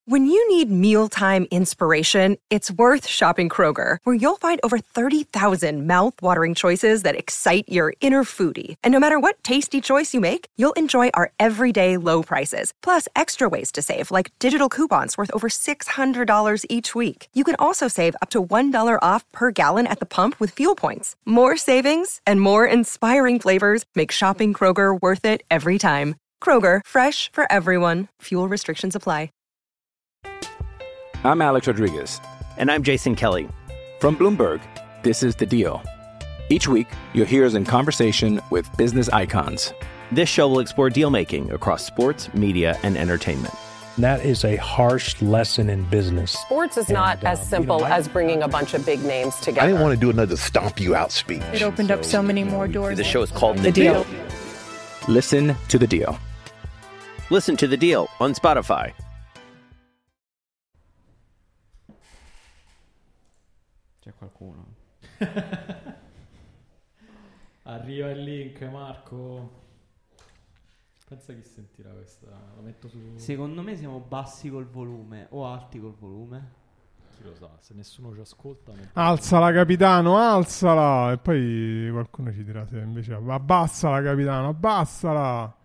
When you need mealtime inspiration, it's worth shopping Kroger, where you'll find over 30,000 mouth-watering choices that excite your inner foodie. And no matter what tasty choice you make, you'll enjoy our everyday low prices, plus extra ways to save, like digital coupons worth over $600 each week. You can also save up to $1 off per gallon at the pump with fuel points. More savings and more inspiring flavors make shopping Kroger worth it every time. Kroger, fresh for everyone. Fuel restrictions apply. I'm Alex Rodriguez. And I'm Jason Kelly. From Bloomberg, this is The Deal. Each week, you'll hear us in conversation with business icons. This show will explore deal-making across sports, media, and entertainment. That is a harsh lesson in business. Sports is not as simple as bringing a bunch of big names together. I didn't want to do another stomp you out speech. It opened up so many more doors. The show is called The Deal. Listen to The Deal. Listen to The Deal on Spotify. C'è qualcuno? Arriva il link, Marco. Pensa chi sentirà questa. La metto su. Secondo me siamo bassi col volume o alti col volume. Chi lo sa, se nessuno ci ascolta. Alzala, capitano, alzala. E poi qualcuno ci dirà se invece abbassala, capitano, abbassala.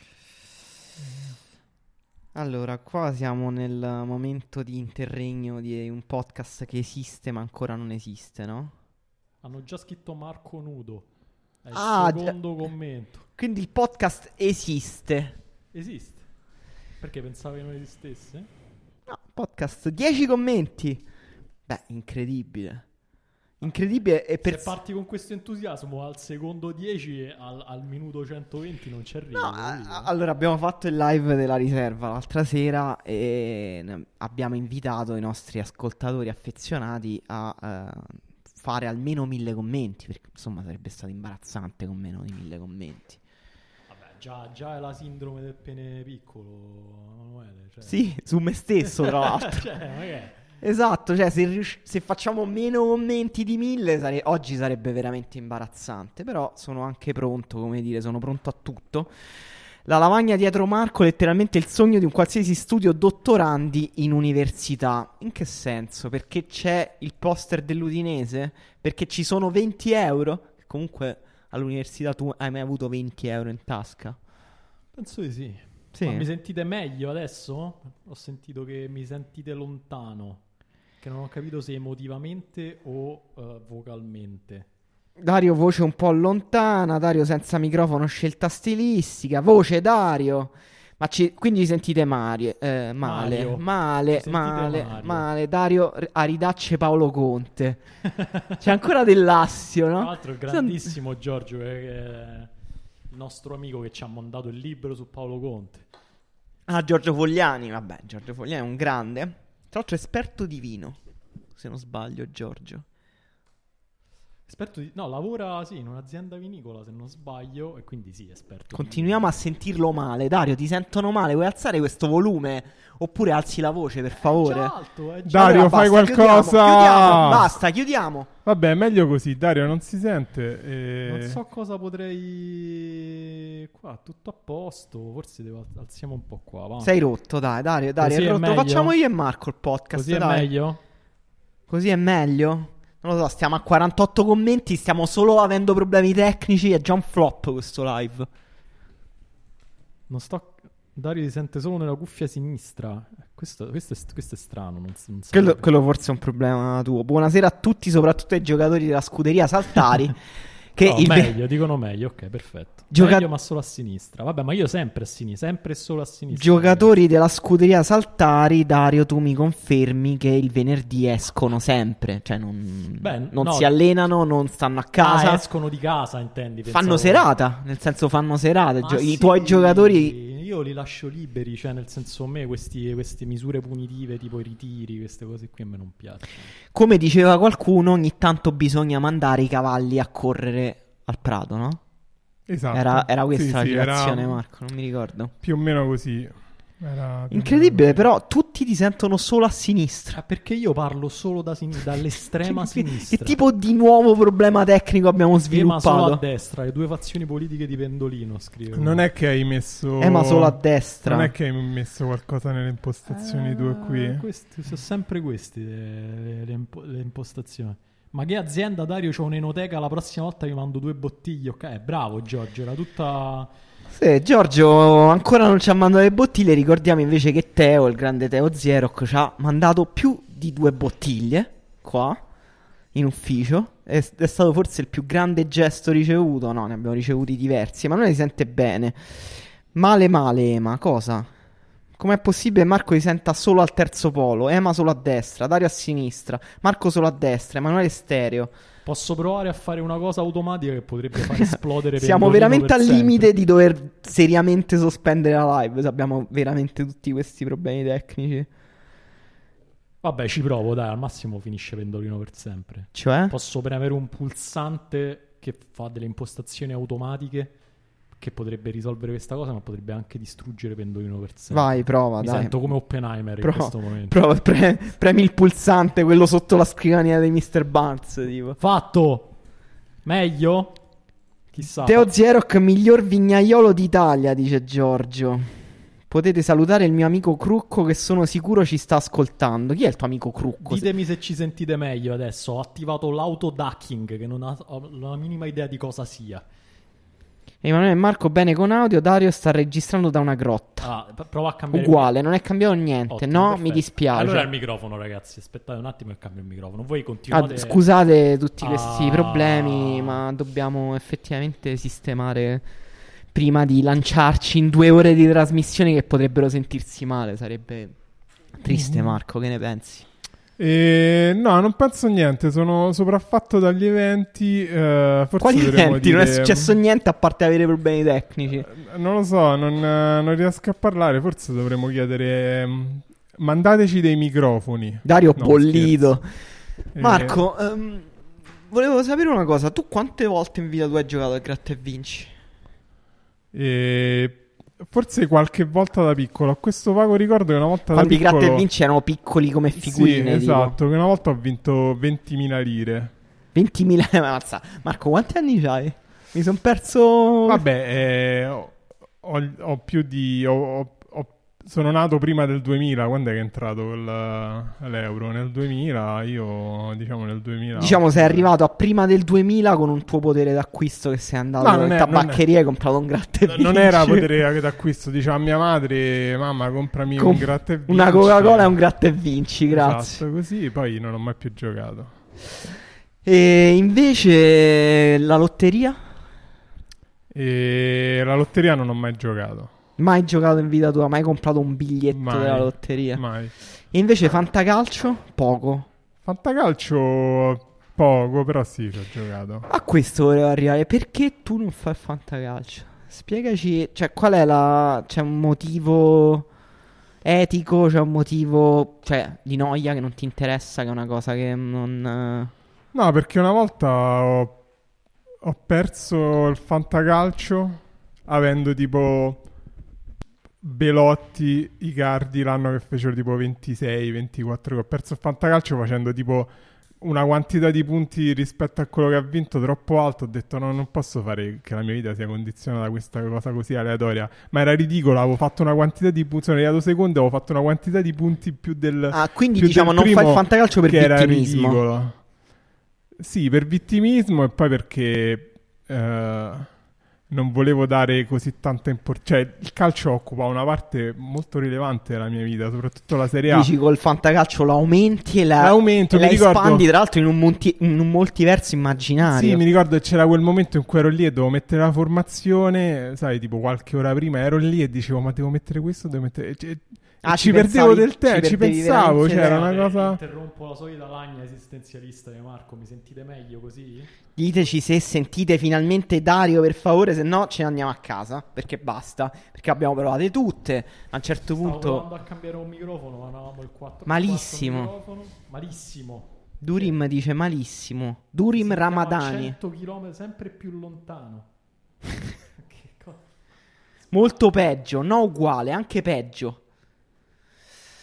Allora, qua siamo nel momento di interregno di un podcast che esiste ma ancora non esiste, no? Hanno già scritto Marco Nudo. È il secondo commento. Quindi il podcast esiste. Esiste. Perché pensavi che non esistesse? No, podcast, 10 commenti. Beh, incredibile. Incredibile. E se parti con questo entusiasmo al secondo 10 al minuto 120 non ci arrivi. No, allora abbiamo fatto il live della riserva l'altra sera e abbiamo invitato i nostri ascoltatori affezionati a fare almeno 1000 commenti, perché insomma sarebbe stato imbarazzante con meno di 1000 commenti. Vabbè, già è la sindrome del pene piccolo, Emanuele, cioè. Sì, su me stesso tra l'altro. Cioè, ma che è? Esatto, cioè se facciamo meno commenti di 1000 oggi sarebbe veramente imbarazzante. Però sono anche pronto, come dire, sono pronto a tutto. La lavagna dietro Marco, letteralmente il sogno di un qualsiasi studio dottorandi in università. In che senso? Perché c'è il poster dell'Udinese? Perché ci sono 20 euro? Comunque all'università tu hai mai avuto 20 euro in tasca? Penso di sì. Sì. Ma mi sentite meglio adesso? Ho sentito che mi sentite lontano. Che non ho capito se emotivamente o vocalmente. Dario voce un po' lontana, Dario senza microfono, scelta stilistica, voce Dario. Ma quindi sentite male, Dario a ridacce Paolo Conte. C'è ancora dell'assio, no? Tra l'altro il grandissimo Giorgio, che è il nostro amico che ci ha mandato il libro su Paolo Conte. Ah, Giorgio Fogliani, vabbè, Giorgio Fogliani è un grande. Tra l'altro esperto di vino, se non sbaglio, Giorgio. No, lavora sì in un'azienda vinicola se non sbaglio, e quindi sì, esperto. Continuiamo a sentirlo male. Dario, ti sentono male, vuoi alzare questo volume? Oppure alzi la voce, per favore. È già alto, Dario, allora, fai basta, qualcosa. Chiudiamo, basta, chiudiamo. Vabbè, è meglio così, Dario, non si sente. Non so cosa potrei. Qua, tutto a posto. Forse alziamo un po' qua. Va. Sei rotto, dai, Dario, è rotto. meglio? Facciamo io e Marco il podcast. Così dai. è meglio? Così è meglio? Non lo so, stiamo a 48 commenti, stiamo solo avendo problemi tecnici, è già un flop questo live. Non sto... Dario si sente solo nella cuffia sinistra. Questo è strano, non so. Quello forse è un problema tuo. Buonasera a tutti, soprattutto ai giocatori della scuderia Saltari. Che dicono meglio, ok, perfetto. Meglio ma solo a sinistra. Vabbè, ma io sempre a sinistra, sempre e solo a sinistra. Giocatori della scuderia Saltari, Dario, tu mi confermi che il venerdì escono sempre, cioè non si allenano, non stanno a casa. Escono di casa, intendi? Fanno serata, nel senso fanno serata. I tuoi giocatori... Io li lascio liberi, cioè nel senso, a me queste misure punitive tipo i ritiri, queste cose qui a me non piacciono. Come diceva qualcuno, ogni tanto bisogna mandare i cavalli a correre al prato, no? Esatto. Era questa la citazione, Marco, non mi ricordo. Più o meno così. Incredibile, però tutti ti sentono solo a sinistra. Perché io parlo solo dall'estrema sinistra. Che tipo di nuovo problema tecnico abbiamo Ma sviluppato? solo a destra, le due fazioni politiche di Pendolino, scrivo. Non è che hai messo... ma solo a destra. Non è che hai messo qualcosa nelle impostazioni tue qui? Sono sempre queste le impostazioni. Ma che azienda, Dario? C'ho un'enoteca, la prossima volta vi mando 2 bottiglie, ok? Bravo Giorgio, era tutta... Sì, Giorgio ancora non ci ha mandato le bottiglie. Ricordiamo invece che Teo, il grande Teo Zieroc, ci ha mandato più di 2 bottiglie qua in ufficio. È stato forse il più grande gesto ricevuto. No, ne abbiamo ricevuti diversi. Ma non si sente bene. Male, Ema, cosa? Com'è possibile Marco si senta solo al terzo polo? Ema solo a destra, Dario a sinistra, Marco solo a destra, Emanuele stereo. Posso provare a fare una cosa automatica che potrebbe far esplodere Siamo veramente al limite di dover seriamente sospendere la live se abbiamo veramente tutti questi problemi tecnici. Vabbè, ci provo, dai, al massimo finisce Pendolino per sempre. Cioè? Posso premere un pulsante che fa delle impostazioni automatiche che potrebbe risolvere questa cosa, ma potrebbe anche distruggere Pendolino per sempre. Vai, prova, Mi dai. sento come Oppenheimer in questo momento. Prova, premi il pulsante, quello sotto la scrivania di Mr. Barnes, tipo. Fatto! Meglio? Chissà. Teo Zieroc, miglior vignaiolo d'Italia, dice Giorgio. Potete salutare il mio amico Crucco che sono sicuro ci sta ascoltando. Chi è il tuo amico Crucco? Ditemi se ci sentite meglio adesso. Ho attivato l'autoducking, che non ho la minima idea di cosa sia. Emanuele e Marco bene con audio. Dario sta registrando da una grotta. Prova a cambiare. Uguale, non è cambiato niente. Ottimo, no, perfetto. mi dispiace. Allora il microfono, ragazzi. Aspettate un attimo e cambio il microfono. Voi continuate. Scusate tutti questi problemi, ma dobbiamo effettivamente sistemare prima di lanciarci in 2 ore di trasmissione che potrebbero sentirsi male. Sarebbe triste, Marco, che ne pensi? No, non penso niente. Sono sopraffatto dagli eventi. Forse quali eventi? Dire... Non è successo niente a parte avere problemi tecnici. Non lo so, non riesco a parlare. Forse dovremmo chiedere. Mandateci dei microfoni. Dario no, bollito. Marco, volevo sapere una cosa. Tu quante volte in vita tu hai giocato a Gratta e Vinci? Forse qualche volta da piccolo. Ho questo vago ricordo che una volta quando da piccolo... i Gratta e Vinci erano piccoli come figurine. Sì, esatto, che una volta ho vinto 20.000 lire. 20.000? Mazza. Marco, quanti anni c'hai? Mi sono perso... Vabbè, ho più di... sono nato prima del 2000. Quando è che è entrato l'euro? Nel 2000, io diciamo nel 2000. Diciamo sei arrivato a prima del 2000 con un tuo potere d'acquisto che sei andato in tabaccheria e hai comprato un Gratta e Vinci. Non era potere d'acquisto, diceva a mia madre: mamma, comprami un Gratta e Vinci. Una Coca-Cola e un Gratta e Vinci, grazie. Esatto, così poi non ho mai più giocato. E invece la lotteria? La lotteria non ho mai giocato. Mai giocato in vita tua? Mai comprato un biglietto della lotteria? Mai. E invece fantacalcio? Poco. Fantacalcio poco, però sì, ci ho giocato. A questo volevo arrivare. Perché tu non fai fantacalcio? Spiegaci, cioè qual è c'è un motivo etico, c'è un motivo, cioè, di noia che non ti interessa, che è una cosa che non... No, perché una volta ho perso il fantacalcio avendo tipo Belotti, Icardi l'anno che fecero tipo 26, 24. Ho perso il fantacalcio facendo tipo una quantità di punti rispetto a quello che ha vinto troppo alto. Ho detto no, non posso fare che la mia vita sia condizionata da questa cosa così aleatoria. Ma era ridicolo, avevo fatto una quantità di punti, sono arrivato secondo, avevo fatto una quantità di punti più del... quindi più diciamo non fai il fantacalcio per vittimismo. Era ridicolo. Sì, per vittimismo e poi perché non volevo dare così tanta importanza. Cioè, il calcio occupa una parte molto rilevante della mia vita, soprattutto la Serie A. Dici col fantacalcio lo aumenti e la ricordo... espandi, tra l'altro, in un multiverso immaginario. Sì, mi ricordo che c'era quel momento in cui ero lì e dovevo mettere la formazione, sai, tipo qualche ora prima ero lì e dicevo ma devo mettere questo, devo mettere... ci perdevo del tempo, ci pensavo, c'era una cosa... Interrompo la solita lagna esistenzialista di Marco, mi sentite meglio così? Diteci se sentite finalmente Dario, per favore, se no ce ne andiamo a casa, perché basta, perché abbiamo provate tutte, a un certo punto... Stavo provando a cambiare un microfono, ma avevamo il 4. Malissimo. Malissimo. Durim dice malissimo. Durim Ramadani. 100 km sempre più lontano. Molto peggio, no uguale, anche peggio.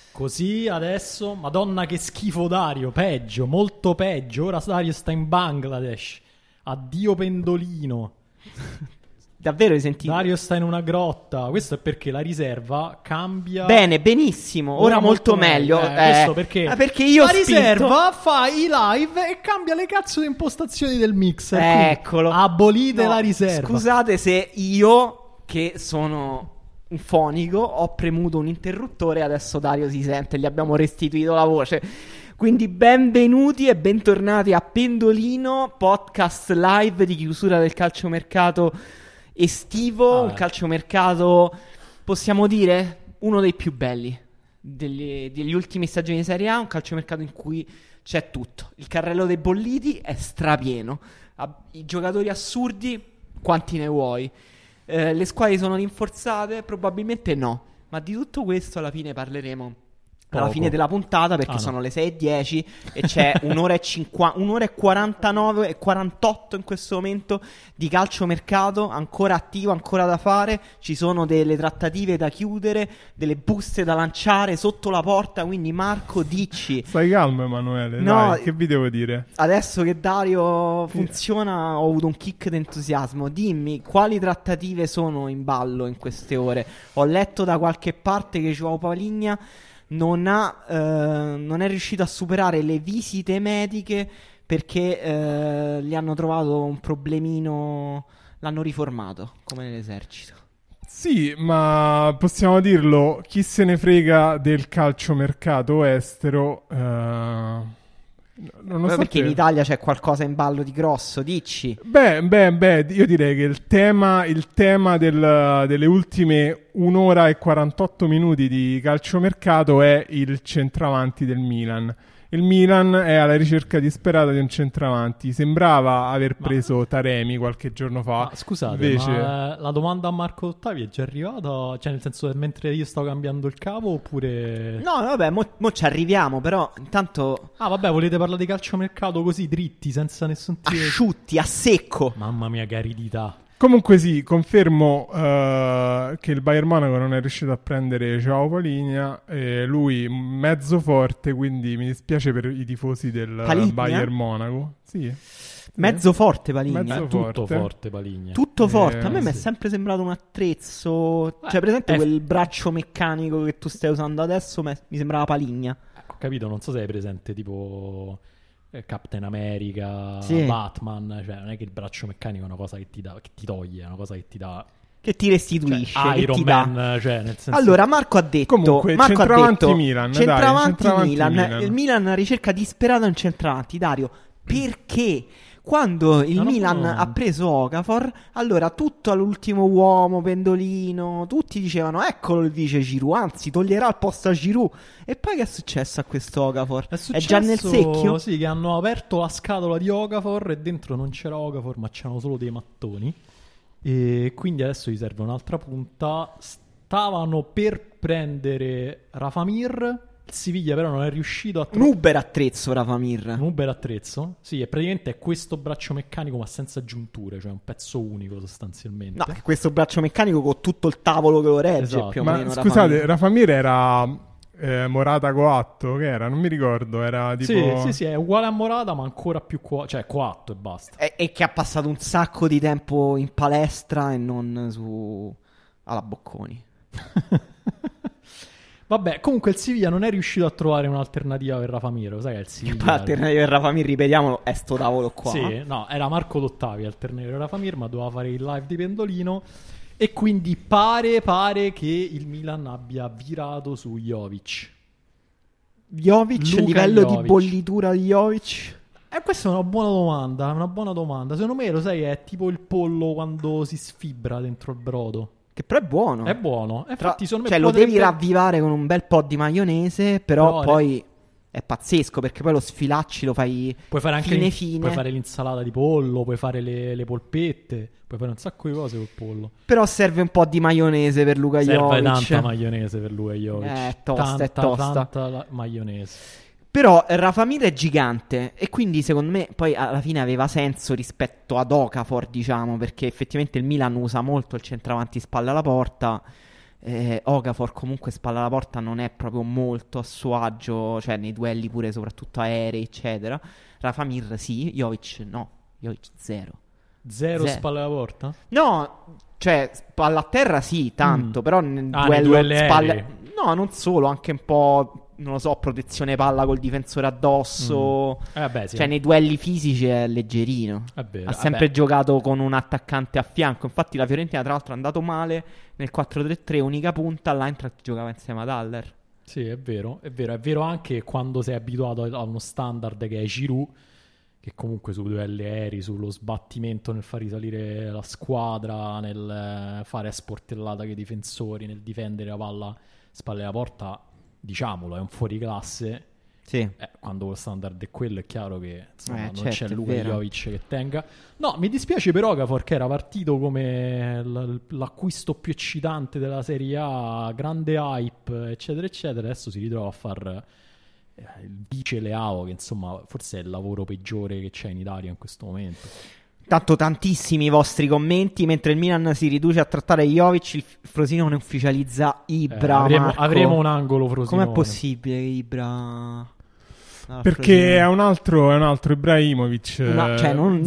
Così adesso, Madonna che schifo Dario, peggio, molto peggio. Ora Dario sta in Bangladesh. Addio pendolino. Davvero hai sentito? Dario sta in una grotta. Questo è perché la riserva cambia. Bene, benissimo. Ora molto meglio. Questo perché io la riserva fa i live e cambia le cazzo di impostazioni del mixer. Eccolo. Abolite la riserva. Scusate se io, che sono un fonico, ho premuto un interruttore e adesso Dario si sente, gli abbiamo restituito la voce. Quindi benvenuti e bentornati a Pendolino, podcast live di chiusura del calciomercato estivo, un calciomercato, possiamo dire, uno dei più belli degli ultimi stagioni di Serie A, un calciomercato in cui c'è tutto. Il carrello dei bolliti è strapieno, i giocatori assurdi, quanti ne vuoi? Le squadre sono rinforzate? Probabilmente no, ma di tutto questo alla fine parleremo alla fine della puntata, perché sono le 6:10 e c'è un'ora e 49 e 48 in questo momento di calciomercato ancora attivo, ancora da fare. Ci sono delle trattative da chiudere, delle buste da lanciare sotto la porta, quindi Marco, dici. Stai calmo Emanuele, no, dai, che vi devo dire? Adesso che Dario funziona ho avuto un kick d'entusiasmo. Dimmi, quali trattative sono in ballo in queste ore? Ho letto da qualche parte che Joao Paligna non è riuscito a superare le visite mediche perché gli hanno trovato un problemino, l'hanno riformato come nell'esercito. Sì, ma possiamo dirlo, chi se ne frega del calciomercato estero? Perché in Italia c'è qualcosa in ballo di grosso, dici? Beh, io direi che il tema delle ultime 1 ora e 48 minuti di calciomercato è il centravanti del Milan. Il Milan è alla ricerca disperata di un centravanti. Sembrava aver preso Taremi qualche giorno fa. Ma scusate, invece... ma la domanda a Marco Ottavi è già arrivata? Cioè, nel senso, mentre io stavo cambiando il cavo, oppure... No, vabbè, mo ci arriviamo, però intanto... Ah, vabbè, volete parlare di calciomercato così, dritti, senza nessun tiro? Asciutti, a secco. Mamma mia, che aridità. Comunque sì, confermo che il Bayern Monaco non è riuscito a prendere Joao Paligna, lui mezzo forte, quindi mi dispiace per i tifosi del Bayern Monaco. Sì. Mezzo forte Paligna. Mezzo tutto forte Paligna. Tutto forte. A me mi è sì. sempre sembrato un attrezzo. Cioè, per esempio, quel braccio meccanico che tu stai usando adesso mi sembrava Paligna. Ho capito, non so se hai presente tipo Captain America, sì. Batman, cioè non è che il braccio meccanico è una cosa che ti dà, che ti toglie, è una cosa che ti dà, che ti restituisce, cioè, che Iron ti Man, dà. Cioè, nel senso... Allora Marco ha detto, comunque centravanti Milan, Milan. Il Milan ricerca disperata un centravanti. Dario, perché? Quando il Milan ha preso Okafor, allora tutto all'ultimo uomo, Pendolino, tutti dicevano eccolo il vice Giroud, anzi toglierà il posto a Giroud. E poi che è successo a questo Okafor? È già nel secchio? Sì, che hanno aperto la scatola di Okafor e dentro non c'era Okafor ma c'erano solo dei mattoni, e quindi adesso gli serve un'altra punta. Stavano per prendere Rafa Mir. Il Siviglia però non è riuscito a un Uber attrezzo Rafa Mir. Un Uber attrezzo? Sì, e praticamente è questo braccio meccanico ma senza giunture, cioè un pezzo unico sostanzialmente. No, è questo braccio meccanico con tutto il tavolo che lo regge, esatto. Più o meno. Ma scusate, Rafa Mir era Morata coatto, che era? Non mi ricordo, era tipo... Sì, è uguale a Morata ma ancora più coatto e basta. E che ha passato un sacco di tempo in palestra e non alla Bocconi. Vabbè, comunque il Siviglia non è riuscito a trovare un'alternativa per Rafa Mir. Sai che il Siviglia... L'alternativa per Rafa Mir, ripetiamolo, è sto tavolo qua. Sì, no, era Marco Dottavi alternativa per Rafa Mir, ma doveva fare il live di Pendolino. E quindi pare che il Milan abbia virato su Jovic. Jovic, a livello di bollitura di Jovic? Questa è una buona domanda. Secondo me, lo sai, è tipo il pollo quando si sfibra dentro il brodo. Che però è buono. È buono. Infatti, cioè, lo devi ravvivare con un bel po' di maionese, però poi è pazzesco, perché poi lo sfilacci lo fai puoi fare anche fine. Puoi fare l'insalata di pollo, puoi fare le polpette, puoi fare un sacco di cose col pollo. Però serve un po' di maionese per Luka Jovic. Serve tanta maionese per Luka Jovic. È tosta. Tanta maionese. Però Rafa Mir è gigante e quindi secondo me poi alla fine aveva senso rispetto ad Okafor, diciamo, perché effettivamente il Milan usa molto il centravanti spalla alla porta. Okafor comunque spalla alla porta non è proprio molto a suo agio, cioè nei duelli pure soprattutto aerei eccetera. Rafa Mir sì, Jovic no, Jovic zero. Spalla alla porta? No, cioè spalla a terra sì, tanto, però nel duelli spalle... aerei. No, non solo, anche un po', non lo so, protezione palla col difensore addosso. Sì. Cioè nei duelli fisici è leggerino. È vero, ha sempre giocato con un attaccante a fianco. Infatti la Fiorentina tra l'altro è andato male nel 4-3-3, unica punta, l'Eintracht giocava insieme ad Haller. Sì, è vero. È vero anche quando sei abituato a uno standard che è Giroud, che comunque sui duelli aerei, sullo sbattimento nel far risalire la squadra, nel fare sportellata che i difensori, nel difendere la palla spalle alla porta, diciamolo, è un fuoriclasse. Sì. Quando lo standard è quello, è chiaro che insomma, non certo, c'è lui Jovic che tenga. No, mi dispiace per Okafor, che era partito come l'acquisto più eccitante della Serie A, grande hype, eccetera eccetera. Adesso si ritrova a far il vice Leao, che insomma forse è il lavoro peggiore che c'è in Italia in questo momento. Tanto tantissimi i vostri commenti. Mentre il Milan si riduce a trattare Jovic, il Frosinone ufficializza Ibra. Avremo un angolo Frosinone. Com'è possibile Ibra? Perché è un altro Ibrahimovic. Cioè non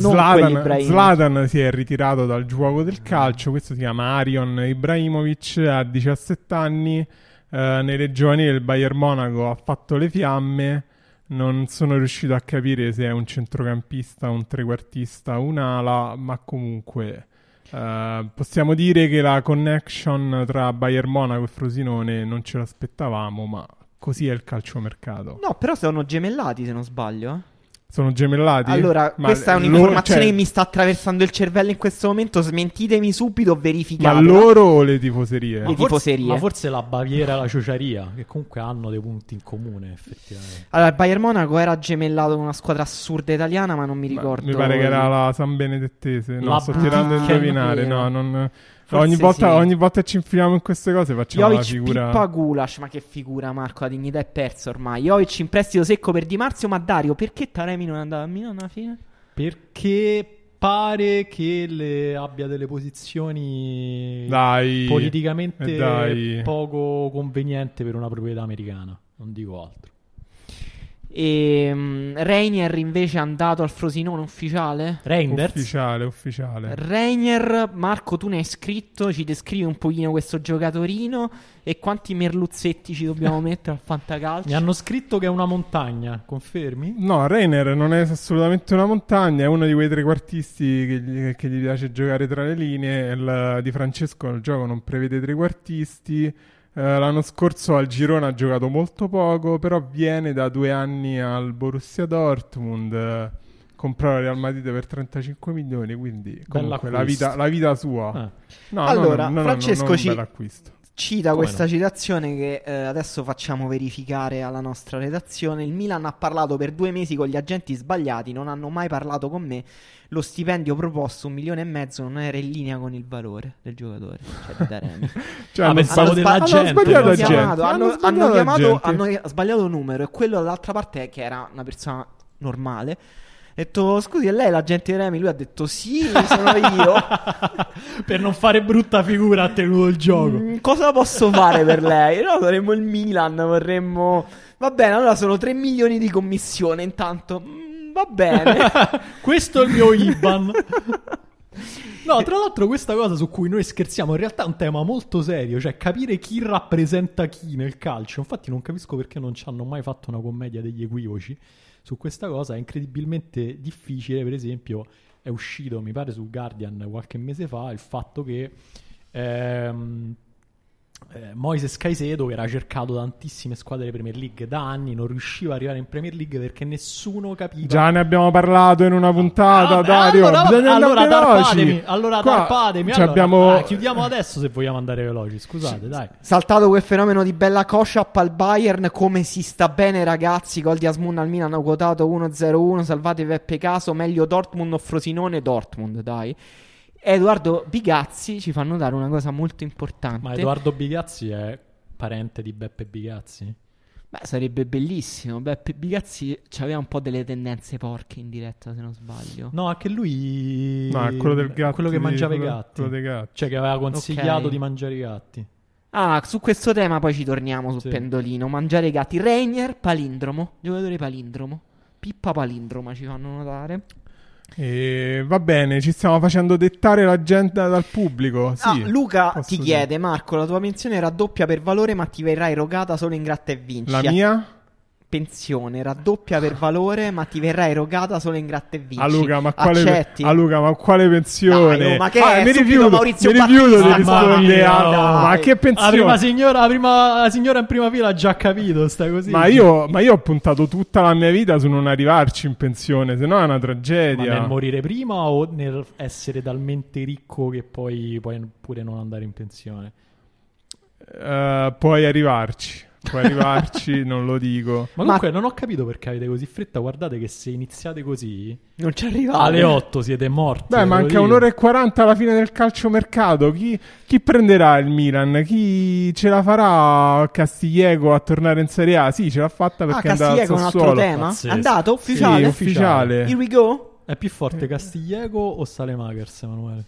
Zlatan si è ritirato dal gioco del calcio. Questo si chiama Arion Ibrahimovic, ha 17 anni, nelle giovanili del Bayern Monaco ha fatto le fiamme. Non sono riuscito a capire se è un centrocampista, un trequartista, un'ala, ma comunque possiamo dire che la connection tra Bayern Monaco e Frosinone non ce l'aspettavamo, ma così è il calciomercato. No, però sono gemellati, se non sbaglio. Sono gemellati? Allora, questa è un'informazione che mi sta attraversando il cervello in questo momento. Smentitemi subito, verificate. Ma loro o le tifoserie? Le tifoserie. Ma forse la Baviera e la Ciociaria, che comunque hanno dei punti in comune, effettivamente. Allora, il Bayern Monaco era gemellato con una squadra assurda italiana, ma non mi ricordo. Mi pare che era la San Benedettese. No, sto tirando a indovinare. No, non... Ogni volta che ci infiliamo in queste cose facciamo Jovic, la figura. Pippa Gulac, ma che figura, Marco, la dignità è persa ormai. Jovic in prestito secco per Di Marzio, ma Dario, perché Taremi non è andato a Milano alla fine? Perché pare che abbia delle posizioni politicamente poco convenienti per una proprietà americana, non dico altro. E Reinier invece è andato al Frosinone ufficiale? Ufficiale. Reinier, Marco, tu ne hai scritto, ci descrivi un pochino questo giocatorino e quanti merluzzetti ci dobbiamo mettere al fantacalcio? Mi hanno scritto che è una montagna, confermi? No, Reinier non è assolutamente una montagna, è uno di quei trequartisti che gli piace giocare tra le linee. Di Francesco il gioco non prevede trequartisti. L'anno scorso al Girona ha giocato molto poco, però viene da 2 anni al Borussia Dortmund, comprò Real Madrid per 35 milioni, quindi comunque la vita sua. No, allora, no, Francesco non un bel acquisto. Cita questa citazione che adesso facciamo verificare alla nostra redazione. Il Milan ha parlato per 2 mesi con gli agenti sbagliati, non hanno mai parlato con me. Lo stipendio proposto, 1,5 milioni, non era in linea con il valore del giocatore, cioè di Taremi. Hanno sbagliato il numero, e quello dall'altra parte che era una persona normale. Ha detto, scusi, è lei l'agente di Remi? Lui ha detto, sì, sono io. Per non fare brutta figura ha tenuto il gioco. Cosa posso fare per lei? No, saremmo il Milan, vorremmo... Va bene, allora sono 3 milioni di commissione, intanto... va bene. Questo è il mio IBAN. No, tra l'altro questa cosa su cui noi scherziamo in realtà è un tema molto serio, cioè capire chi rappresenta chi nel calcio. Infatti non capisco perché non ci hanno mai fatto una commedia degli equivoci su questa cosa. È incredibilmente difficile. Per esempio è uscito, mi pare, sul Guardian qualche mese fa il fatto che Moises Caicedo, che era cercato da tantissime squadre di Premier League da anni, non riusciva ad arrivare in Premier League perché nessuno capiva. Già ne abbiamo parlato in una puntata, Dario. Tarpatemi. Chiudiamo adesso se vogliamo andare veloci. Scusate, dai. Saltato quel fenomeno di Bella Kosciap al Bayern. Come si sta bene, ragazzi. Gol di Asmun al Milan, hanno quotato 1-0-1. Salvate Peppe Caso. Meglio Dortmund o Frosinone? Dortmund, dai. Edoardo Bigazzi ci fanno notare una cosa molto importante. Ma Edoardo Bigazzi è parente di Beppe Bigazzi? Beh, sarebbe bellissimo. Beppe Bigazzi aveva un po' delle tendenze porche in diretta, se non sbaglio. No, anche lui... No, è quello del gatto. Quello che mangiava i gatti. Quello dei gatti. Cioè che aveva consigliato di mangiare i gatti. Su questo tema poi ci torniamo sul Sì. pendolino. Mangiare i gatti. Reinier, palindromo. Giocatore palindromo. Pippa palindroma ci fanno notare. E va bene, ci stiamo facendo dettare l'agenda dal pubblico. Sì, Luca posso ti dire. chiede: Marco, la tua pensione raddoppia per valore, ma ti verrà erogata solo in gratta e vinci. La mia? Pensione raddoppia per valore, ma ti verrà erogata solo in gratta e vinci. Luca, ma Accetti? quale pensione? Dai, ma che è? mi Subito rifiuto Maurizio di Battista, rispondere mamma mia, ma dai. che pensione? La signora in prima fila ha già capito, stai così. Ma io ho puntato tutta la mia vita su non arrivarci in pensione, se no è una Ma tragedia. nel morire prima o nel essere talmente ricco che poi puoi pure non andare in pensione? Puoi arrivarci, non lo dico. Ma comunque non ho capito perché avete così fretta. Guardate che se iniziate così Non ci arrivate. alle 8 siete morti. Beh, ve lo manca dico. un'ora e 40 alla fine del calciomercato. Chi prenderà il Milan? Chi ce la farà Castillejo a tornare in Serie A? Sì, ce l'ha fatta perché è andato al Castillejo è un altro Sassuolo. tema? Pazzesco. È andato? Sì, Ufficiale? ufficiale. Here we go? È più forte Castillejo o Salemakers, Emanuele?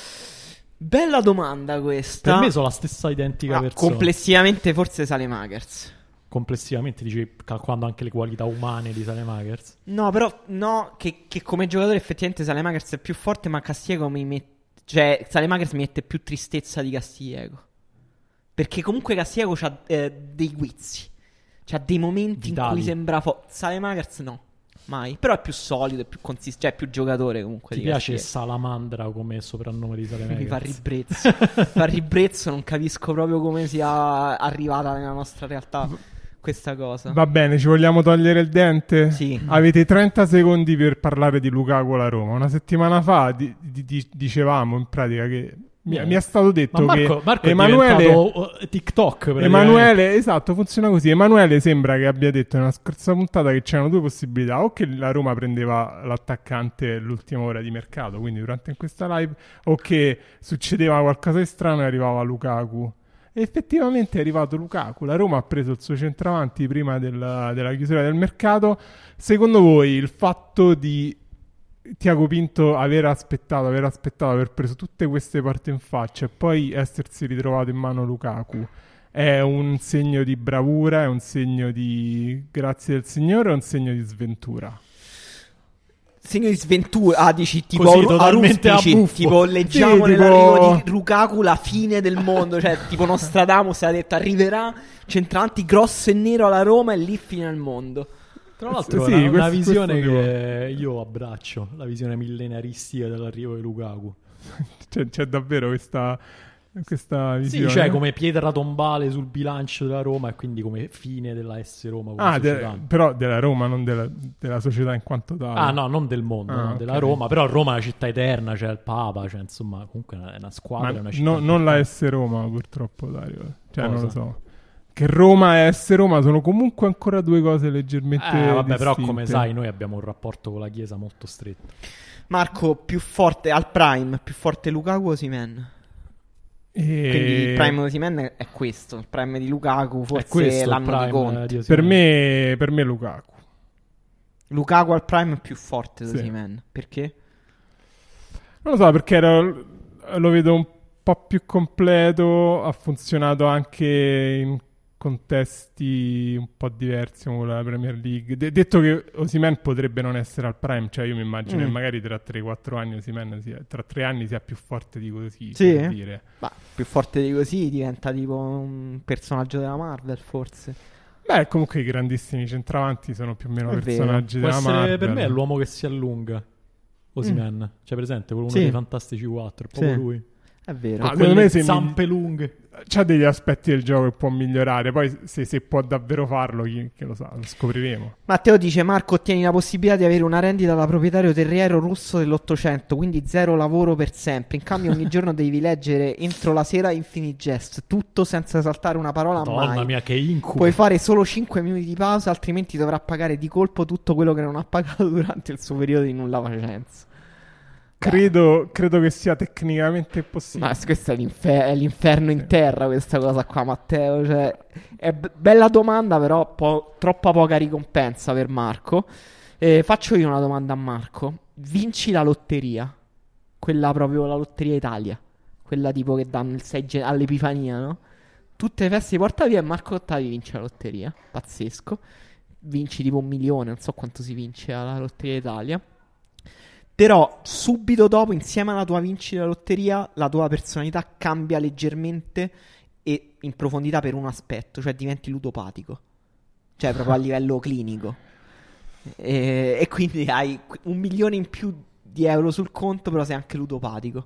Bella domanda questa. Per me sono la stessa identica persona. Complessivamente forse Salemakers. Complessivamente dici calcolando anche le qualità umane di Salemakers. No, però no, che come giocatore effettivamente Salemakers è più forte, ma Castillejo cioè Salemakers mi mette più tristezza di Castillejo. Perché comunque Castillejo c'ha dei guizzi. C'ha dei momenti in Vitali. cui sembra Salemakers no, mai. Però è più solido, è più consistente, cioè è più giocatore comunque Ti di piace Castillejo. Salamandra come soprannome di Salemakers? Mi fa ribrezzo. Fa ribrezzo, non capisco proprio come sia arrivata nella nostra realtà questa cosa. Va bene, ci vogliamo togliere il dente? Sì. Avete 30 secondi per parlare di Lukaku alla Roma. Una settimana fa dicevamo in pratica che mi è stato detto Ma che Marco Emanuele, è diventato TikTok praticamente. Emanuele, esatto, funziona così. Emanuele sembra che abbia detto nella scorsa puntata che c'erano due possibilità: o che la Roma prendeva l'attaccante l'ultima ora di mercato, quindi durante questa live, o che succedeva qualcosa di strano e arrivava Lukaku. E effettivamente è arrivato Lukaku. La Roma ha preso il suo centravanti prima della chiusura del mercato. Secondo voi il fatto di Tiago Pinto aver aspettato, aver preso tutte queste porte in faccia e poi essersi ritrovato in mano Lukaku è un segno di bravura, è un segno di grazie del Signore o è un segno di sventura? Segno di sventura, dici tipo Così, totalmente a Ruspici, buffo. tipo leggiamo Sì, tipo- nell'arrivo di Lukaku la fine del mondo, cioè tipo Nostradamus ha detto arriverà centravanti grosso e nero alla Roma e lì fine al mondo. Tra l'altro Sì, è una questo visione devo- che io abbraccio, la visione millenaristica dell'arrivo di Lukaku. C'è davvero questa visione? Sì, cioè come pietra tombale sul bilancio della Roma e quindi come fine della S Roma come società. però della Roma, non della società in quanto tale. Ah no, non del mondo, no, ok. della Roma, però Roma è una città eterna, c'è il Papa, cioè insomma comunque è una squadra, Ma è una città. non la S Roma purtroppo, Dario. Cioè non lo Cosa? so. Che Roma e S Roma sono comunque ancora due cose leggermente Vabbè, però distinte. come sai noi abbiamo un rapporto con la Chiesa molto stretto. Marco, più forte al prime, più forte Lukaku o Osimhen? Quindi il E prime Osimhen è questo, il prime di Lukaku È forse questo il l'anno di prime Conte. di Osimhen. per me Lukaku. Lukaku al prime è più forte di Sì. Osimhen, perché? Non lo so, perché lo vedo un po' più completo, ha funzionato anche in contesti un po' diversi come quello della Premier League. Detto che Osimhen potrebbe non essere al prime, cioè io mi immagino che magari tra 3-4 anni Osimhen tra 3 anni sia più forte di così, Sì? per dire. Ma più forte di così diventa tipo un personaggio della Marvel forse. Beh, comunque i grandissimi centravanti sono più o meno È vero. personaggi Può della essere, Marvel. per me è l'uomo che si allunga. Osimhen, cioè presente, quello uno Sì. dei Fantastici 4, è proprio Sì. lui. È vero. Ah, Con secondo quelle me se zampe lunghe. c'ha degli aspetti del gioco che può migliorare. Poi se può davvero farlo, che lo sa, lo scopriremo. Matteo dice: Marco, ottieni la possibilità di avere una rendita da proprietario terriero russo dell'800, quindi zero lavoro per sempre. In cambio ogni giorno devi leggere entro la sera Infinite Jest, tutto senza saltare una parola Madonna mai. mia, che incubo. Puoi fare solo 5 minuti di pausa, altrimenti dovrà pagare di colpo tutto quello che non ha pagato durante il suo periodo di nulla facenza. Credo che sia tecnicamente possibile. Ma questo è l'inferno in terra, questa cosa qua, Matteo. Cioè, è bella domanda, però troppa poca ricompensa per Marco. Faccio io una domanda a Marco. Vinci la lotteria, quella proprio la Lotteria Italia, quella tipo che danno il 6 all'Epifania, no? tutte le feste di portavia e Marco Ottavi vince la lotteria. Pazzesco. Vinci tipo 1 milione, non so quanto si vince alla Lotteria d'Italia. Però subito dopo, insieme alla tua vincita della lotteria, la tua personalità cambia leggermente e in profondità per un aspetto, cioè diventi ludopatico. Cioè proprio a livello clinico. E quindi hai 1 milione in più di euro sul conto, però sei anche ludopatico.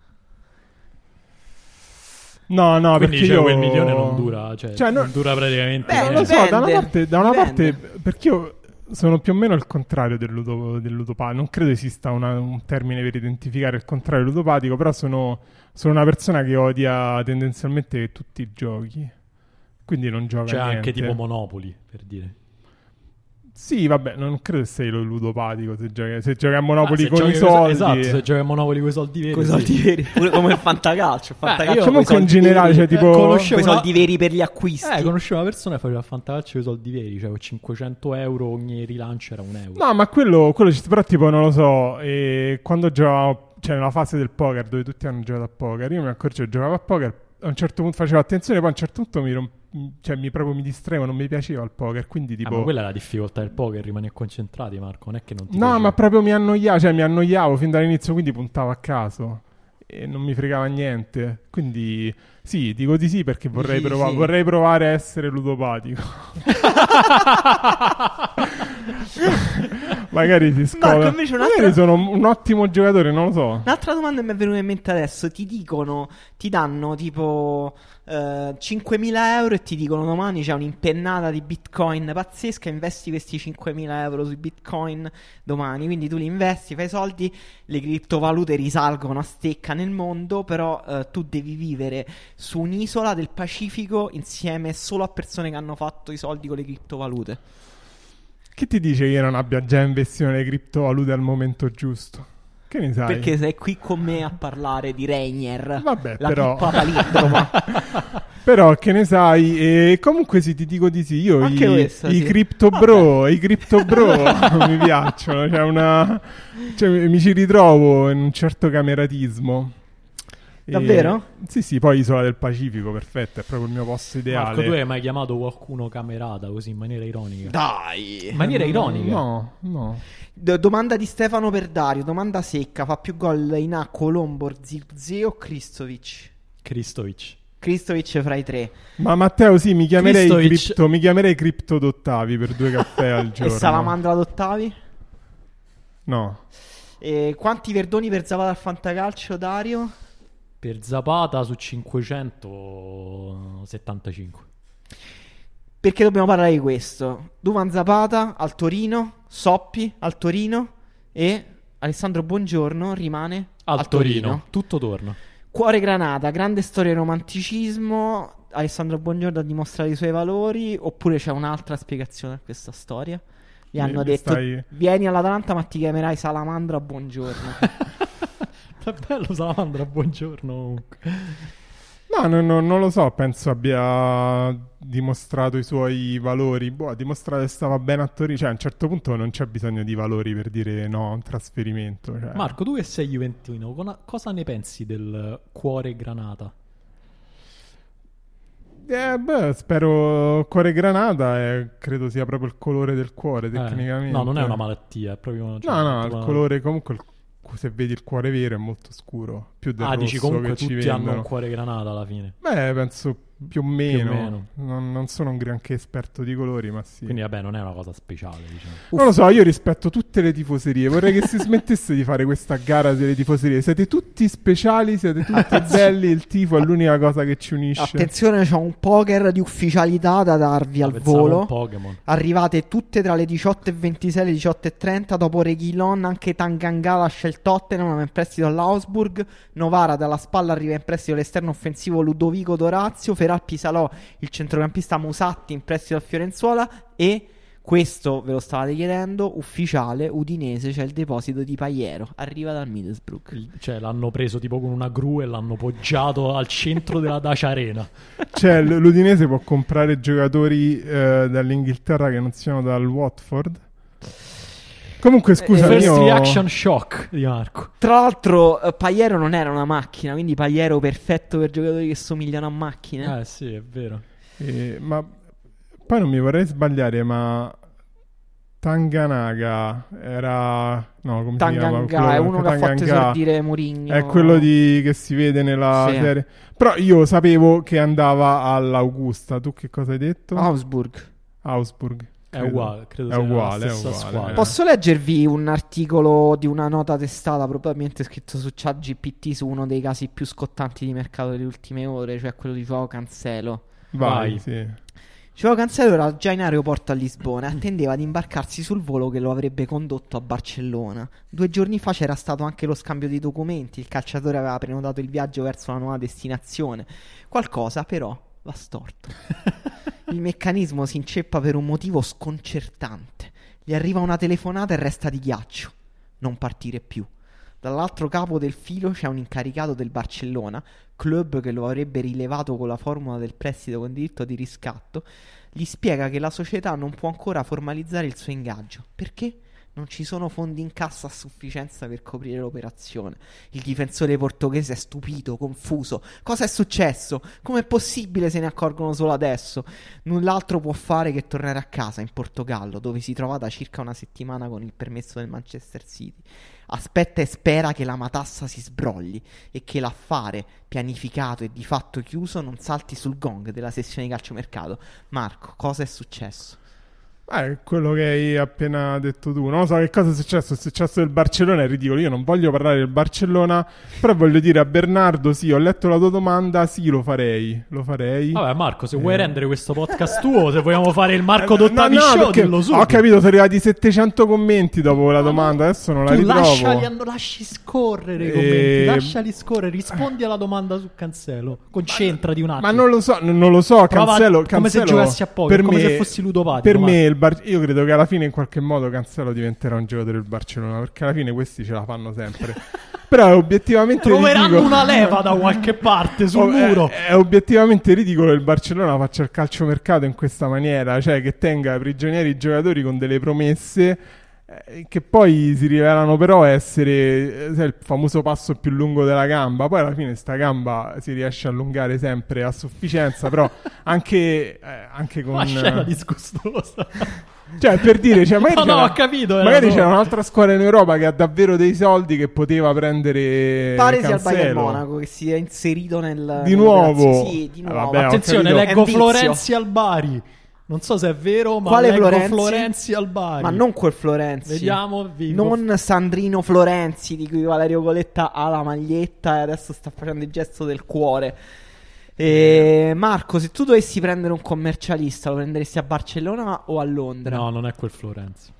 No, quindi perché io... quel milione non dura, non dura praticamente. Beh, non lo so, da una parte, dipende. perché io sono più o meno il contrario del ludopatico. Non credo esista un termine per identificare il contrario del ludopatico, però sono una persona che odia tendenzialmente tutti i giochi. Quindi non gioca niente. Anche tipo Monopoli, per dire. Sì, vabbè, non credo che sei lo ludopatico se giochi a Monopoli con i soldi. soldi. Se giochi a Monopoli con i soldi veri. Con i soldi veri, pure come il fantacalcio. Comunque in generale, cioè tipo... con i soldi veri per gli acquisti. Conoscevo una persona che faceva fantacalcio con i soldi veri, cioè con 500 euro ogni rilancio era 1 euro. No, ma quello però tipo non lo so, quando giocavo, cioè nella fase del poker dove tutti hanno giocato a poker, io mi accorgevo che giocavo a poker, a un certo punto facevo attenzione, poi a un certo punto mi distraevo, non mi piaceva il poker, quindi tipo... ma quella è la difficoltà del poker, rimani concentrati, Marco, non è che non ti No, piace. ma proprio mi annoiavo fin dall'inizio, quindi puntavo a caso e non mi fregava niente. Quindi sì, dico di sì perché vorrei provare a essere ludopatico. Magari si scopre. Marco, invece magari sono un ottimo giocatore, non lo so. Un'altra domanda mi è venuta in mente adesso. Ti danno tipo 5.000 euro e ti dicono domani c'è un'impennata di Bitcoin pazzesca, investi questi 5.000 euro sui Bitcoin domani. Quindi tu li investi, fai soldi, le criptovalute risalgono a stecca nel mondo, però tu devi vivere su un'isola del Pacifico insieme solo a persone che hanno fatto i soldi con le criptovalute. Che ti dice che io non abbia già investito nelle criptovalute al momento giusto? Che ne sai? Perché sei qui con me a parlare di Rainier. Vabbè, la però... pippa palindroma. Però che ne sai? E comunque sì, ti dico di sì. Io i sì. crypto bro mi piacciono. Mi ci ritrovo in un certo cameratismo. Davvero? Sì, poi Isola del Pacifico, perfetto, è proprio il mio posto ideale. Marco, tu hai mai chiamato qualcuno camerata così in maniera ironica? Dai! In maniera ironica? No. Domanda di Stefano per Dario, domanda secca: fa più gol in A Colombo, Zirkzee o Kristovic? Kristovic fra i tre. Ma Matteo, sì, mi chiamerei Cripto d'Ottavi per 2 caffè al giorno. E Salamandra d'Ottavi? No. E quanti verdoni per Zapata al fantacalcio, Dario? Per Zapata su 575. Perché dobbiamo parlare di questo? Duvan Zapata al Torino, Soppi al Torino e Alessandro Buongiorno rimane al Torino. Tutto torna. Cuore Granata, grande storia di romanticismo. Alessandro Buongiorno ha dimostrato i suoi valori, oppure c'è un'altra spiegazione a questa storia? Gli hanno detto vieni all'Atalanta ma ti chiamerai Salamandra Buongiorno. È bello Salamandra Buongiorno. No, non lo so, penso abbia dimostrato i suoi valori. Ha dimostrato che stava bene a Torino. Cioè, a un certo punto non c'è bisogno di valori per dire no a un trasferimento. Cioè. Marco, tu che sei juventino, cosa ne pensi del Cuore Granata? Spero Cuore Granata credo sia proprio il colore del cuore, tecnicamente. No, non è una malattia, è proprio... No, il colore comunque... Se vedi il cuore vero è molto scuro, più del rosso dici comunque che tutti hanno un cuore granata alla fine. Beh, penso più o meno. Non sono un granché esperto di colori, ma sì. Quindi vabbè, non è una cosa speciale, diciamo. Non lo so, io rispetto tutte le tifoserie. Vorrei che si smettesse di fare questa gara delle tifoserie. Siete tutti speciali, siete tutti belli, il tifo è l'unica cosa che ci unisce. Attenzione, c'ho un poker di ufficialità da darvi al volo. Arrivate tutte tra le 18:26 e le 18:30. Dopo Reguilon anche Tanganga lascia il Tottenham in prestito all'Augsburg. Novara dalla spalla arriva in prestito all'esterno offensivo Ludovico Dorazio. Feralpi Salò, il centrocampista Musatti in prestito al Fiorenzuola. E questo ve lo stavate chiedendo, ufficiale Udinese, c'è il deposito di Paiero, arriva dal Middlesbrough. Cioè l'hanno preso tipo con una gru e l'hanno poggiato al centro della Dacia Arena. Cioè l'Udinese può comprare giocatori dall'Inghilterra che non siano dal Watford? Comunque scusa, First io... reaction shock di Marco. Tra l'altro Paiero non era una macchina, quindi Paiero perfetto per giocatori che somigliano a macchine. Sì, è vero. Ma poi non mi vorrei sbagliare, ma Tanganaga era... No, come si chiama? Tanganga è uno che ha fatto esordire Mourinho. È quello che si vede nella serie. Però io sapevo che andava all'Augusta. Tu che cosa hai detto? Augsburg. È uguale, credo è sia uguale, la stessa squadra. Posso leggervi un articolo di una nota testata, probabilmente scritto su ChatGPT, su uno dei casi più scottanti di mercato delle ultime ore, cioè quello di Joao Cancelo. Vai. Sì. Joao Cancelo era già in aeroporto a Lisbona e attendeva di imbarcarsi sul volo che lo avrebbe condotto a Barcellona. 2 giorni fa c'era stato anche lo scambio di documenti, il calciatore aveva prenotato il viaggio verso la nuova destinazione. Qualcosa però va storto. Il meccanismo si inceppa per un motivo sconcertante. Gli arriva una telefonata e resta di ghiaccio. Non partire più. Dall'altro capo del filo c'è un incaricato del Barcellona, club che lo avrebbe rilevato con la formula del prestito con diritto di riscatto. Gli spiega che la società non può ancora formalizzare il suo ingaggio. Perché? Non ci sono fondi in cassa a sufficienza per coprire l'operazione. Il difensore portoghese è stupito, confuso. Cosa è successo? Com'è possibile se ne accorgono solo adesso? Null'altro può fare che tornare a casa in Portogallo, dove si trova da circa una settimana con il permesso del Manchester City. Aspetta e spera che la matassa si sbrogli e che l'affare pianificato e di fatto chiuso non salti sul gong della sessione di calciomercato. Marco, cosa è successo? Quello che hai appena detto tu. Non so che cosa è successo. Il successo del Barcellona è ridicolo. Io non voglio parlare del Barcellona, però voglio dire a Bernardo: sì, ho letto la tua domanda, sì, lo farei. Vabbè, Marco, se vuoi rendere questo podcast tuo, se vogliamo fare il Marco Dottavi Show, dillo subito. Ho capito, sono arrivati 700 commenti dopo la domanda. Adesso non la ritrovo. Lasci scorrere i commenti, lasciali scorrere, rispondi alla domanda su Cancelo, concentrati un attimo. Ma non lo so, Cancelo, come se giocassi a poker, come se fossi ludopatico. Per me io credo che alla fine in qualche modo Cancelo diventerà un giocatore del Barcellona, perché alla fine questi ce la fanno sempre. Però è obiettivamente troveranno una leva da qualche parte sul muro. È obiettivamente ridicolo che il Barcellona faccia il calciomercato in questa maniera, cioè che tenga prigionieri i giocatori con delle promesse che poi si rivelano però essere il famoso passo più lungo della gamba. Poi alla fine sta gamba si riesce a allungare sempre a sufficienza, però anche con una scena disgustosa. Cioè, per dire, magari ho capito. Magari c'era un'altra squadra in Europa che ha davvero dei soldi che poteva prendere pare Cancelo. sia il Bayern Monaco che si è inserito nel di nuovo. Sì, di nuovo. Vabbè, attenzione, leggo Florenzi al Bari. Non so se è vero, ma quale leggo Florenzi al Bari. Ma non quel Florenzi. Vediamo. Non Sandrino Florenzi, di cui Valerio Coletta ha la maglietta e adesso sta facendo il gesto del cuore. Marco, se tu dovessi prendere un commercialista, lo prenderesti a Barcellona o a Londra? No, non è quel Florenzi.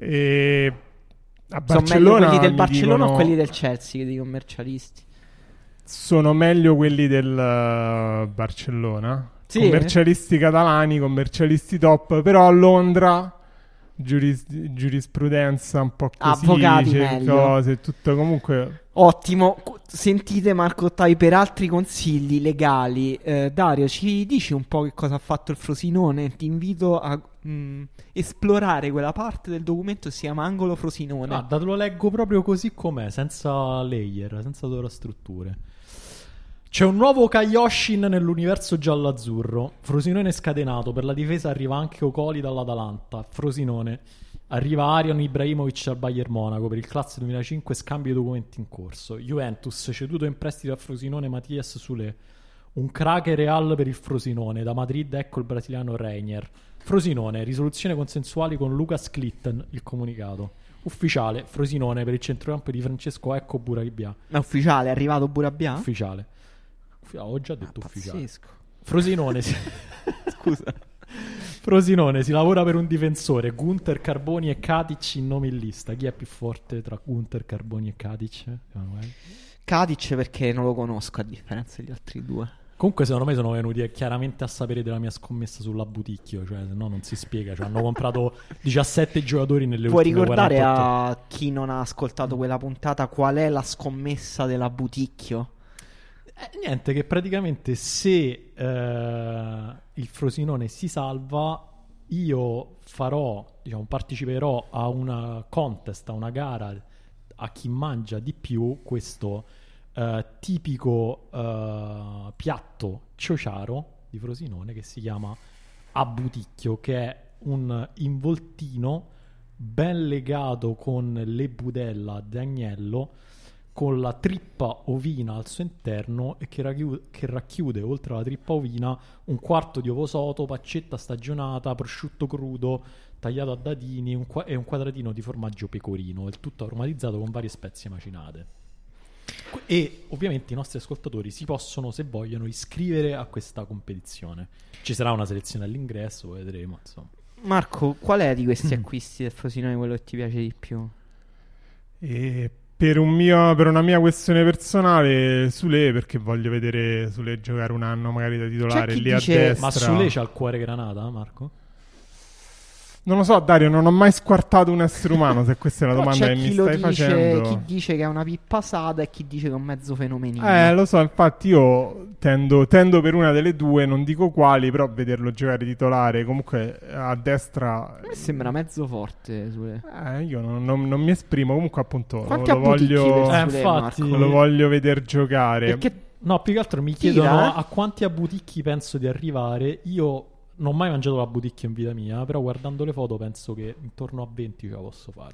A Barcellona sono meglio quelli del Barcellona dicono... o quelli del Chelsea, che di commercialisti? Sono meglio quelli del Barcellona. Sì, commercialisti catalani, commercialisti top, però a Londra giurisprudenza un po' così, avvocati meglio, cose, tutto comunque ottimo. Sentite Marco Ottavi per altri consigli legali. Dario, ci dici un po' che cosa ha fatto il Frosinone? Ti invito a esplorare quella parte del documento che si chiama Angolo Frosinone. Te lo leggo proprio così com'è, senza layer, senza sovrastrutture. C'è un nuovo Kaioshin nell'universo giallo-azzurro. Frosinone scatenato. Per la difesa arriva anche Ocoli dall'Atalanta. Frosinone. Arriva Arion Ibrahimovic al Bayern Monaco. Per il classe 2005 scambio di documenti in corso. Juventus, ceduto in prestito a Frosinone Mattias Sule. Un cracker Real per il Frosinone. Da Madrid ecco il brasiliano Reinier. Frosinone, risoluzione consensuale con Lucas Clitten, il comunicato. Ufficiale, Frosinone per il centrocampo di Francesco Ecco Burabbia. Ma ufficiale, è arrivato Burabbia? Ufficiale. Ho già detto ufficiale. Pazzesco. Frosinone Scusa. Frosinone si lavora per un difensore. Gunther, Carboni e Katic in nome in lista. Chi è più forte tra Gunther, Carboni e Katic? Katic perché non lo conosco a differenza degli altri due. Comunque secondo me sono venuti chiaramente a sapere della mia scommessa sulla Buticchio, cioè se no non si spiega, cioè, hanno comprato 17 giocatori nelle ultime 48 ore. Puoi ricordare a chi non ha ascoltato quella puntata qual è la scommessa della Buticchio? Niente, che praticamente se il Frosinone si salva, io parteciperò a una contest, a una gara a chi mangia di più questo tipico piatto ciociaro di Frosinone che si chiama abuticchio, che è un involtino ben legato con le budella d'agnello, con la trippa ovina al suo interno, e che racchiude, oltre alla trippa ovina, un quarto di ovo sodo, pancetta stagionata, prosciutto crudo tagliato a dadini e un quadratino di formaggio pecorino, il tutto aromatizzato con varie spezie macinate. E ovviamente i nostri ascoltatori si possono, se vogliono, iscrivere a questa competizione. Ci sarà una selezione all'ingresso, vedremo, insomma. Marco, qual è di questi acquisti del Frosinone quello che ti piace di più? Per una mia questione personale, Sule, perché voglio vedere Sule giocare un anno magari da titolare lì a destra. Ma Sule c'ha il cuore granata, Marco? Non lo so, Dario, non ho mai squartato un essere umano, se questa è la domanda che mi stai facendo. Chi dice che è una pippasata e chi dice che è un mezzo fenomenino. Lo so, infatti io tendo per una delle due, non dico quali, però vederlo giocare titolare comunque a destra. A me sembra mezzo forte, Sule. Io non mi esprimo, comunque appunto lo voglio infatti, lo voglio vedere giocare. No, più che altro mi chiedono a quanti abuticchi penso di arrivare. Io non ho mai mangiato la buticchia in vita mia, però guardando le foto penso che intorno a 20 ce la posso fare.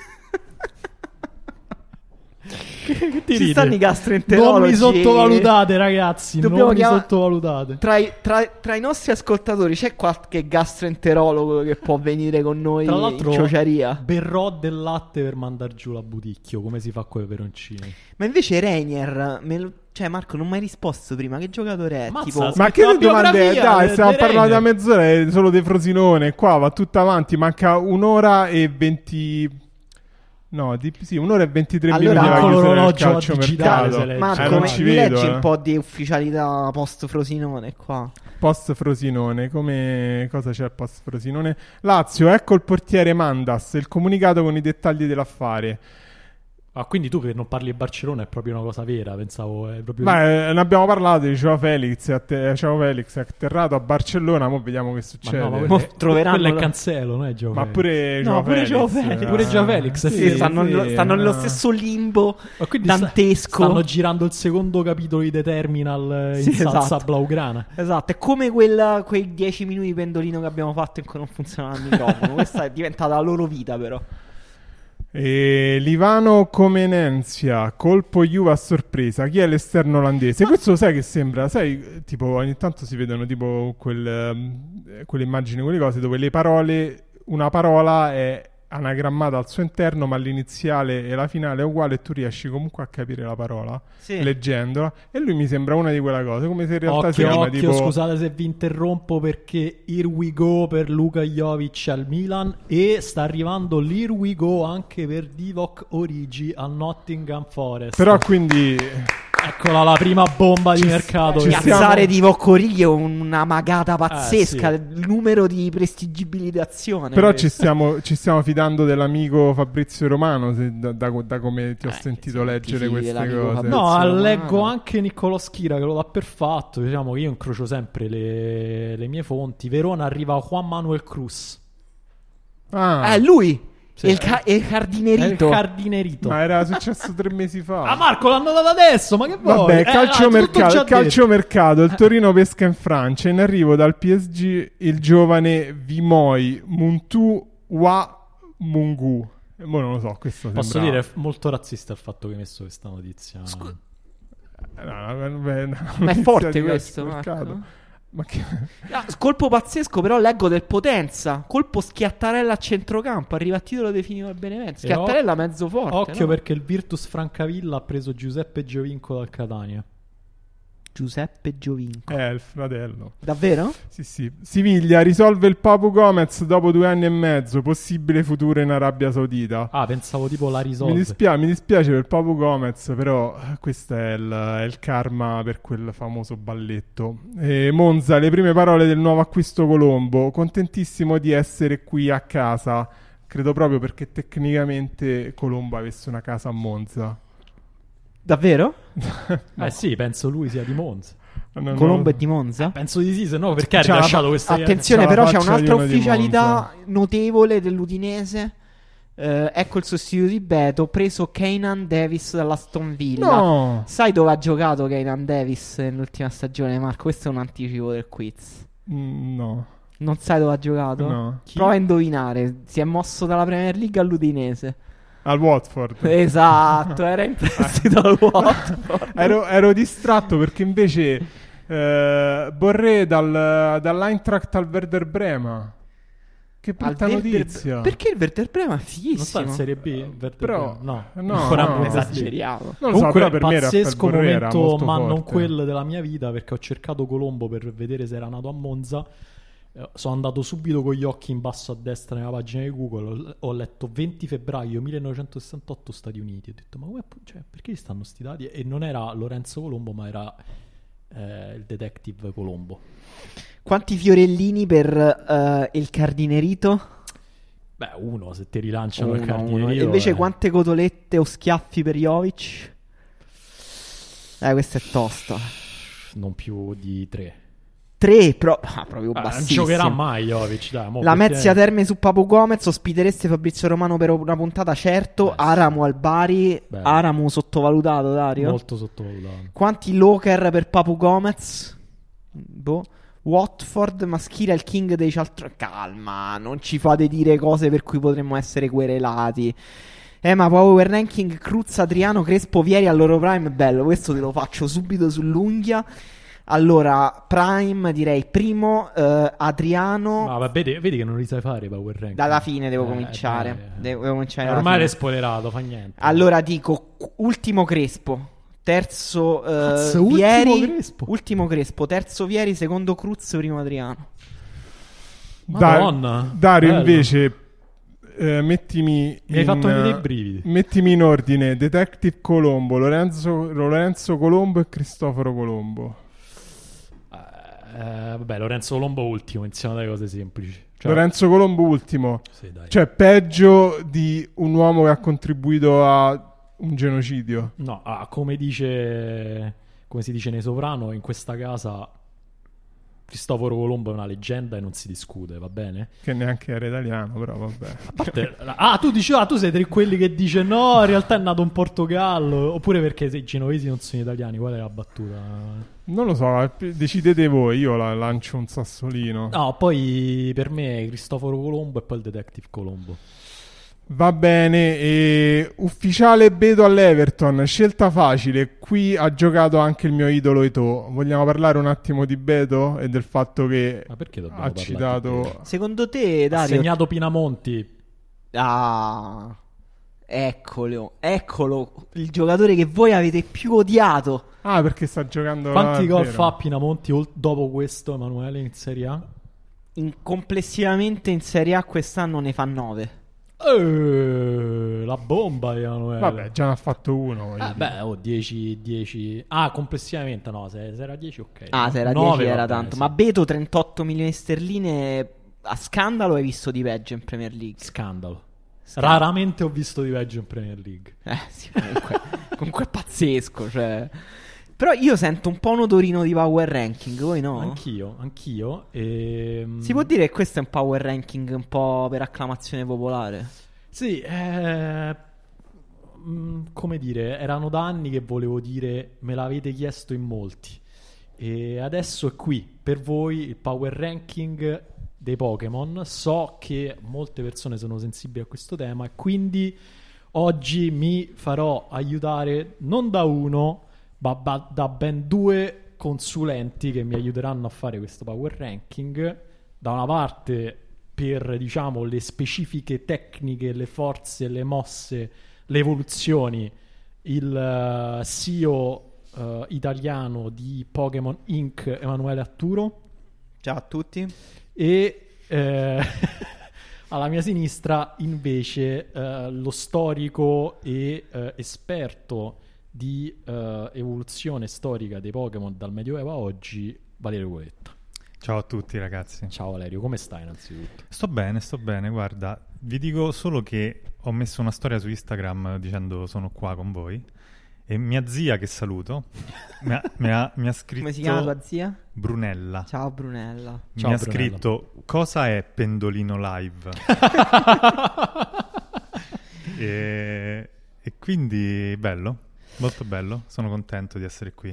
Ci stanno i gastroenterologi. Non mi sottovalutate, ragazzi. Non mi sottovalutate. Tra i nostri ascoltatori c'è qualche gastroenterologo che può venire con noi? Tra l'altro, in ciociaria? berrò del latte per mandar giù la buticchio, come si fa con i peroncini. Ma invece Reinier, cioè Marco non mi hai risposto prima. Che giocatore è? Ma che domande? Dai, stiamo parlando da mezz'ora solo di Frosinone. Qua va tutto avanti. Manca un'ora e 20. No, un'ora e 23 minuti alla chiusura del calciomercato. Marco, non ci mi vedo, leggi un po' di ufficialità post Frosinone qua. Post Frosinone, cosa c'è post Frosinone? Lazio, ecco il portiere Mandas, il comunicato con i dettagli dell'affare. Ah, quindi tu che non parli di Barcellona è proprio una cosa vera, pensavo è proprio... Ma ne abbiamo parlato, diceva Felix, ciao Felix, è atterrato a Barcellona, mo vediamo che succede. Ma no, quello è Cancelo, non è Gio Ma Felix. pure Gio Felix. Pure Gio Felix. Sì, stanno nello stesso limbo dantesco. Stanno girando il secondo capitolo di The Terminal in salsa blaugrana. Esatto, è come quei 10 minuti di pendolino che abbiamo fatto in cui non funzionava il microfono. Questa è diventata la loro vita, però. Livano Comenenzia, colpo Juve a sorpresa. Chi è l'esterno olandese? Questo sai che sembra, sai, tipo ogni tanto si vedono tipo quelle immagini, quelle cose dove una parola è anagrammata al suo interno, ma l'iniziale e la finale è uguale e tu riesci comunque a capire la parola leggendola, e lui mi sembra una di quelle cose, come se in realtà si chiama tipo... Scusate se vi interrompo, perché Here we go per Luka Jovic al Milan, e sta arrivando l'Here we go anche per Divock Origi al Nottingham Forest. Però quindi... Eccola la prima bomba di mercato. Piazzare Divock Origi è una magata pazzesca. Il numero di prestigibilizzazione. Però ci stiamo fidando dell'amico Fabrizio Romano, da come ti ho sentito leggere queste cose. No, leggo anche Niccolò Schira che lo dà per fatto. Diciamo che io incrocio sempre le mie fonti. Verona arriva Juan Manuel Cruz. Lui. Sì. È il Cardinerito. È il Cardinerito. Ma era successo 3 mesi fa. Ah, Marco, l'hanno dato adesso. Ma che vuoi? Vabbè, calciomercato. Il Torino pesca in Francia. In arrivo dal PSG il giovane Vimoy Muntu Wa Mungu. Non lo so, questo posso dire, è molto razzista il fatto che hai messo questa notizia. Ma è forte questo, Marco. Ma che... colpo pazzesco, però leggo del Potenza. Colpo Schiattarella a centrocampo. Arriva a titolo definitivo al Benevento. Schiattarella mezzo forte. Occhio, no? Perché il Virtus Francavilla ha preso Giuseppe Giovinco dal Catania. Giuseppe Giovinco. Il fratello. Davvero? Sì. Siviglia risolve il Papu Gomez dopo 2 anni e mezzo. Possibile futuro in Arabia Saudita. Pensavo tipo la risolve. Mi dispiace per Papu Gomez, però questo è il karma per quel famoso balletto. Monza, le prime parole del nuovo acquisto Colombo. Contentissimo di essere qui a casa. Credo proprio perché tecnicamente Colombo avesse una casa a Monza. Davvero? No. Sì, penso lui sia di Monza. Colombo è di Monza? Penso di sì, se no perché ha rilasciato questa... Attenzione, però c'è un'altra ufficialità notevole dell'Udinese. Ecco il sostituto di Beto, preso Keynan Davis dall'Aston Villa. No! Sai dove ha giocato Keynan Davis nell'ultima stagione, Marco? Questo è un anticipo del quiz. No. Non sai dove ha giocato? No. Prova a indovinare. Si è mosso dalla Premier League all'Udinese. Al Watford. Esatto, era in prestito al Watford. Ero distratto perché invece Borré dall'Eintracht al Werder Brema. Che brutta notizia. Perché il Werder Brema è fighissimo. Non sta in Serie B? Però no, no, esageriamo. Non Comunque so, però per me pazzesco era momento, ma forte. non quello della mia vita, perché ho cercato Colombo per vedere se era nato a Monza. Sono andato subito con gli occhi in basso a destra nella pagina di Google. Ho letto 20 febbraio 1968 Stati Uniti. Ho detto, ma perché stanno sti dati? E non era Lorenzo Colombo, ma era il detective Colombo. Quanti fiorellini per il Cardinerito? Beh, uno, se ti rilanciano il Cardinerito. E invece quante cotolette o schiaffi per Jovic? Questa è tosta. Non più di 3. 3, proprio bassissimo. Non giocherà mai Jovic, dai. La Mezzia Terme su Papu Gomez. Ospitereste Fabrizio Romano per una puntata? Certo. Aramu al Bari. Aramu sottovalutato, Dario? Molto sottovalutato. Quanti Loker per Papu Gomez? Watford, Maschera il king dei cialtroni. Calma, non ci fate dire cose per cui potremmo essere querelati. Ma Power Ranking Cruz, Adriano, Crespo, Vieri al loro prime. Bello, questo te lo faccio subito sull'unghia. Allora, Prime direi primo, Adriano. Ma vedi che non li sai fare Power Ranking. Dalla fine devo cominciare. Devo cominciare ormai l'hai spoilerato, fa niente. Allora dico ultimo Crespo, terzo Vieri, ultimo Crespo, terzo Vieri, secondo Cruz, primo Adriano. Madonna. Dario, bello. invece mettimi mi hai fatto venire dei brividi. Mettimi in ordine Detective Colombo, Lorenzo Colombo e Cristoforo Colombo. Vabbè, Lorenzo Colombo ultimo, iniziamo dalle cose semplici. Lorenzo Colombo ultimo. Sì, dai. Cioè peggio di un uomo che ha contribuito a un genocidio. No, come si dice nei Soprano, in questa casa Cristoforo Colombo è una leggenda e non si discute, va bene? Che neanche era italiano, però vabbè. A parte, tu dici, tu sei tra quelli che dice no, in realtà è nato in Portogallo, oppure perché se i genovesi non sono italiani, qual è la battuta? Non lo so, decidete voi, io lancio un sassolino. No, poi per me Cristoforo Colombo e poi il detective Colombo. Va bene, ufficiale Beto all'Everton, scelta facile, qui ha giocato anche il mio idolo Eto'o. Vogliamo parlare un attimo di Beto e del fatto che ha citato... Secondo te, Dario... Ha segnato Pinamonti. Eccolo, il giocatore che voi avete più odiato. Perché sta giocando... Quanti gol fa Pinamonti dopo questo, Emanuele, in Serie A? Complessivamente in Serie A quest'anno ne fa 9. La bomba, Emanuele. Vabbè, già ne ha fatto uno. 10. Complessivamente no, se era 10 ok. Se era 10 era tanto. Sì. Ma Beto 38 milioni sterline a scandalo, hai visto di peggio in Premier League? Scandalo. Raramente ho visto di peggio in Premier League. Sì, comunque è pazzesco, cioè. Però io sento un po' un odorino di power ranking, voi no? Anch'io. Si può dire che questo è un power ranking un po' per acclamazione popolare? Sì, come dire, erano da anni che volevo dire, me l'avete chiesto in molti. E adesso è qui, per voi, il power ranking dei Pokémon. So che molte persone sono sensibili a questo tema e quindi oggi mi farò aiutare non da uno, ma da ben 2 consulenti che mi aiuteranno a fare questo power ranking. Da una parte per, diciamo, le specifiche tecniche, le forze, le mosse, le evoluzioni, il CEO italiano di Pokémon Inc. Emanuele Atturo. Ciao a tutti. E alla mia sinistra invece lo storico e esperto di evoluzione storica dei Pokémon dal Medioevo a oggi, Valerio Coletta. Ciao a tutti ragazzi. Ciao Valerio, come stai innanzitutto? Sto bene, guarda, vi dico solo che ho messo una storia su Instagram dicendo sono qua con voi E mia zia, che saluto, mi ha scritto... Come si chiama tua zia? Brunella. Ciao Brunella. Mi ha scritto: cosa è Pendolino Live? e quindi bello, molto bello, sono contento di essere qui.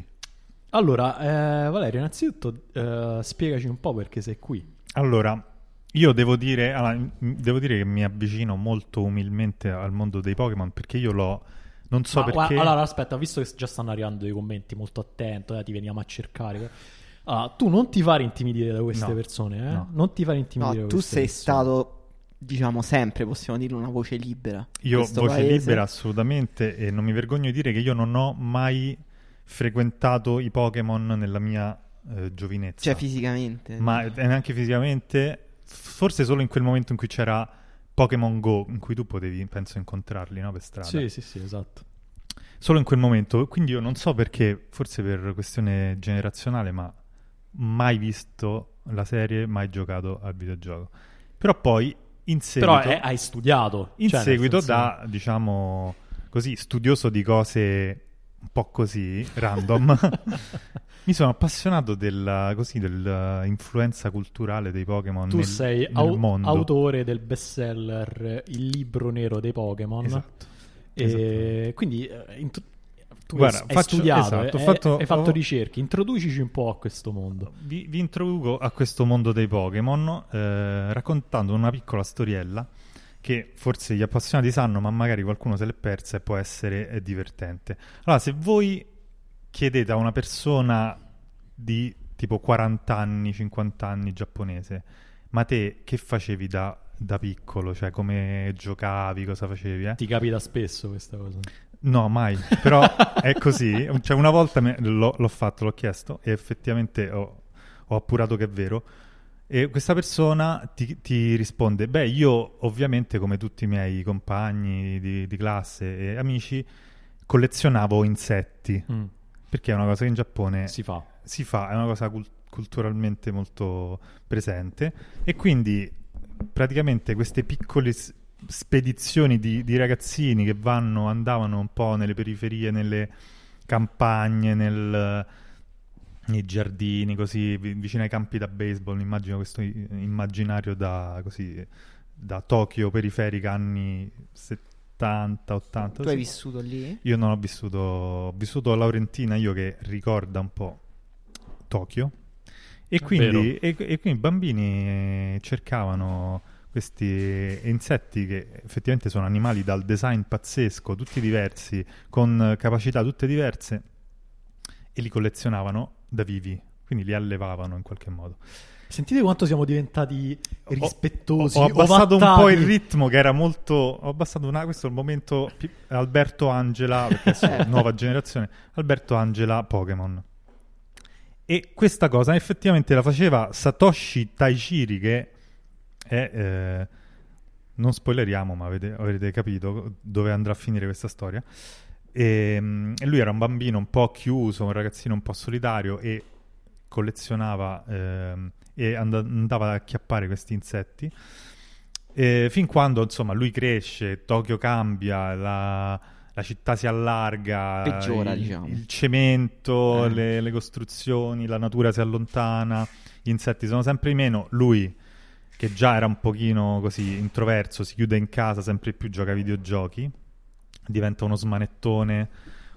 Allora, Valerio, innanzitutto spiegaci un po' perché sei qui. Allora, io devo dire che mi avvicino molto umilmente al mondo dei Pokémon, perché io non so perché... Allora, aspetta, visto che già stanno arrivando dei commenti, molto attento, ti veniamo a cercare. Tu non ti fare intimidire da queste persone, eh? No. Non ti fare intimidire da queste persone. Tu sei stato, diciamo, sempre, possiamo dire, una voce libera. Io voce libera, assolutamente, e non mi vergogno di dire che io non ho mai frequentato i Pokémon nella mia giovinezza. Cioè fisicamente? Ma neanche fisicamente, forse solo in quel momento in cui c'era Pokémon Go, in cui tu potevi, penso, incontrarli, no? Per strada. Sì, esatto. Solo in quel momento, quindi io non so perché, forse per questione generazionale, ma mai visto la serie, mai giocato al videogioco. Però poi, in seguito... Però hai studiato. In seguito da, diciamo, così, studioso di cose un po' così, random... Mi sono appassionato dell'influenza culturale dei Pokémon Tu sei nel mondo. Autore del bestseller Il libro nero dei Pokémon. Esatto. E quindi tu Guarda, hai studiato, esatto, hai fatto ricerche. Introducici un po' a questo mondo. Vi introduco a questo mondo dei Pokémon raccontando una piccola storiella che forse gli appassionati sanno, ma magari qualcuno se l'è persa e può essere divertente. Allora, se voi chiedete a una persona di tipo 40 anni, 50 anni giapponese: ma te che facevi da piccolo? Cioè, come giocavi, cosa facevi? Ti capita spesso questa cosa? No, mai. Però è così. Cioè, una volta l'ho fatto, l'ho chiesto e effettivamente ho appurato che è vero. E questa persona ti risponde: beh, io ovviamente, come tutti i miei compagni di classe e amici, collezionavo insetti. Perché è una cosa che in Giappone si fa, è una cosa culturalmente molto presente, e quindi praticamente queste piccole spedizioni di ragazzini che andavano un po' nelle periferie, nelle campagne, nei giardini, così vicino ai campi da baseball. Immagino questo immaginario da Tokyo periferica anni 70, 80. Tu hai vissuto lì? Io non ho vissuto a Laurentina, io, che ricorda un po' Tokyo, e quindi i bambini cercavano questi insetti che effettivamente sono animali dal design pazzesco, tutti diversi, con capacità tutte diverse, e li collezionavano da vivi, quindi li allevavano in qualche modo. Sentite quanto siamo diventati rispettosi. Ho abbassato un po' il ritmo, che era molto... Ho abbassato questo è il momento Alberto Angela, perché sono nuova generazione. Alberto Angela Pokémon. E questa cosa effettivamente la faceva Satoshi Tajiri, che è... non spoileriamo, ma avrete capito dove andrà a finire questa storia. E lui era un bambino un po' chiuso, un ragazzino un po' solitario, e collezionava... e andava ad acchiappare questi insetti, fin quando, insomma, lui cresce, Tokyo cambia, la città si allarga, peggiora, diciamo. Il cemento, le costruzioni, la natura si allontana, gli insetti sono sempre di meno. Lui, che già era un pochino così introverso, si chiude in casa, sempre più gioca ai videogiochi, diventa uno smanettone,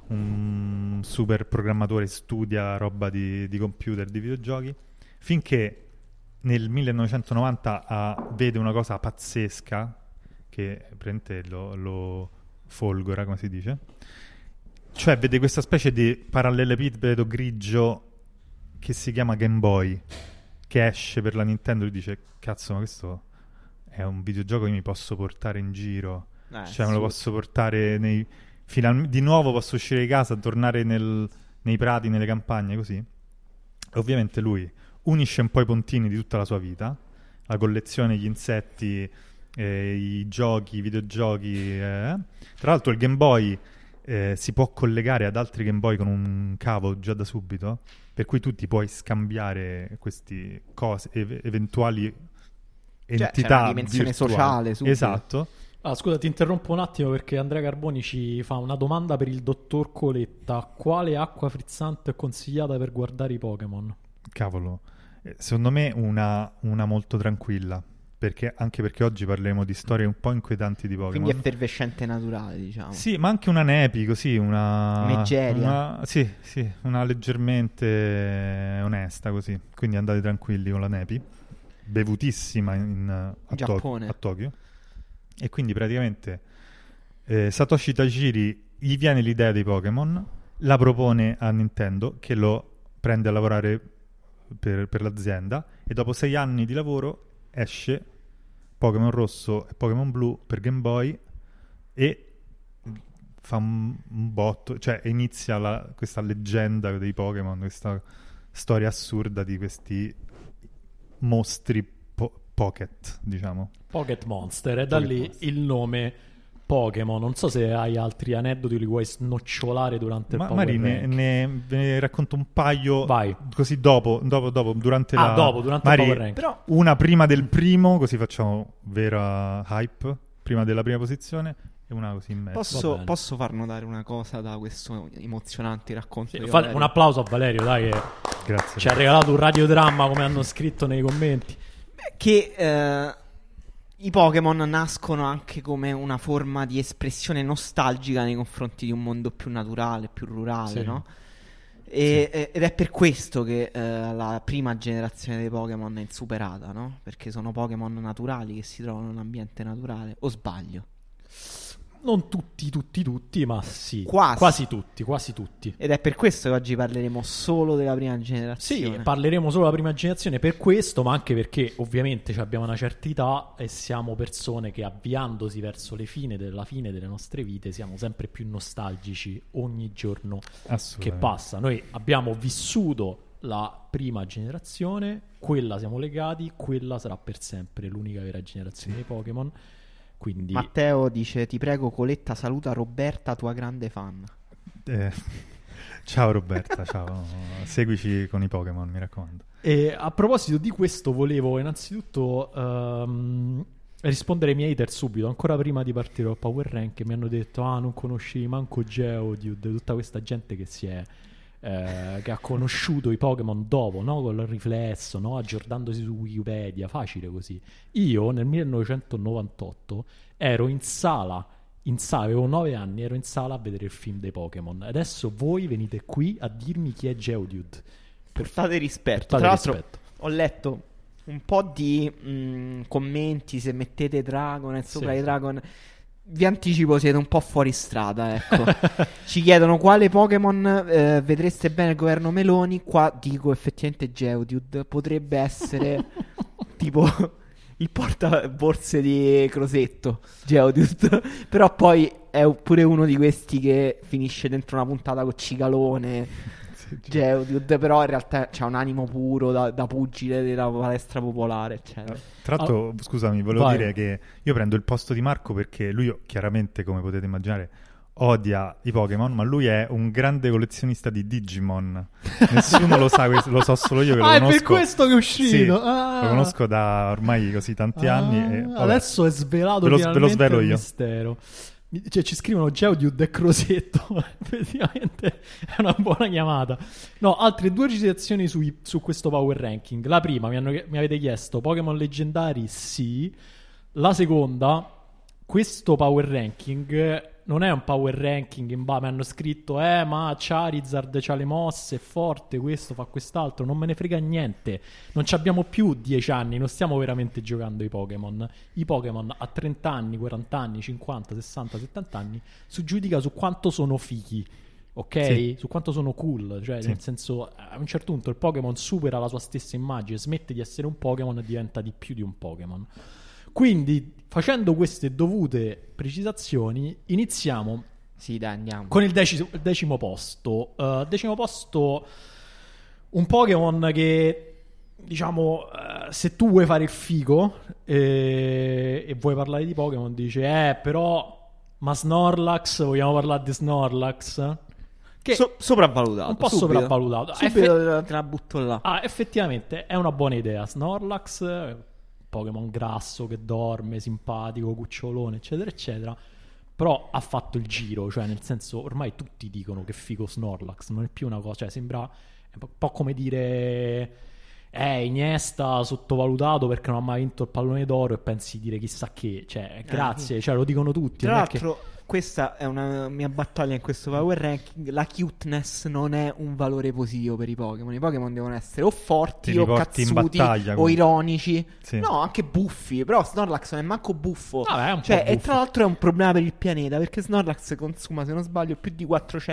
un super programmatore, studia roba di computer, di videogiochi, finché nel 1990 vede una cosa pazzesca che prende lo folgora, come si dice, cioè vede questa specie di parallelepipedo grigio che si chiama Game Boy, che esce per la Nintendo, e dice: cazzo, ma questo è un videogioco che mi posso portare in giro, cioè me lo posso portare di nuovo posso uscire di casa, tornare nei prati, nelle campagne, così. E ovviamente lui unisce un po' i puntini di tutta la sua vita, la collezione, gli insetti, i giochi, i videogiochi. Tra l'altro il Game Boy si può collegare ad altri Game Boy con un cavo già da subito, per cui tu ti puoi scambiare queste cose, eventuali entità, c'è una dimensione virtuali. sociale subito. Esatto. Scusa, ti interrompo un attimo perché Andrea Carboni ci fa una domanda per il dottor Coletta. Quale acqua frizzante è consigliata per guardare i Pokémon? Cavolo, secondo me una molto tranquilla, anche perché oggi parleremo di storie un po' inquietanti di Pokémon. Quindi effervescente naturale, diciamo. Sì, ma anche una Nepi, così, una... Meggeria. Sì, una leggermente onesta, così. Quindi andate tranquilli con la Nepi, bevutissima a Tokyo. E quindi praticamente Satoshi Tajiri gli viene l'idea dei Pokémon, la propone a Nintendo, che lo prende a lavorare per l'azienda, e dopo 6 anni di lavoro esce Pokémon Rosso e Pokémon Blu per Game Boy e fa un botto, cioè inizia questa leggenda dei Pokémon, questa storia assurda di questi mostri Pocket, diciamo. Pocket Monster, e da lì il nome Pokémon. Non so se hai altri aneddoti li vuoi snocciolare durante il Power Rank. Ve ne racconto un paio. Vai. Così dopo durante il Power Rank. Però una prima del primo, così facciamo vera hype prima della prima posizione, e una così in mezzo. Posso far notare una cosa da questo emozionante racconto? Sì, un applauso a Valerio, dai, che grazie, ci ha regalato un radiodramma, come hanno scritto nei commenti. Che i Pokémon nascono anche come una forma di espressione nostalgica nei confronti di un mondo più naturale, più rurale, sì. No? Ed è per questo che la prima generazione dei Pokémon è insuperata, no? Perché sono Pokémon naturali che si trovano in un ambiente naturale. O sbaglio? Non tutti, ma sì. Quasi tutti. Ed è per questo che oggi parleremo solo della prima generazione. Sì, parleremo solo della prima generazione per questo, ma anche perché ovviamente abbiamo una certa età e siamo persone che, avviandosi verso la fine delle nostre vite, siamo sempre più nostalgici ogni giorno che passa. Noi abbiamo vissuto la prima generazione, quella siamo legati, quella sarà per sempre l'unica vera generazione dei Pokémon. Quindi... Matteo dice: ti prego Coletta, saluta Roberta, tua grande fan. Ciao Roberta, ciao. Seguici con i Pokémon, mi raccomando. E a proposito di questo volevo innanzitutto rispondere ai miei hater subito, ancora prima di partire al Power Rank. Mi hanno detto: non conosci manco Geodude, tutta questa gente che che ha conosciuto i Pokémon dopo, no? Con il riflesso, no? Aggiornandosi su Wikipedia, facile così. Io nel 1998 ero in sala, avevo 9 anni, ero in sala a vedere il film dei Pokémon. Adesso voi venite qui a dirmi chi è Geodude. Portate rispetto. Tra l'altro ho letto un po' di commenti, se mettete Dragon sopra i Dragon. Vi anticipo, siete un po' fuori strada, ecco. Ci chiedono quale Pokémon vedreste bene il governo Meloni. Qua dico effettivamente Geodude. Potrebbe essere tipo il portaborse di Crosetto, Geodude. Però poi è pure uno di questi che finisce dentro una puntata con Cicalone. Geodude, però in realtà c'ha un animo puro da pugile della palestra popolare, eccetera. Tra l'altro, scusami, volevo dire che io prendo il posto di Marco perché lui, chiaramente, come potete immaginare, odia i Pokémon, ma lui è un grande collezionista di Digimon. Nessuno lo sa, lo so solo io che lo conosco. È per questo che è uscito. Sì, lo conosco da ormai così tanti anni. E, adesso è svelato finalmente ve lo svelo il io. mistero. Cioè, ci scrivono Geodude e Crosetto. Effettivamente è una buona chiamata. No, altre 2 citazioni su questo Power Ranking. La prima, mi avete chiesto Pokémon leggendari, sì. La seconda, questo Power Ranking non è un Power Ranking mi hanno scritto ma Charizard c'ha le mosse, è forte, questo fa quest'altro. Non me ne frega niente. Non ci abbiamo più 10 anni, non stiamo veramente giocando ai Pokémon. I Pokémon a 30 anni, 40 anni, 50, 60, 70 anni si giudica su quanto sono fighi, ok? Sì. Su quanto sono cool, cioè nel senso, a un certo punto il Pokémon supera la sua stessa immagine, smette di essere un Pokémon e diventa di più di un Pokémon. Quindi, facendo queste dovute precisazioni, iniziamo. Sì, dai, andiamo. Con il decimo posto. Decimo posto, un Pokémon che, diciamo, se tu vuoi fare il figo e vuoi parlare di Pokémon, dice, però, ma Snorlax, vogliamo parlare di Snorlax? Che sopravvalutato. Un po' subito. Sopravvalutato. Subito te la butto là. Effettivamente è una buona idea. Snorlax... Pokémon grasso che dorme, simpatico, cucciolone, eccetera, eccetera. Però ha fatto il giro, cioè nel senso ormai tutti dicono che figo Snorlax, non è più una cosa, cioè sembra un po' come dire Iniesta sottovalutato perché non ha mai vinto il pallone d'oro e pensi dire chissà che, cioè grazie, cioè lo dicono tutti. Tra l'altro questa è una mia battaglia in questo power ranking, la cuteness non è un valore positivo per i Pokémon devono essere o forti o cazzuti o ironici, sì. No, anche buffi, però Snorlax non è manco buffo. Vabbè, è un cioè, po' e tra l'altro è un problema per il pianeta perché Snorlax consuma, se non sbaglio, più di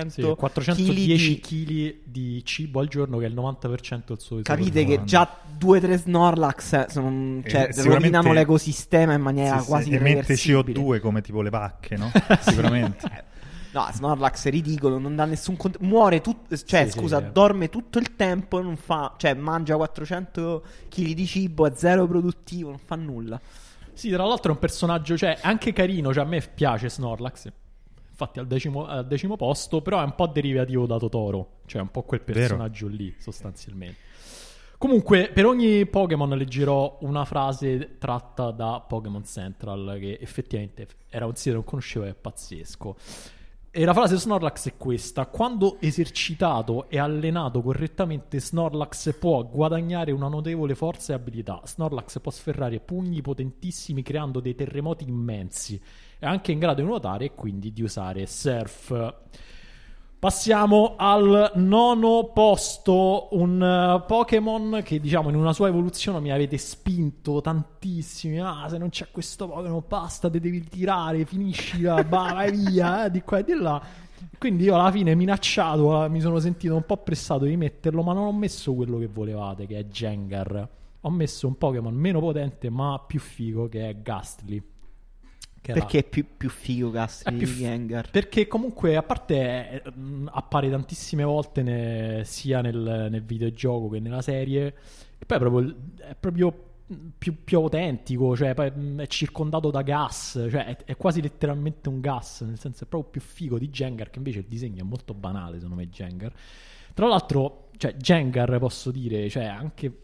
410 kg di cibo al giorno, che è il 90% del suo capite che già 2-3 Snorlax sono, cioè, rovinano l'ecosistema in maniera quasi irreversibile. Emette CO2 come tipo le vacche, no? Sicuramente. No, Snorlax è ridicolo, non dà nessun muore tutto, cioè dorme tutto il tempo e non fa, cioè mangia 400 kg di cibo, è zero produttivo, non fa nulla. Sì, tra l'altro è un personaggio, cioè anche carino, cioè a me piace Snorlax. Infatti al decimo posto, però è un po' derivativo da Totoro, cioè un po' quel personaggio lì, sostanzialmente. Comunque, per ogni Pokémon leggerò una frase tratta da Pokémon Central, che effettivamente era un sito che non conoscevo, è pazzesco. E la frase Snorlax è questa: quando esercitato e allenato correttamente, Snorlax può guadagnare una notevole forza e abilità. Snorlax può sferrare pugni potentissimi creando dei terremoti immensi. È anche in grado di nuotare e quindi di usare Surf. Passiamo al 9° posto, un Pokémon che diciamo in una sua evoluzione mi avete spinto tantissimi. Se non c'è questo Pokémon basta, te devi tirare, finiscila, vai via, di qua e di là. Quindi io alla fine minacciato, mi sono sentito un po' pressato di metterlo, ma non ho messo quello che volevate, che è Gengar. Ho messo un Pokémon meno potente ma più figo, che è Gastly. Perché è più figo Gastly di Gengar? Perché comunque, a parte appare tantissime volte sia nel videogioco che nella serie, e poi è proprio più autentico, cioè poi è circondato da gas, cioè è quasi letteralmente un gas, nel senso è proprio più figo di Gengar, che invece il disegno è molto banale secondo me Gengar. Tra l'altro, cioè Gengar posso dire, cioè anche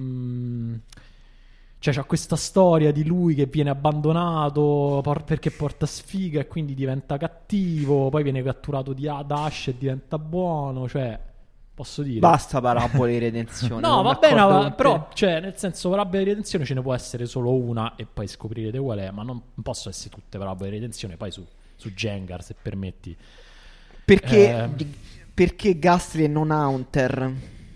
cioè c'ha questa storia di lui che viene abbandonato perché porta sfiga e quindi diventa cattivo, poi viene catturato da Ash e diventa buono, cioè posso dire basta parabole di redenzione. No, va bene, però cioè nel senso parabole di redenzione ce ne può essere solo una e poi scoprirete qual è, ma non possono essere tutte parabole di redenzione. Poi su Gengar, se permetti, perché Gastly e non Haunter?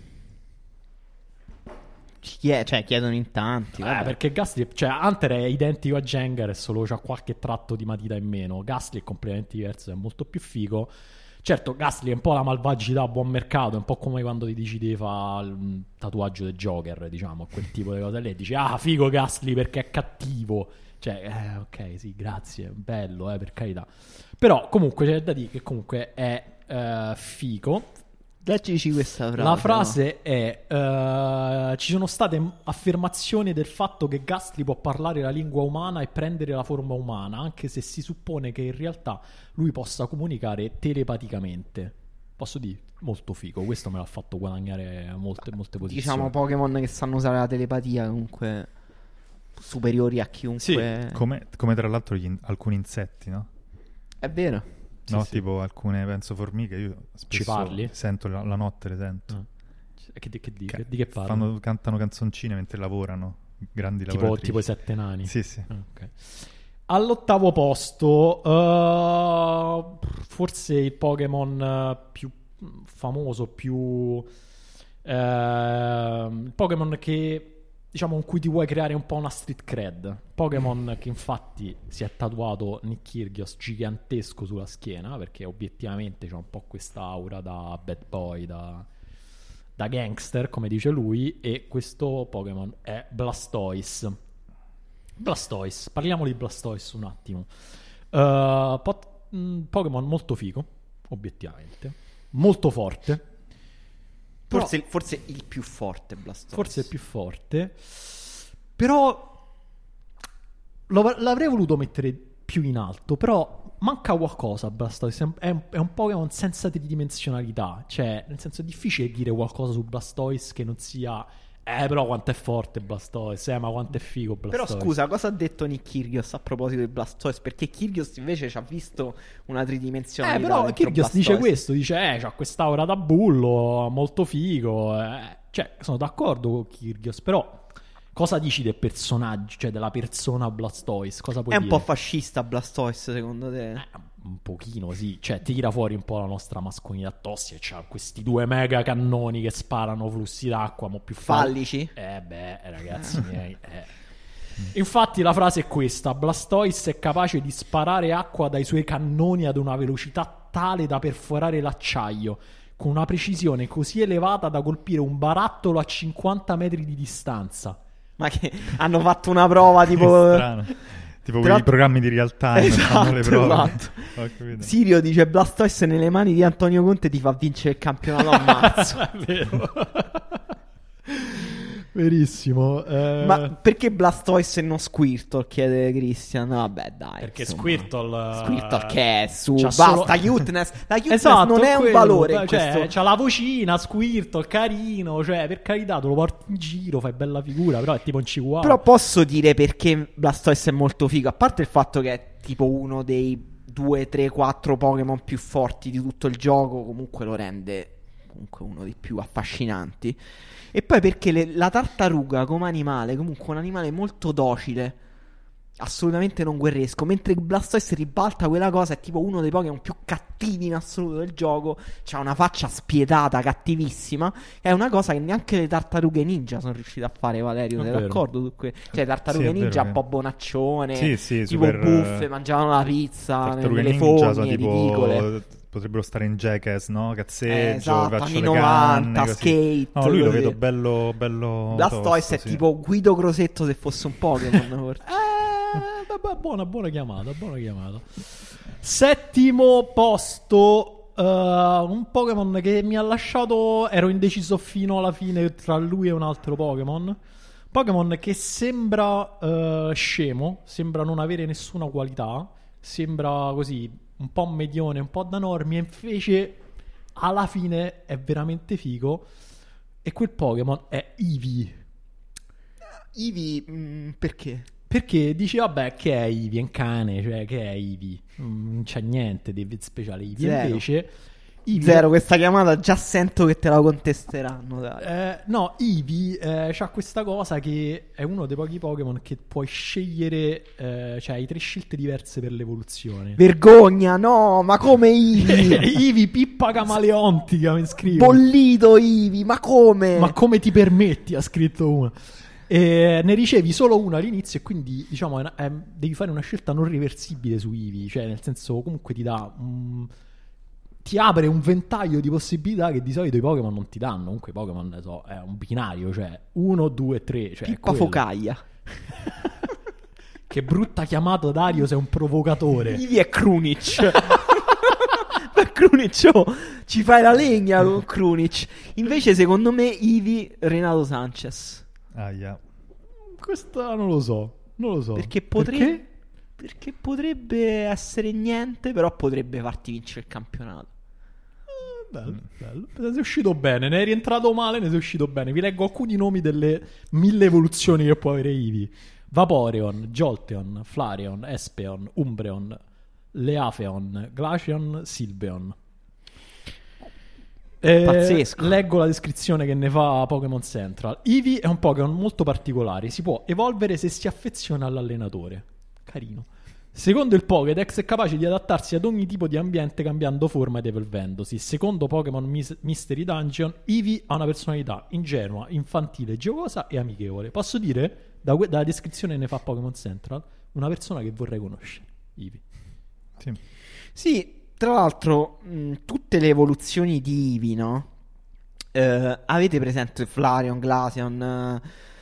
Cioè chiedono in tanti, perché Gastly, cioè Hunter è identico a Gengar e solo c'ha qualche tratto di matita in meno. Gastly è completamente diverso, è molto più figo. Certo, Gastly è un po' la malvagità a buon mercato, è un po' come quando ti decidi fa il tatuaggio del Joker, diciamo, quel tipo di cose lì, dici figo Gastly perché è cattivo, cioè ok, sì, grazie, bello, per carità. Però comunque c'è da dire che comunque è figo. Leggici questa frase. La frase è ci sono state affermazioni del fatto che Gastly può parlare la lingua umana e prendere la forma umana, anche se si suppone che in realtà lui possa comunicare telepaticamente. Posso dire, molto figo. Questo me l'ha fatto guadagnare molte posizioni. Diciamo Pokémon che sanno usare la telepatia comunque superiori a chiunque. Sì, come tra l'altro alcuni insetti, no? È vero. No, sì, tipo alcune, penso, formiche, io spesso ci parli? Sento la notte, le sento. Di che parli? Cantano canzoncine mentre lavorano, grandi lavoratrici. Tipo i 7 nani? Sì. Okay. All'8° posto, forse il Pokémon più famoso, il Pokémon che diciamo con cui ti vuoi creare un po' una street cred. Pokémon che infatti si è tatuato Nykirgios gigantesco sulla schiena, perché obiettivamente c'ha un po' questa aura da bad boy, da gangster, come dice lui. E questo Pokémon è Blastoise. Parliamo di Blastoise un attimo. Pokémon molto figo, obiettivamente, molto forte. Forse il più forte Blastoise. Forse il più forte. Però l'avrei voluto mettere più in alto. Però manca qualcosa a Blastoise. È un Pokémon senza tridimensionalità. Cioè, nel senso, è difficile dire qualcosa su Blastoise che non sia Però quanto è forte Blastoise, ma quanto è figo Blastoise. Però scusa, cosa ha detto Nick Kyrgios a proposito di Blastoise? Perché Kyrgios invece ci ha visto una tridimensionalità. Però Kyrgios dice questo, dice c'ha quest'aura da bullo, molto figo. Cioè, sono d'accordo con Kyrgios, però cosa dici del personaggio, cioè della persona Blastoise? Cosa puoi dire? È un po' fascista Blastoise, secondo te? Un pochino, sì. Cioè, tira fuori un po' la nostra mascolinità tossica. C'ha questi 2 mega cannoni che sparano flussi d'acqua, mo più fallici. Ragazzi miei. Infatti la frase è questa: Blastoise è capace di sparare acqua dai suoi cannoni ad una velocità tale da perforare l'acciaio, con una precisione così elevata da colpire un barattolo a 50 metri di distanza. Ma che hanno fatto una prova tipo... strano. Tipo quei programmi di real time, fanno le prove. Sirio dice Blastoise nelle mani di Antonio Conte ti fa vincere il campionato a marzo. È vero. Verissimo. Ma perché Blastoise e non Squirtle? Chiede Christian. Vabbè, dai. Perché insomma. Squirtle che è su. Basta, solo... cuteness. La cuteness non è un valore. In questo... C'ha la vocina, Squirtle, carino. Cioè, per carità, te lo porti in giro, fai bella figura. Però è tipo un chihuahua. Però posso dire perché Blastoise è molto figo. A parte il fatto che è tipo uno dei 2, 3, 4 Pokémon più forti di tutto il gioco. Comunque lo rende comunque uno dei più affascinanti. E poi perché la tartaruga come animale, comunque un animale molto docile, assolutamente non guerresco, mentre il Blastoise ribalta quella cosa, è tipo uno dei Pokémon più cattivi in assoluto del gioco, c'ha una faccia spietata, cattivissima, è una cosa che neanche le tartarughe ninja sono riuscite a fare, Valerio, sei d'accordo? Cioè tartarughe ninja un po' bonaccione, tipo buffe, mangiavano la pizza nelle fogne ridicole. Potrebbero stare in Jackass, no? Cazzeggio, esatto, faccio anni le 90, canne, skate. No, lui lo vedo bello Blastoise è tipo Guido Crosetto se fosse un Pokémon, forse. Vabbè, buona chiamata. Settimo posto, un Pokémon che mi ha lasciato, ero indeciso fino alla fine tra lui e un altro Pokémon che sembra scemo, sembra non avere nessuna qualità, sembra così un po' medione, un po' da normi, e invece alla fine è veramente figo. E quel Pokémon è Eevee. Eevee, perché? Perché dici, vabbè, che è Eevee? È un cane, cioè, che è Eevee? Non c'è niente di speciale Eevee. Zero. Invece Zero, questa chiamata già sento che te la contesteranno, dai. No, Eevee c'ha questa cosa che è uno dei pochi Pokémon che puoi scegliere, cioè hai 3 scelte diverse per l'evoluzione. Vergogna, no, ma come Eevee? Eevee pippa camaleontica, mi scrive. Bollito Eevee, ma come? Ma come ti permetti, ha scritto uno. Ne ricevi solo uno all'inizio e quindi diciamo devi fare una scelta non reversibile su Eevee, cioè nel senso comunque ti apre un ventaglio di possibilità che di solito i Pokémon non ti danno. Comunque i Pokémon è un binario, cioè 1, 2, 3, cioè pippa focaglia. Che brutta chiamata, Dario, sei un provocatore. Eevee è Krunic. Krunic, ci fai la legna con Krunic. Invece secondo me Eevee Renato Sanchez. Questa non lo so. Perché potrebbe essere niente, però potrebbe farti vincere il campionato. Bello. Ne sei uscito bene, ne è rientrato male, ne sei uscito bene. Vi leggo alcuni nomi delle 1000 evoluzioni che può avere Eevee: Vaporeon, Jolteon, Flareon, Espeon, Umbreon, Leafeon, Glaceon, Sylveon. Pazzesco. Leggo la descrizione che ne fa Pokémon Central. Eevee è un Pokémon molto particolare, si può evolvere se si affeziona all'allenatore. Carino. Secondo il Pokédex è capace di adattarsi ad ogni tipo di ambiente cambiando forma ed evolvendosi. Secondo Pokémon Mystery Dungeon, Eevee ha una personalità ingenua, infantile, giocosa e amichevole. Posso dire, dalla descrizione che ne fa Pokémon Central, una persona che vorrei conoscere. Eevee. Sì, tra l'altro tutte le evoluzioni di Eevee, no? Avete presente Flareon, Glaceon,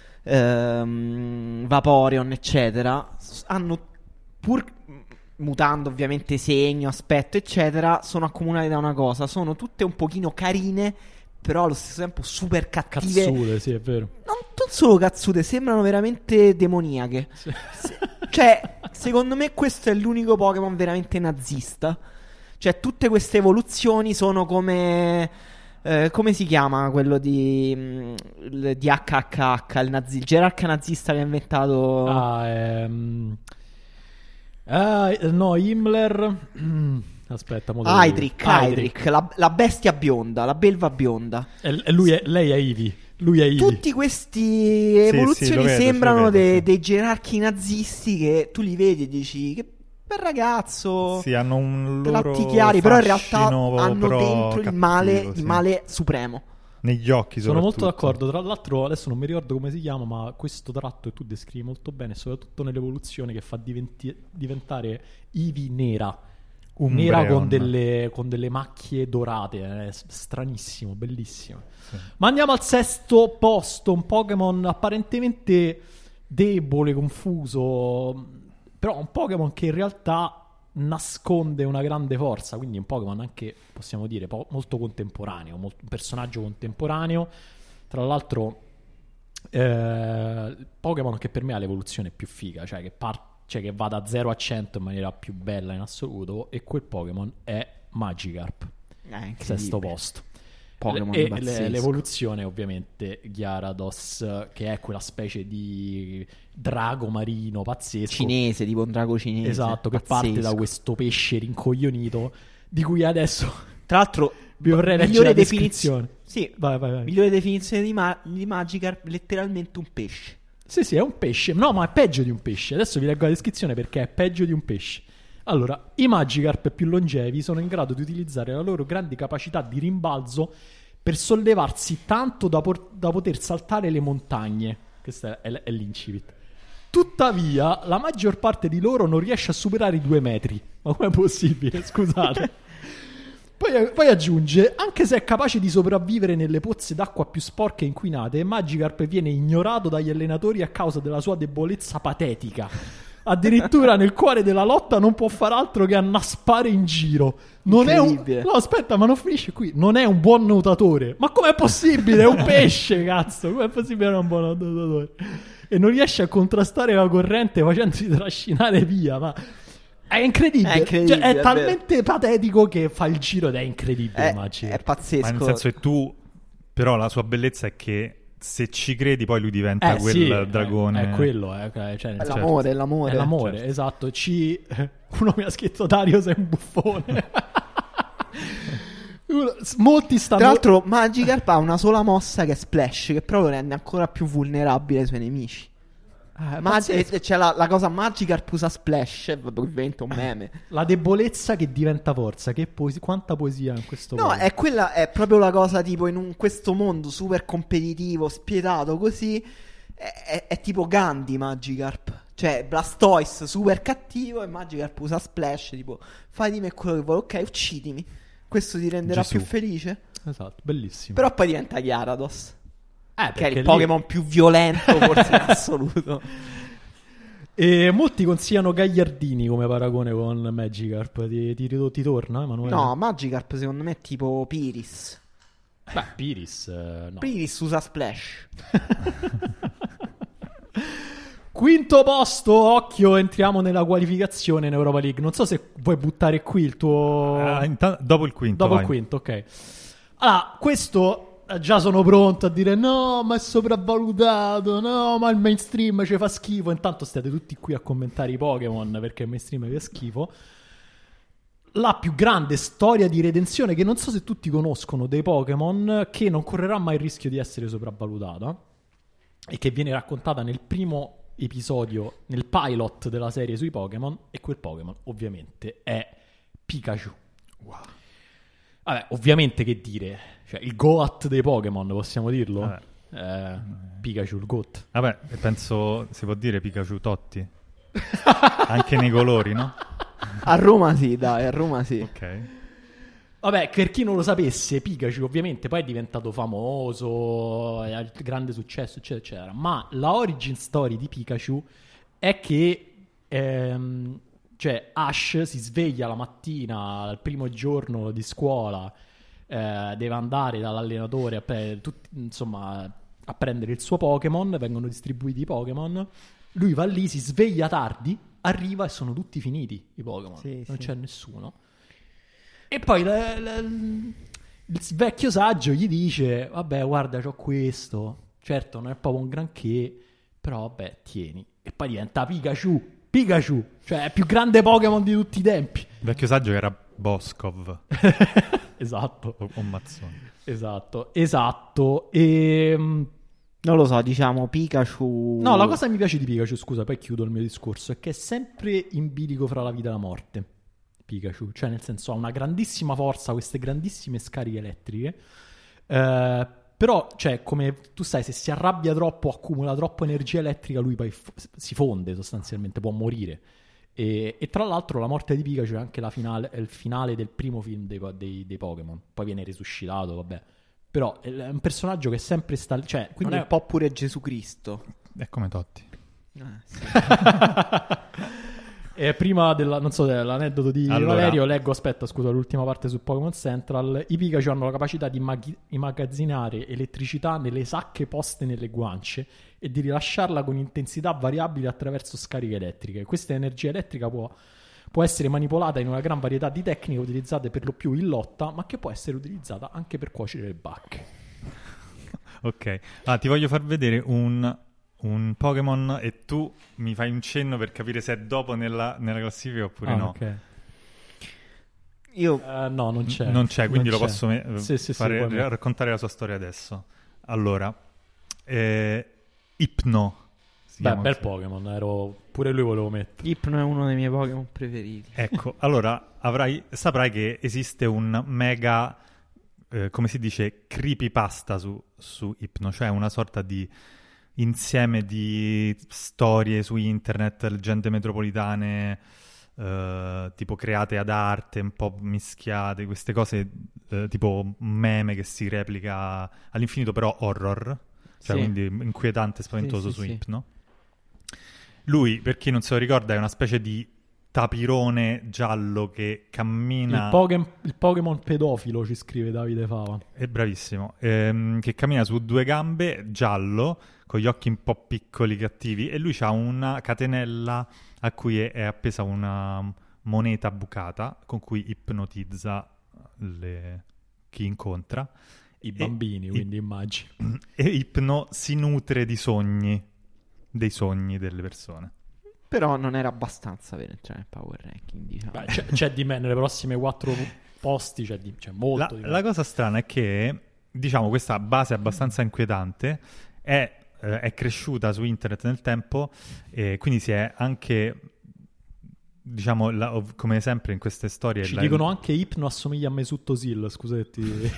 Vaporeon, eccetera, hanno, pur mutando ovviamente segno, aspetto, eccetera, sono accomunate da una cosa: sono tutte un pochino carine, però allo stesso tempo super cattive. Cazzute, sì, è vero. Non solo cazzute, sembrano veramente demoniache. Sì. Cioè, secondo me questo è l'unico Pokémon veramente nazista. Cioè, tutte queste evoluzioni sono come Come si chiama quello di HHH, il gerarca nazista che ha inventato... no, Himmler... Aspetta, Heydrich, la bestia bionda, la belva bionda. Lei è Ivy. Lui è Ivy. Tutti questi evoluzioni sembrano dei gerarchi nazisti che tu li vedi e dici che bel ragazzo. Sì, hanno un loro tratti chiari, però in realtà hanno dentro cattivo, il male supremo. Negli occhi sono molto d'accordo. Tra l'altro adesso non mi ricordo come si chiama, ma questo tratto che tu descrivi molto bene, soprattutto nell'evoluzione, che fa diventare Ivy nera. Nera con delle macchie dorate, è stranissimo, bellissimo. Sì. Ma andiamo al 6° posto, un Pokémon apparentemente debole, confuso, però un Pokémon che in realtà nasconde una grande forza, quindi un Pokémon anche, possiamo dire, molto contemporaneo, un personaggio contemporaneo. Tra l'altro Pokémon che per me ha l'evoluzione più figa, cioè che va da 0 a 100 in maniera più bella in assoluto, e quel Pokémon è Magikarp, 6° posto. L'evoluzione ovviamente Gyarados, che è quella specie di drago marino pazzesco, cinese, tipo un drago cinese, esatto, che parte da questo pesce rincoglionito, di cui adesso tra l'altro vi vorrei leggere la descrizione. Sì, vai. Migliore definizione di Magikarp, letteralmente un pesce. Sì, è un pesce. No, ma è peggio di un pesce. Adesso vi leggo la descrizione perché è peggio di un pesce. Allora, i Magikarp più longevi sono in grado di utilizzare la loro grande capacità di rimbalzo per sollevarsi tanto da poter saltare le montagne. Questo è l'incipit. Tuttavia, la maggior parte di loro non riesce a superare i 2 metri. Ma com'è possibile? Scusate. Poi aggiunge, anche se è capace di sopravvivere nelle pozze d'acqua più sporche e inquinate, Magikarp viene ignorato dagli allenatori a causa della sua debolezza patetica. Addirittura nel cuore della lotta non può far altro che annaspare in giro. No, aspetta, ma non finisce qui. Non è un buon nuotatore. Ma com'è possibile? È un pesce, cazzo. Com'è possibile non è un buon nuotatore? E non riesce a contrastare la corrente facendosi trascinare via, ma... È incredibile. Cioè, è talmente patetico che fa il giro ed è incredibile. È pazzesco. Ma nel senso che tu, però, la sua bellezza è che se ci credi, poi lui diventa quel dragone. È quello, cioè, è l'amore. È l'amore, certo. Esatto. Uno mi ha scritto: Dario, sei un buffone. Molti stanno. Tra l'altro, Magikarp ha una sola mossa che è Splash, che però lo rende ancora più vulnerabile ai suoi nemici. C'è la cosa Magikarp usa Splash, ovviamente un meme. La debolezza che diventa forza. Quanta poesia in questo mondo. No, è proprio la cosa tipo in questo mondo super competitivo, spietato così. È tipo Gandhi Magikarp. Cioè Blastoise super cattivo e Magikarp usa Splash, tipo fai di me quello che vuoi, ok, uccidimi. Questo ti renderà più felice. Esatto, bellissimo. Però poi diventa Gyarados, che è il lì... Pokémon più violento forse in assoluto. E molti consigliano Gagliardini come paragone con Magikarp. Ti torna, Emanuele? No, Magikarp secondo me è tipo Piris. Beh, Piris no. Piris usa Splash. 5° posto, occhio, entriamo nella qualificazione in Europa League. Non so se vuoi buttare qui il tuo... dopo il quinto. Dopo il quinto, ok. Allora, questo... Già sono pronto a dire no, ma è sopravvalutato, no, ma il mainstream ci fa schifo. Intanto state tutti qui a commentare i Pokémon perché il mainstream vi fa schifo. La più grande storia di redenzione che non so se tutti conoscono dei Pokémon, che non correrà mai il rischio di essere sopravvalutata e che viene raccontata nel primo episodio, nel pilot della serie sui Pokémon, e quel Pokémon ovviamente è Pikachu. Wow. Vabbè, ovviamente, che dire, cioè il GOAT dei Pokémon, possiamo dirlo? Pikachu il GOAT. Vabbè, penso si può dire Pikachu Totti. Anche nei colori, no? A Roma sì, dai, a Roma sì. Ok. Vabbè, per chi non lo sapesse, Pikachu ovviamente poi è diventato famoso, ha il grande successo, eccetera, eccetera. Ma la origin story di Pikachu è che cioè Ash si sveglia la mattina al primo giorno di scuola, deve andare dall'allenatore a prendere il suo Pokémon, vengono distribuiti i Pokémon, lui va lì, si sveglia tardi, arriva e sono tutti finiti i Pokémon, non c'è nessuno. E poi il vecchio saggio gli dice: vabbè, guarda, c'ho questo. Certo, non è proprio un granché, però vabbè, tieni. E poi diventa Pikachu, cioè è più grande Pokémon di tutti i tempi. Il vecchio saggio era Boskov. Esatto. O Mazzoni. Esatto. Non lo so, diciamo Pikachu. No, la cosa che mi piace di Pikachu, scusa, poi chiudo il mio discorso, è che è sempre in bilico fra la vita e la morte. Pikachu, cioè nel senso ha una grandissima forza, queste grandissime scariche elettriche. Però, cioè, come tu sai, se si arrabbia troppo, accumula troppa energia elettrica, lui poi si fonde sostanzialmente, può morire. E tra l'altro la morte di Pikachu è anche è il finale del primo film dei Pokémon. Poi viene risuscitato, vabbè. Però è un personaggio che sempre sta... Cioè, quindi non è un po' pure Gesù Cristo. È come Totti. Sì. E prima dell'aneddoto di Valerio, leggo, aspetta, scusa, l'ultima parte su Pokémon Central. I Pikachu hanno la capacità di immagazzinare elettricità nelle sacche poste nelle guance e di rilasciarla con intensità variabile attraverso scariche elettriche. Questa energia elettrica può essere manipolata in una gran varietà di tecniche utilizzate per lo più in lotta, ma che può essere utilizzata anche per cuocere le bacche. Ok, ti voglio far vedere un Pokémon e tu mi fai un cenno per capire se è dopo nella classifica oppure no. Ok. Io no, non c'è. Non c'è, quindi non lo c'è. posso raccontare la sua storia adesso. Allora, Hypno. Bel Pokémon, pure lui volevo mettere. Hypno è uno dei miei Pokémon preferiti. Ecco, allora saprai che esiste un mega, come si dice, creepypasta su Hypno, cioè una sorta di insieme di storie su internet, leggende metropolitane, tipo create ad arte, un po' mischiate, queste cose tipo un meme che si replica all'infinito, però horror, cioè quindi inquietante, spaventoso su Hypno. Lui, per chi non se lo ricorda, è una specie di tapirone giallo che cammina... Il Pokémon pedofilo, ci scrive Davide Fava. È bravissimo. Che cammina su due gambe, giallo, con gli occhi un po' piccoli, cattivi, e lui ha una catenella a cui è appesa una moneta bucata con cui ipnotizza chi incontra. I bambini, quindi immagino. E Hypno si nutre dei sogni delle persone. Però non era abbastanza per entrare nel power ranking, diciamo. Beh, c'è di me nelle prossime 4 posti, c'è molto di me. La cosa strana è che, diciamo, questa base abbastanza inquietante è cresciuta su internet nel tempo, e quindi si è anche, diciamo, come sempre in queste storie... Ci dicono anche Hypno assomiglia a Mesut Özil, scusate.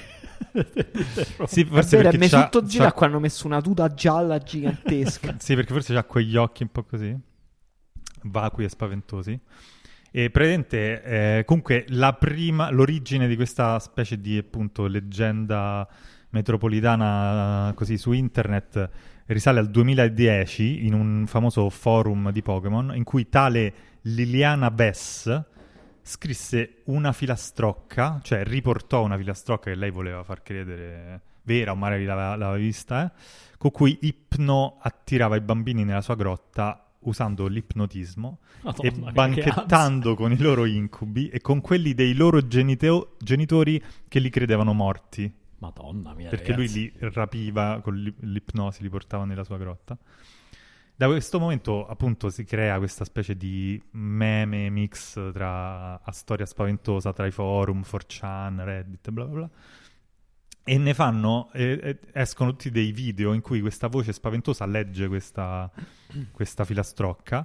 Sì, forse perché Mesut Özil a cui hanno messo una tuta gialla gigantesca. Sì, perché forse c'ha quegli occhi un po' così, vacui e spaventosi. E praticamente comunque l'origine di questa specie di, appunto, leggenda metropolitana così su internet risale al 2010 in un famoso forum di Pokémon in cui tale Liliana Bess scrisse una filastrocca, cioè riportò una filastrocca che lei voleva far credere vera, o magari l'aveva vista, con cui Hypno attirava i bambini nella sua grotta usando l'ipnotismo e banchettando con i loro incubi e con quelli dei loro genitori che li credevano morti. Madonna mia, perché ragazzi. Lui li rapiva con l'ipnosi, li portava nella sua grotta. Da questo momento, appunto, si crea questa specie di meme mix a storia spaventosa tra i forum, 4chan, Reddit, bla bla bla. E ne fanno, escono tutti dei video in cui questa voce spaventosa legge questa filastrocca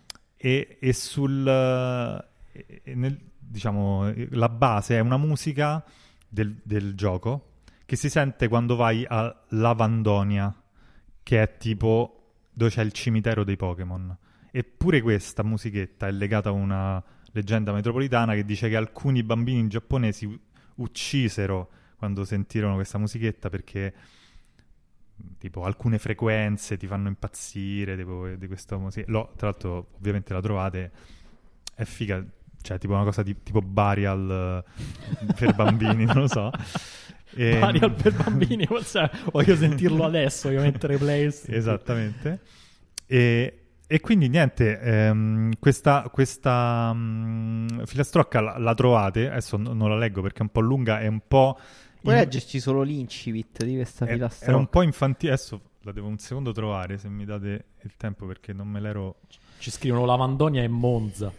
diciamo, la base è una musica del gioco che si sente quando vai a Lavandonia, che è tipo dove c'è il cimitero dei Pokémon. Eppure questa musichetta è legata a una leggenda metropolitana che dice che alcuni bambini giapponesi uccisero quando sentirono questa musichetta perché tipo alcune frequenze ti fanno impazzire tipo, di questa musica. Tra l'altro ovviamente la trovate, è figa, cioè tipo una cosa tipo Burial per bambini, non lo so. Burial per bambini, forse voglio sentirlo adesso, voglio mettere play. Esattamente. E quindi niente, questa filastrocca la trovate, adesso non la leggo perché è un po' lunga e un po' Puoi leggerci solo l'incipit di questa filastrocca. Era un po' infantile. Adesso la devo un secondo trovare, se mi date il tempo, perché non me l'ero... Ci scrivono Lavandonia e Monza.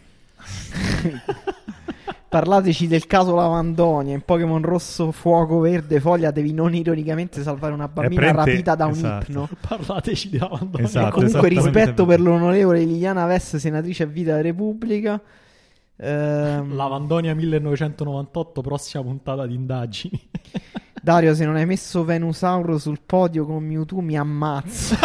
Parlateci del caso Lavandonia. In Pokémon rosso, fuoco, verde, foglia devi non ironicamente salvare una bambina rapita da un ipno. Parlateci di Lavandonia. E comunque rispetto per l'onorevole Liliana Vess, senatrice a vita della Repubblica. Lavandonia 1998, prossima puntata di indagini. Dario, se non hai messo Venusauro sul podio con Mewtwo mi ammazzo.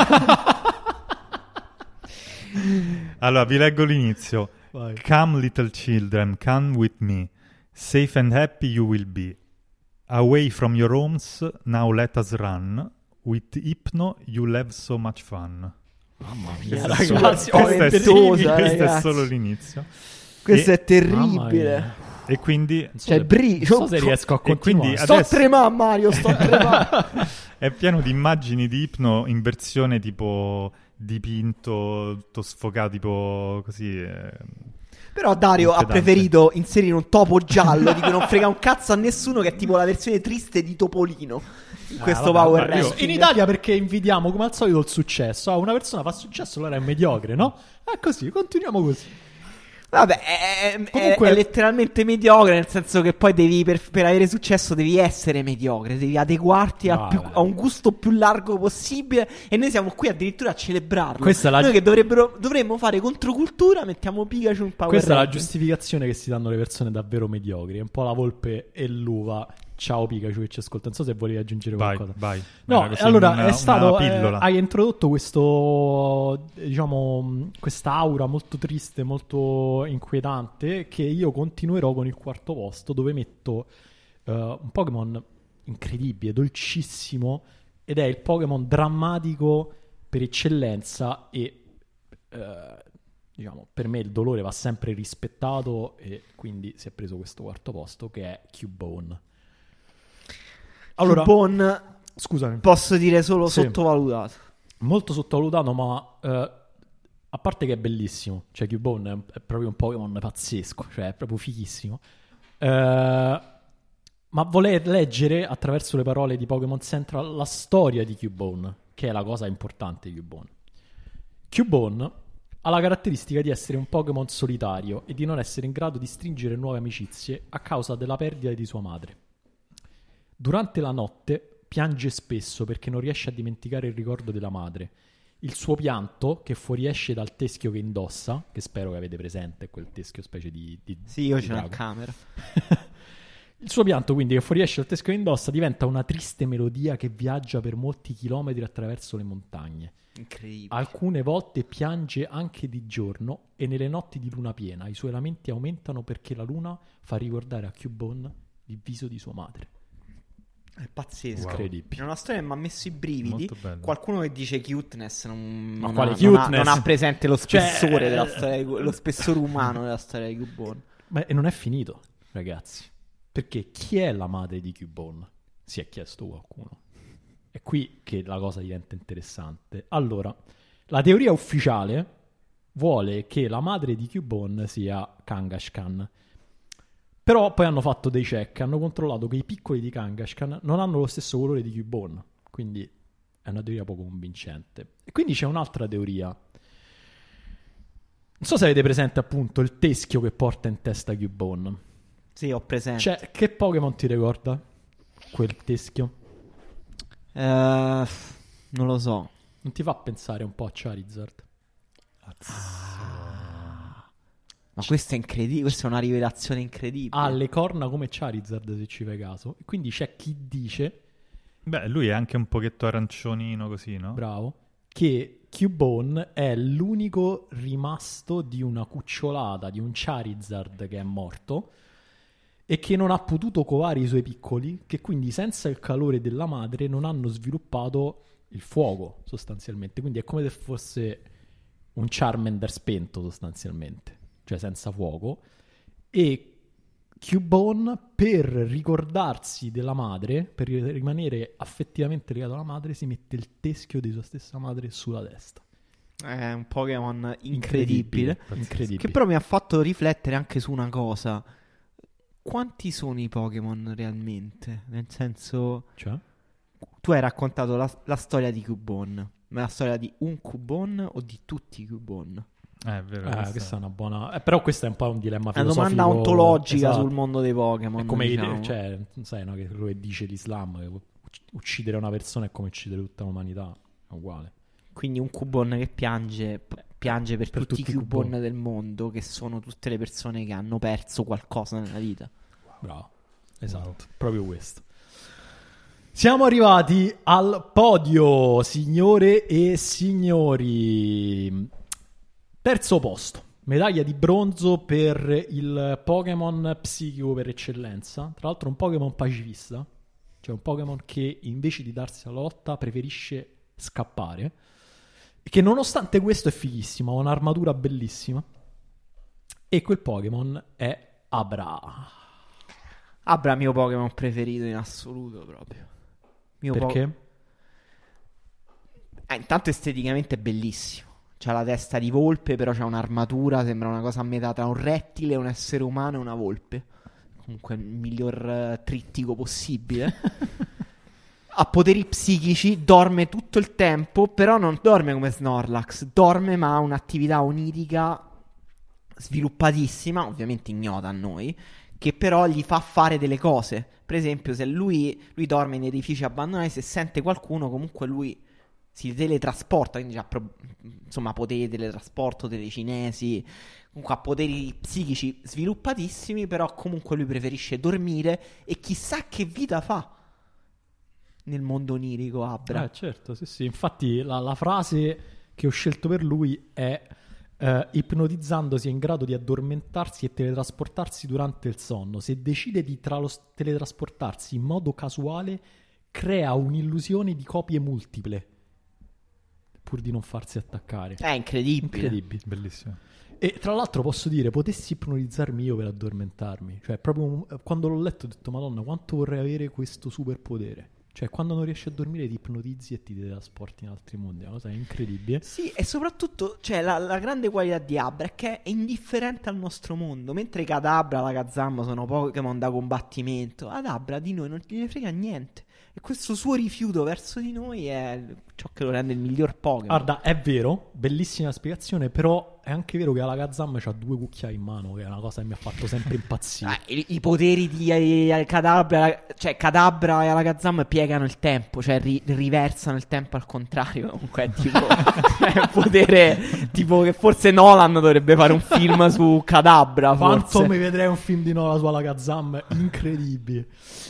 Allora, vi leggo l'inizio. Vai. Come little children, come with me. Safe and happy you will be. Away from your homes, now let us run. With Hypno you'll have so much fun. Mamma mia, ragazzi, questo è solo l'inizio. Questo è terribile. E quindi non so se riesco a continuare. Sto tremando, Mario, sto tremando. È pieno di immagini di Hypno in versione tipo dipinto, tutto sfocato, tipo così. Però Dario ha preferito inserire un topo giallo di cui non frega un cazzo a nessuno, che è tipo la versione triste di Topolino in questo Power Ranking. In Italia perché invidiamo come al solito il successo. Una persona fa successo, allora è mediocre, no? È così, continuiamo così. Vabbè, comunque è letteralmente mediocre, nel senso che poi devi per avere successo devi essere mediocre, devi adeguarti a un gusto più largo possibile, e noi siamo qui addirittura a celebrarlo. Noi che dovremmo fare controcultura, mettiamo Pikachu in Power Questa Ranking. è la giustificazione che si danno le persone davvero mediocri, è un po' la volpe e l'uva. Ciao Pikachu che ci ascolta, non so se volevi aggiungere qualcosa. Vai. No, allora è stato hai introdotto questo, diciamo, quest'aura molto triste, molto inquietante, che io continuerò con il quarto posto, dove metto un Pokémon incredibile, dolcissimo, ed è il Pokémon drammatico per eccellenza, e diciamo, per me il dolore va sempre rispettato, e quindi si è preso questo quarto posto, che è Cubone. Allora, Cubone, scusami, posso dire solo sottovalutato. Molto sottovalutato, ma a parte che è bellissimo, cioè Cubone è proprio un Pokémon pazzesco, cioè è proprio fighissimo. Ma voler leggere attraverso le parole di Pokémon Central la storia di Cubone, che è la cosa importante di Cubone. Cubone ha la caratteristica di essere un Pokémon solitario e di non essere in grado di stringere nuove amicizie a causa della perdita di sua madre. Durante la notte piange spesso perché non riesce a dimenticare il ricordo della madre. Il suo pianto, che fuoriesce dal teschio che indossa, che spero che avete presente, quel teschio specie di sì, io di ce l'ho a drago. camera. Il suo pianto, quindi, che fuoriesce dal teschio che indossa, diventa una triste melodia che viaggia per molti chilometri attraverso le montagne. Incredibile. Alcune volte piange anche di giorno, e nelle notti di luna piena i suoi lamenti aumentano perché la luna fa ricordare a Cubone il viso di sua madre. È pazzesco. Wow. Incredibile. È una storia che mi ha messo i brividi. Qualcuno che dice cuteness non ha presente lo spessore della storia, lo spessore umano della storia di Cubone. Ma e non è finito, ragazzi. Perché chi è la madre di Cubone? Si è chiesto qualcuno. È qui che la cosa diventa interessante. Allora, la teoria ufficiale vuole che la madre di Cubone sia Kangaskhan. Però poi hanno fatto dei check, hanno controllato che i piccoli di Kangaskhan non hanno lo stesso colore di Cubone, quindi è una teoria poco convincente. E quindi c'è un'altra teoria. Non so se avete presente appunto il teschio che porta in testa Cubone. Sì, ho presente. Cioè, che Pokémon ti ricorda quel teschio? Non lo so. Non ti fa pensare un po' a Charizard? Ma questo è incredibile, questa è una rivelazione incredibile. Ha le corna come Charizard, se ci fai caso. E quindi c'è chi dice... Beh, lui è anche un pochetto aranciolino così, no? Bravo. Che Cubone è l'unico rimasto di una cucciolata di un Charizard che è morto e che non ha potuto covare i suoi piccoli, che quindi senza il calore della madre non hanno sviluppato il fuoco, sostanzialmente. Quindi è come se fosse un Charmander spento, sostanzialmente. Cioè senza fuoco, e Cubone, per ricordarsi della madre, per rimanere affettivamente legato alla madre, si mette il teschio di sua stessa madre sulla testa. È un Pokémon incredibile. Incredibile. Che però mi ha fatto riflettere anche su una cosa. quanti sono i Pokémon realmente? Nel senso, Cioè? tu hai raccontato la storia di Cubone, ma la storia di un Cubone o di tutti i Cubone? È vero. Questa è una buona... però questo è un po' un dilemma È una filosofico. domanda ontologica esatto. sul mondo dei Pokémon. È come diciamo. cioè, sai, no, che quello che dice l'Islam, che uccidere una persona è come uccidere tutta l'umanità, è uguale. Quindi un Cubone che piange per tutti i Cubone Cubone del mondo, che sono tutte le persone che hanno perso qualcosa nella vita. Bravo, esatto, proprio questo. Siamo arrivati al podio, signore e signori. Terzo posto, medaglia di bronzo per il Pokémon psichico per eccellenza. Tra l'altro un Pokémon pacifista, cioè un Pokémon che invece di darsi alla lotta preferisce scappare, e che nonostante questo è fighissimo, ha un'armatura bellissima, e quel Pokémon è Abra. Abra è il mio Pokémon preferito in assoluto proprio. Perché? Intanto esteticamente è bellissimo. C'ha la testa di volpe, però c'ha un'armatura, sembra una cosa a metà tra un rettile, un essere umano e una volpe. Comunque il miglior trittico possibile. Ha poteri psichici, dorme tutto il tempo, però non dorme come Snorlax, dorme ma ha un'attività onirica sviluppatissima, ovviamente ignota a noi, che però gli fa fare delle cose. Per esempio, se lui dorme in edifici abbandonati, se sente qualcuno, comunque lui si teletrasporta, quindi ha insomma poteri di teletrasporto, telecinesi, comunque ha poteri psichici sviluppatissimi, però comunque lui preferisce dormire e chissà che vita fa nel mondo onirico Abra. Certo, sì. Infatti la frase che ho scelto per lui è ipnotizzandosi è in grado di addormentarsi e teletrasportarsi durante il sonno. Se decide di teletrasportarsi in modo casuale, crea un'illusione di copie multiple pur di non farsi attaccare. È incredibile. Bellissimo. E tra l'altro posso dire, potessi ipnotizzarmi io per addormentarmi. Cioè proprio quando l'ho letto ho detto Madonna, quanto vorrei avere questo superpotere. Cioè quando non riesci a dormire ti ipnotizzi e ti teletrasporti in altri mondi. È una cosa incredibile. Sì, e soprattutto cioè, la grande qualità di Abra è che è indifferente al nostro mondo. Mentre Kadabra, la Kazama sono Pokémon da combattimento, ad Abra di noi non gliene frega niente. E questo suo rifiuto verso di noi è ciò che lo rende il miglior Pokémon. Guarda, è vero, bellissima spiegazione, però è anche vero che Alakazam c'ha 2 cucchiai in mano, che è una cosa che mi ha fatto sempre impazzire. I poteri di Kadabra, cioè Kadabra e Alakazam piegano il tempo, cioè riversano il tempo al contrario. Comunque è tipo è un potere tipo che forse Nolan dovrebbe fare un film su Kadabra. Quanto mi vedrei un film di Nolan su Alakazam, incredibile.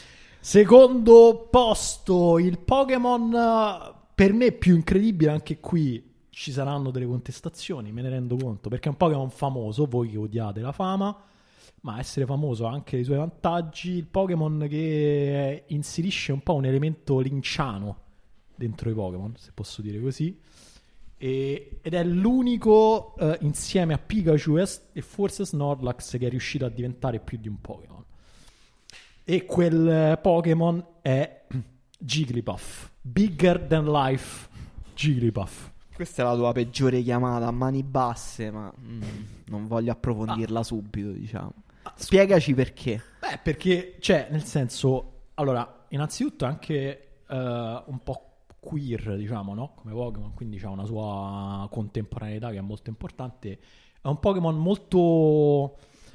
Secondo posto, il Pokémon per me più incredibile. Anche qui ci saranno delle contestazioni, me ne rendo conto, perché è un Pokémon famoso, voi che odiate la fama, ma essere famoso ha anche i suoi vantaggi. Il Pokémon che inserisce un po' un elemento linciano dentro i Pokémon, se posso dire così, ed è l'unico insieme a Pikachu e forse Snorlax che è riuscito a diventare più di un Pokémon. E quel Pokémon è Jigglypuff. Bigger than life Jigglypuff. Questa è la tua peggiore chiamata a mani basse, ma non voglio approfondirla subito, diciamo. Spiegaci perché. Perché, cioè, nel senso, allora, innanzitutto è anche un po' queer, diciamo, no? Come Pokémon, quindi c'ha una sua contemporaneità che è molto importante. È un Pokémon molto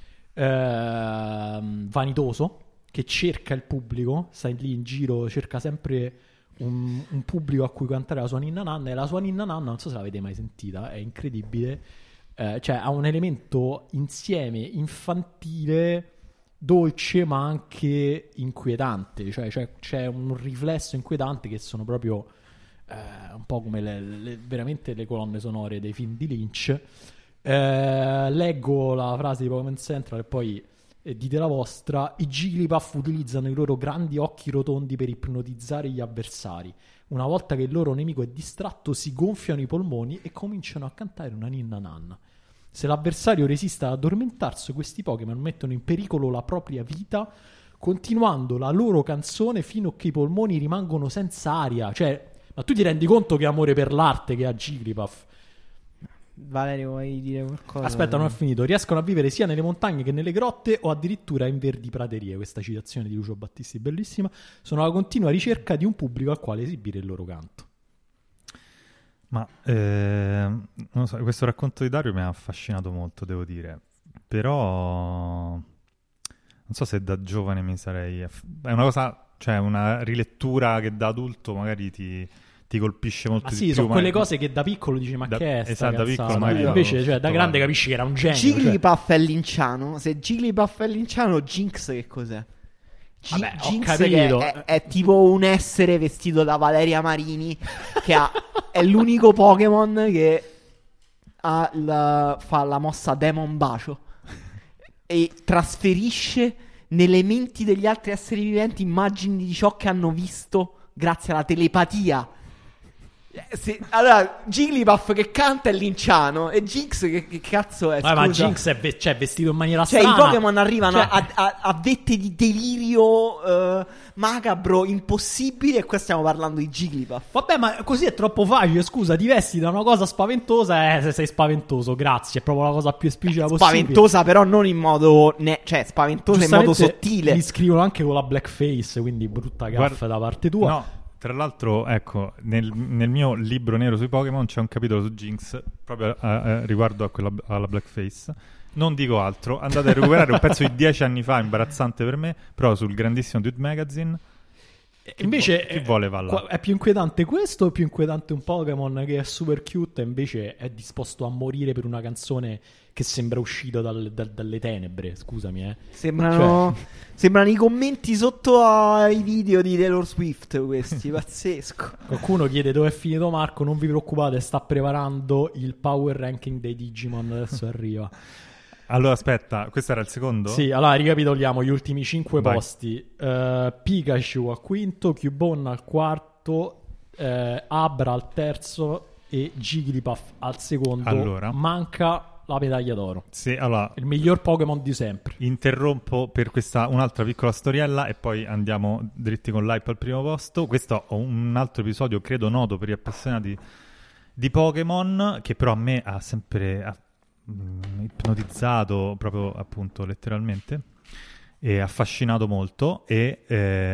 vanitoso, che cerca il pubblico, sta lì in giro, cerca sempre un pubblico a cui cantare la sua ninna nanna, e la sua ninna nanna, non so se l'avete mai sentita, è incredibile, cioè ha un elemento insieme infantile, dolce ma anche inquietante, cioè c'è un riflesso inquietante che sono proprio un po' come veramente le colonne sonore dei film di Lynch. Leggo la frase di Pokémon Central e poi dite la vostra. I Jigglypuff utilizzano i loro grandi occhi rotondi per ipnotizzare gli avversari. Una volta che il loro nemico è distratto, si gonfiano i polmoni e cominciano a cantare una ninna nanna. Se l'avversario resiste ad addormentarsi, questi Pokémon mettono in pericolo la propria vita, continuando la loro canzone fino a che i polmoni rimangono senza aria. Cioè, ma tu ti rendi conto che amore per l'arte che ha Jigglypuff? Valerio, vuoi dire qualcosa? Aspetta, non ho finito. Riescono a vivere sia nelle montagne che nelle grotte o addirittura in verdi praterie. Questa citazione di Lucio Battisti bellissima. Sono alla continua ricerca di un pubblico al quale esibire il loro canto. Ma non lo so, questo racconto di Dario mi ha affascinato molto, devo dire. Però non so se da giovane mi sarei... È una cosa, cioè una rilettura che da adulto magari ti colpisce molto Ma di sì, più. sono quelle cose che da piccolo dici ma che è sta esatto, da cazzata? piccolo magari invece cioè, da grande capisci che era un genio. Jigglypuff è linciano. Se Jigglypuff è linciano, Jinx che cos'è? Vabbè, ho Jinx capito. che è tipo un essere vestito da Valeria Marini che è l'unico Pokémon che fa la mossa Demon Bacio e trasferisce nelle menti degli altri esseri viventi immagini di ciò che hanno visto grazie alla telepatia. Allora, Jigglypuff che canta è linciano e Jinx che cazzo è? Ma Jinx è vestito in maniera cioè, strana. i Pokémon arrivano a vette di delirio macabro, impossibili, e qua stiamo parlando di Jigglypuff. Vabbè, ma così è troppo facile, scusa, ti vesti da una cosa spaventosa se sei spaventoso, grazie, è proprio la cosa più esplicita possibile. Spaventosa però non in modo... cioè, spaventosa in modo sottile. Mi scrivono anche con la blackface, quindi brutta gaffa da parte tua. No. Tra l'altro, ecco, nel mio libro nero sui Pokémon c'è un capitolo su Jinx proprio riguardo alla blackface. Non dico altro, andate a recuperare un pezzo di 10 anni fa, imbarazzante per me, però sul grandissimo Dude Magazine. Invece chi vuole va là. È più inquietante questo o è più inquietante un Pokémon che è super cute e invece è disposto a morire per una canzone che sembra uscito dalle tenebre? Scusami, Sembrano i commenti sotto ai video di Taylor Swift questi, pazzesco. Qualcuno chiede dove è finito Marco, non vi preoccupate, sta preparando il power ranking dei Digimon, adesso arriva. Allora aspetta, questo era il secondo? Sì, allora ricapitoliamo gli ultimi 5 posti. Pikachu al quinto, Cubone al quarto, Abra al terzo e Jigglypuff al secondo. Allora, manca la medaglia d'oro. Sì, allora, il miglior Pokémon di sempre. Interrompo per questa un'altra piccola storiella e poi andiamo dritti con l'hype al primo posto. Questo è un altro episodio credo noto per gli appassionati di Pokémon, che però a me ha sempre ipnotizzato proprio, appunto, letteralmente, e affascinato molto. E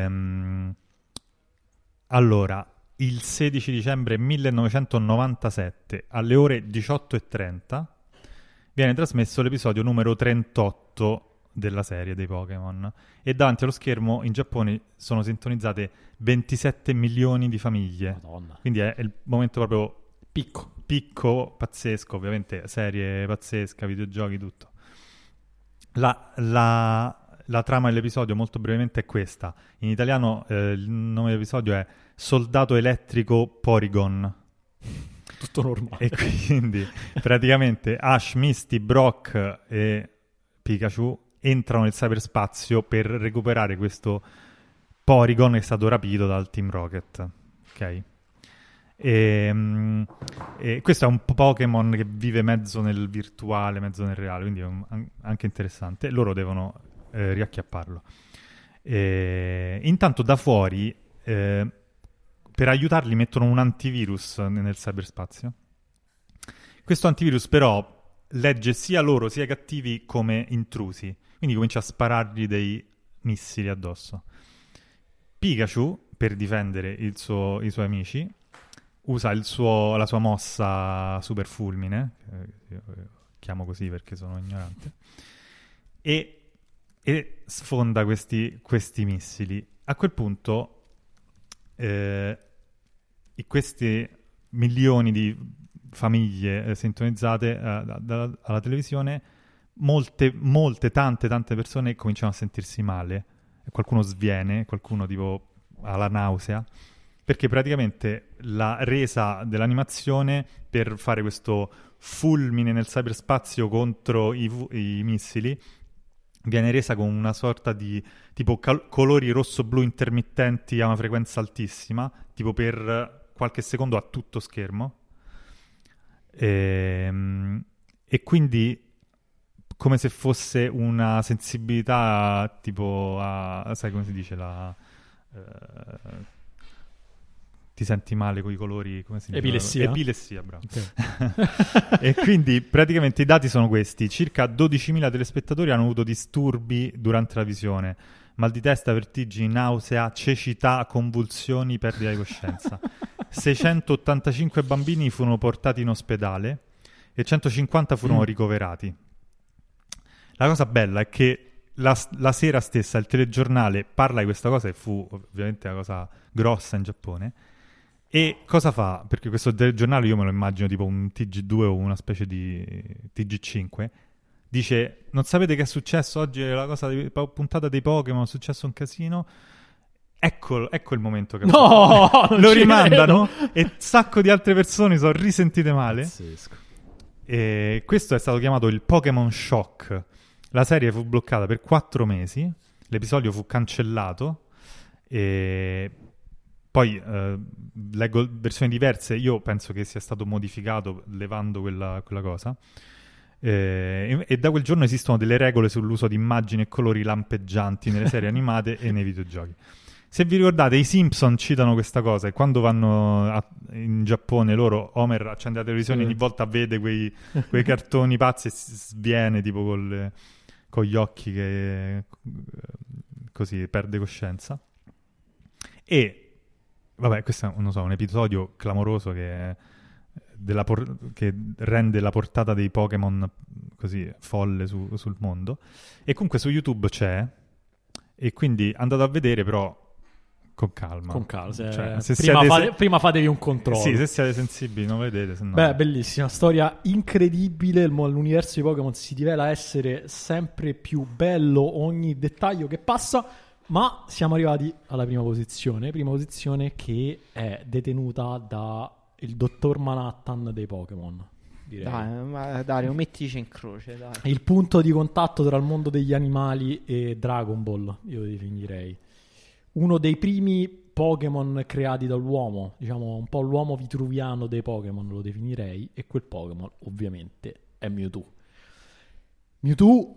allora, il 16 dicembre 1997 alle ore 18:30 viene trasmesso l'episodio numero 38 della serie dei Pokémon, e davanti allo schermo in Giappone sono sintonizzate 27 milioni di famiglie. Madonna. Quindi è il momento proprio picco, pazzesco, ovviamente, serie pazzesca, videogiochi, tutto. La trama dell'episodio, molto brevemente, è questa. In italiano il nome dell'episodio è Soldato Elettrico Porygon. Tutto normale. E quindi praticamente Ash, Misty, Brock e Pikachu entrano nel cyberspazio per recuperare questo Porygon che è stato rapito dal Team Rocket. Ok? E questo è un Pokémon che vive mezzo nel virtuale, mezzo nel reale, quindi è anche interessante. Loro devono riacchiapparlo. Intanto da fuori, per aiutarli, mettono un antivirus nel cyberspazio. Questo antivirus però legge sia loro sia i cattivi come intrusi, quindi comincia a sparargli dei missili addosso. Pikachu, per difendere i suoi amici, usa la sua mossa super fulmine, io chiamo così perché sono ignorante, e sfonda questi missili. A quel punto questi milioni di famiglie sintonizzate alla televisione, tante persone cominciano a sentirsi male, qualcuno sviene, qualcuno tipo ha la nausea, perché praticamente la resa dell'animazione per fare questo fulmine nel cyberspazio contro i missili viene resa con una sorta di tipo colori rosso-blu intermittenti a una frequenza altissima, tipo per qualche secondo a tutto schermo, e quindi come se fosse una sensibilità tipo a, sai come si dice, ti senti male con i colori, come si dice? Epilessia, bravo. Okay. E quindi praticamente i dati sono questi: circa 12.000 telespettatori hanno avuto disturbi durante la visione, mal di testa, vertigini, nausea, cecità, convulsioni, perdita di coscienza. 685 bambini furono portati in ospedale e 150 furono ricoverati. La cosa bella è che la sera stessa il telegiornale parla di questa cosa, e fu ovviamente una cosa grossa in Giappone. E cosa fa? Perché questo telegiornale io me lo immagino tipo un TG2 o una specie di TG5. Dice: non sapete che è successo oggi? La cosa puntata dei Pokémon, è successo un casino. Ecco il momento che lo rimandano e un sacco di altre persone sono risentite male. Pazzesco. E questo è stato chiamato il Pokémon Shock. La serie fu bloccata per 4 mesi, l'episodio fu cancellato e poi leggo versioni diverse. Io penso che sia stato modificato levando quella cosa. E da quel giorno esistono delle regole sull'uso di immagini e colori lampeggianti nelle serie animate e nei videogiochi. Se vi ricordate, i Simpson citano questa cosa, e quando vanno in Giappone loro, Homer accende la televisione e ogni volta vede quei cartoni pazzi e sviene tipo con gli occhi, che così perde coscienza. E vabbè, questo è un episodio clamoroso che rende la portata dei Pokémon così folle sul mondo. E comunque su YouTube c'è, e quindi andate a vedere, però con calma. Prima fatevi un controllo. Sì, se siete sensibili non vedete, se no... Beh, bellissima storia, incredibile. L'universo di Pokémon si rivela essere sempre più bello ogni dettaglio che passa. Ma siamo arrivati alla prima posizione che è detenuta da il dottor Manhattan dei Pokémon, direi. Dai, Dario, mettici in croce, dai. Il punto di contatto tra il mondo degli animali e Dragon Ball, io definirei. Uno dei primi Pokémon creati dall'uomo, diciamo un po' l'uomo vitruviano dei Pokémon, lo definirei, e quel Pokémon ovviamente è Mewtwo. Mewtwo,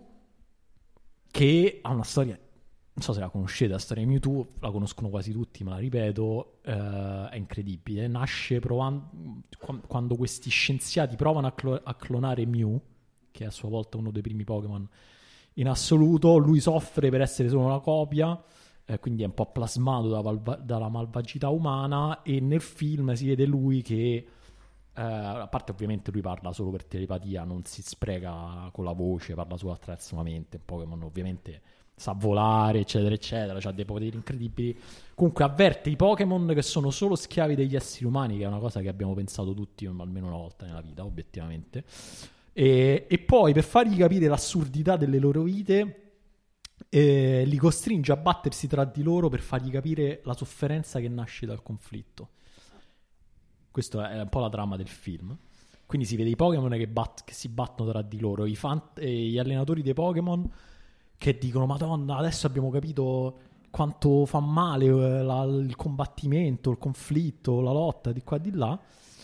che ha una storia, non so se la conoscete, la storia di Mewtwo, la conoscono quasi tutti, ma la ripeto, è incredibile. Nasce quando questi scienziati provano a clonare Mew, che è a sua volta uno dei primi Pokémon in assoluto. Lui soffre per essere solo una copia, quindi è un po' plasmato dalla malvagità umana, e nel film si vede lui che, a parte ovviamente lui parla solo per telepatia, non si spreca con la voce, parla solo attraverso la mente. Un Pokémon ovviamente sa volare, eccetera eccetera, ha dei poteri incredibili. Comunque avverte i Pokémon che sono solo schiavi degli esseri umani, che è una cosa che abbiamo pensato tutti almeno una volta nella vita, obiettivamente. E poi, per fargli capire l'assurdità delle loro vite, li costringe a battersi tra di loro per fargli capire la sofferenza che nasce dal conflitto. Questa è un po' la trama del film. Quindi si vede i Pokémon che si battono tra di loro, gli allenatori dei Pokémon che dicono: Madonna, adesso abbiamo capito quanto fa male il combattimento, il conflitto, la lotta di qua e di là.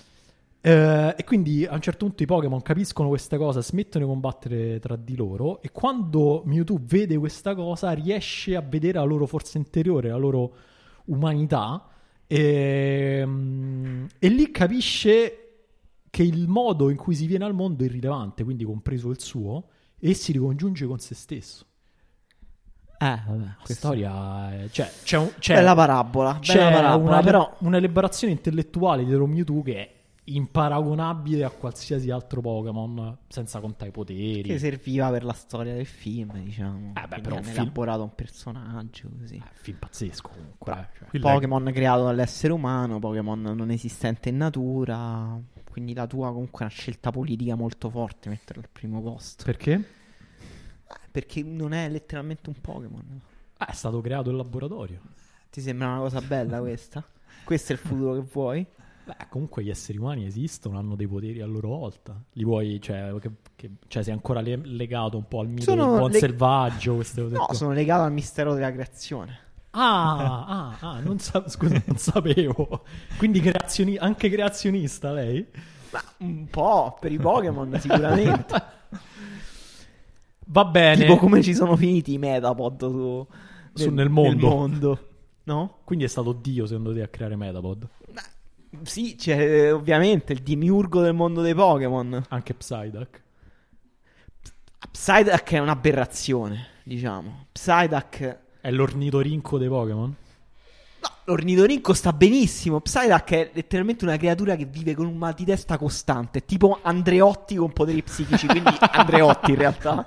E quindi a un certo punto i Pokémon capiscono questa cosa, smettono di combattere tra di loro, e quando Mewtwo vede questa cosa riesce a vedere la loro forza interiore, la loro umanità, e lì capisce che il modo in cui si viene al mondo è irrilevante, quindi compreso il suo, e si ricongiunge con se stesso. Vabbè, questa storia c'è bella parabola, però un'elaborazione intellettuale dietro Mewtwo che è imparagonabile a qualsiasi altro Pokémon, senza contare i poteri, che serviva per la storia del film, diciamo. Però hanno elaborato un personaggio così. Film pazzesco comunque. Pokémon creato dall'essere umano, Pokémon non esistente in natura, quindi la tua comunque è una scelta politica molto forte metterlo al primo posto. Perché? Perché non è letteralmente un Pokémon. È stato creato in laboratorio. Ti sembra una cosa bella questa? Questo è il futuro che vuoi? Comunque gli esseri umani esistono, hanno dei poteri a loro volta. Li vuoi, cioè sei ancora legato un po' al mito del buon selvaggio, queste cose. No, sono legato al mistero della creazione. Non sapevo. Quindi anche creazionista lei? Un po', per i Pokémon sicuramente. Va bene. Tipo come ci sono finiti i Metapod nel mondo. No? Quindi è stato Dio secondo te a creare Metapod? Sì, c'è ovviamente il demiurgo del mondo dei Pokémon. Anche Psyduck? Psyduck è un'aberrazione, diciamo. Psyduck è l'ornitorinco dei Pokémon? No, l'ornitorinco sta benissimo. Psyduck è letteralmente una creatura che vive con un mal di testa costante, tipo Andreotti con poteri psichici, quindi Andreotti in realtà.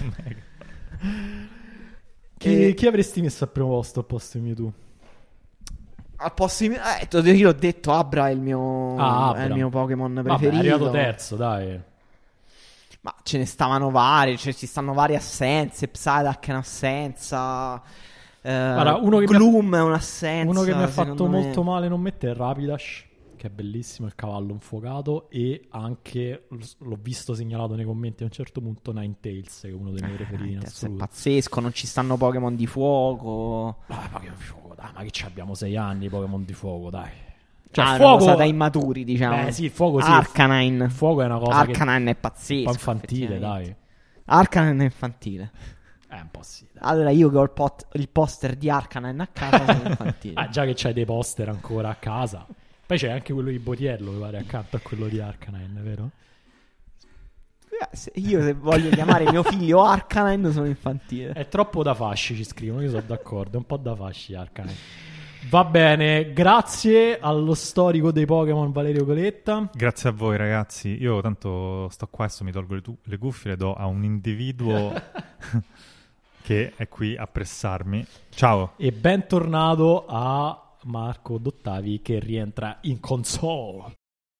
Chi avresti messo al primo posto al posto di Mewtwo? Al posto di io ho detto Abra è il mio, Abra. È il mio Pokémon Vabbè, preferito. è arrivato terzo, dai. Ma ce ne stavano vari, cioè ci stanno varie assenze. Psyduck è un'assenza. Guarda, Gloom è un'assenza. Uno che mi ha fatto me. molto male non mettere è Rapidash, che è bellissimo, il cavallo infuocato, e anche l'ho visto segnalato nei commenti a un certo punto Ninetales, che è uno dei miei preferiti in assoluto. È pazzesco, non ci stanno Pokémon di fuoco. Pokémon di fuoco, dai, ma che ci abbiamo 6 anni Pokémon di fuoco, dai. Cioè, una cosa da immaturi, diciamo. Sì, il fuoco sì. Arcanine. Il fuoco è una cosa Arcanine è pazzesco. Un po' infantile, dai. Arcanine è infantile. Un po' sì, dai. Allora io che ho il poster di Arcanine a casa sono infantile. Già che c'hai dei poster ancora a casa. Poi c'è anche quello di Botiello, che pare, accanto a quello di Arcanine, vero? Io se voglio chiamare mio figlio Arcanine sono infantile. È troppo da fasci, ci scrivono, io sono d'accordo, è un po' da fasci Arcanine. Va bene, grazie allo storico dei Pokémon Valerio Coletta. Grazie a voi ragazzi, io tanto sto qua, adesso mi tolgo le cuffie, le do a un individuo che è qui a pressarmi. Ciao. E bentornato a Marco Dottavi che rientra in console.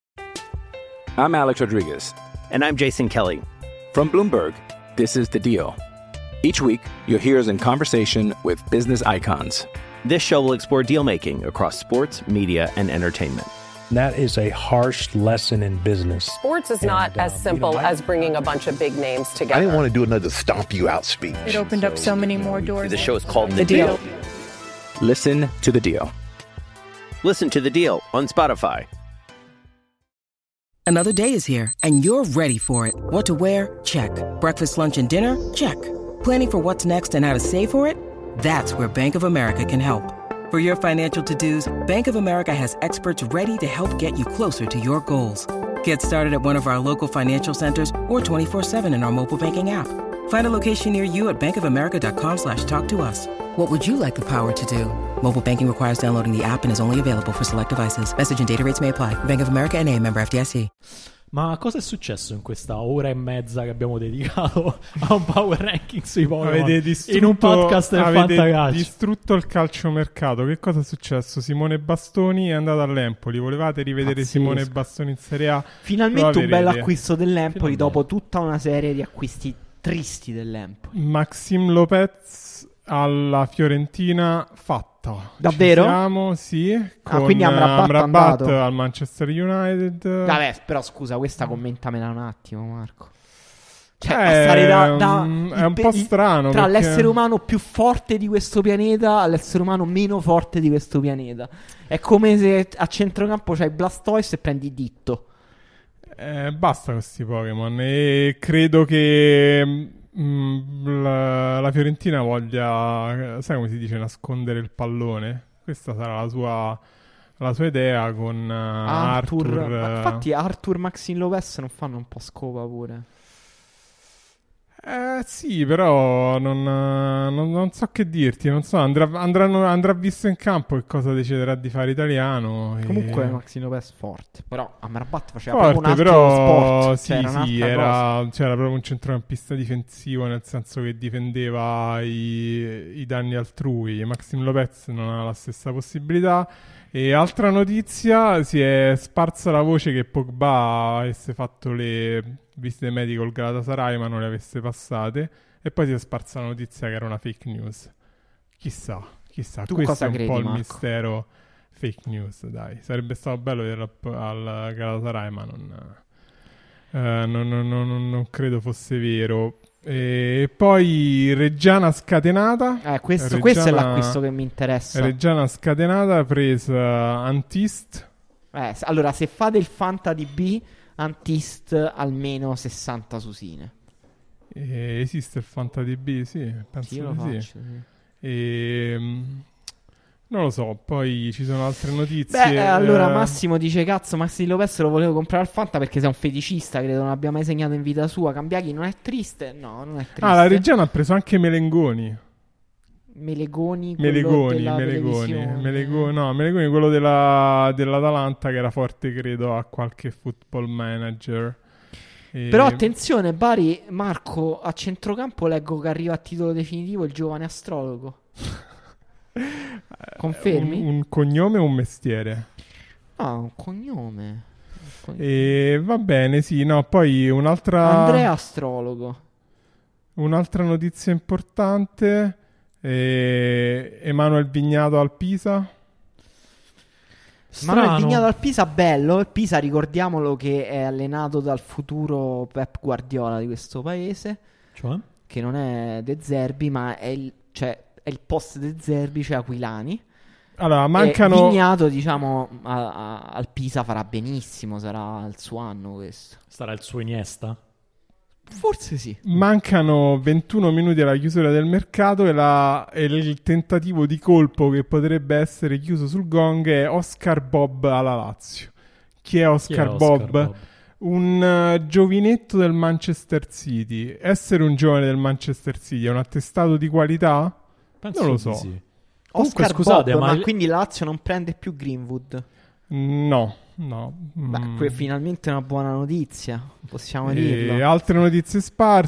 I'm Alex Rodriguez. And I'm Jason Kelly. From Bloomberg, this is The Deal. Each week, you'll hear us in conversation with business icons. This show will explore deal making across sports, media, and entertainment. That is a harsh lesson in business. Sports is not as simple as bringing a bunch of big names together. I didn't want to do another stomp you out speech. It opened up so many more doors. The show is called The Deal. Listen to The Deal. Listen to The Deal on Spotify. Another day is here, and you're ready for it. What to wear? Check. Breakfast, lunch, and dinner? Check. Planning for what's next and how to save for it? That's where Bank of America can help. For your financial to-dos, Bank of America has experts ready to help get you closer to your goals. Get started at one of our local financial centers or 24/7 in our mobile banking app. Find a location near you at bankofamerica.com/talktous. What would you like the power to do? Mobile banking requires downloading the app and is only available for select devices. Message and data rates may apply. Bank of America N.A., member FDIC. Ma cosa è successo in questa ora e mezza che abbiamo dedicato a un power ranking sui Pokémon in un podcast del Fantacalcio? Avete distrutto il calciomercato. Che cosa è successo? Simone Bastoni è andato all'Empoli. Volevate rivedere Simone Bastoni in Serie A? Finalmente un bel acquisto dell'Empoli dopo tutta una serie di acquisti tristi dell'Empoli. Maxime Lopez alla Fiorentina fatta. Davvero? Ci siamo, sì. Con quindi Amrabat al Manchester United. Vabbè, però scusa, questa commentamela un attimo, Marco. Cioè, stare è un po' strano tra perché... l'essere umano più forte di questo pianeta all'essere umano meno forte di questo pianeta. È come se a centrocampo c'hai Blastoise e prendi Ditto. Basta questi Pokémon. E credo che la Fiorentina voglia, sai come si dice, nascondere il pallone. Questa sarà la sua idea con Arthur. Ma infatti Arthur, Maxine Lopez non fanno un po' scopa pure? Sì, però non so che dirti. Non so, andrà visto in campo che cosa deciderà di fare Italiano. Comunque Maxine Lopez forte. Però Amrabat faceva forte, proprio un altro però, sport. Sì, era proprio un centrocampista difensivo, nel senso che difendeva i danni altrui. Maxime Lopez non ha la stessa possibilità. E altra notizia, si è sparsa la voce che Pogba avesse fatto le visite mediche col Galatasaray ma non le avesse passate, e poi si è sparsa la notizia che era una fake news. Chissà, tu questo cosa è un credi, po' il Marco? Mistero fake news, dai. Sarebbe stato bello vederlo al Galatasaray, ma non credo fosse vero. E poi Reggiana scatenata. Questo è l'acquisto che mi interessa. Reggiana scatenata, presa Antist. Allora, se fate il FantaDB, Antist almeno 60 susine. Esiste il FantaDB? Sì, penso sì, io lo di faccio, sì. Sì. Non lo so, poi ci sono altre notizie. Beh, allora Massimo dice: cazzo, Maxi Lopez lo volevo comprare al Fanta perché sei un feticista, credo non abbia mai segnato in vita sua. Cambiaghi non è triste? No, non è triste. La Reggiana ha preso anche Melegoni, Melegoni, quello dell'Atalanta, che era forte, credo, a qualche Football Manager. Però attenzione, Bari, Marco, a centrocampo leggo che arriva a titolo definitivo il giovane astrologo. Confermi? Un cognome o un mestiere? Un cognome. Va bene, sì, no, poi un'altra... Andrea Astrologo. Un'altra notizia importante, Emanuel Vignato al Pisa. Emanuel Vignato al Pisa, bello. Il Pisa, ricordiamolo, che è allenato dal futuro Pep Guardiola di questo paese, cioè? Che non è De Zerbi, ma è il post De Zerbi, cioè Aquilani. Allora, mancano... Vignato, diciamo, al Pisa farà benissimo, sarà il suo anno questo. Sarà il suo Iniesta? Forse sì. Mancano 21 minuti alla chiusura del mercato e il tentativo di colpo che potrebbe essere chiuso sul gong è Oscar Bob alla Lazio. Chi è Oscar Bob? Un giovinetto del Manchester City. Essere un giovane del Manchester City è un attestato di qualità? Penso non lo so. Sì. Comunque, Oscar, scusate, Bob, ma quindi la Lazio non prende più Greenwood? No. Beh, finalmente una buona notizia, possiamo dirlo. Altre notizie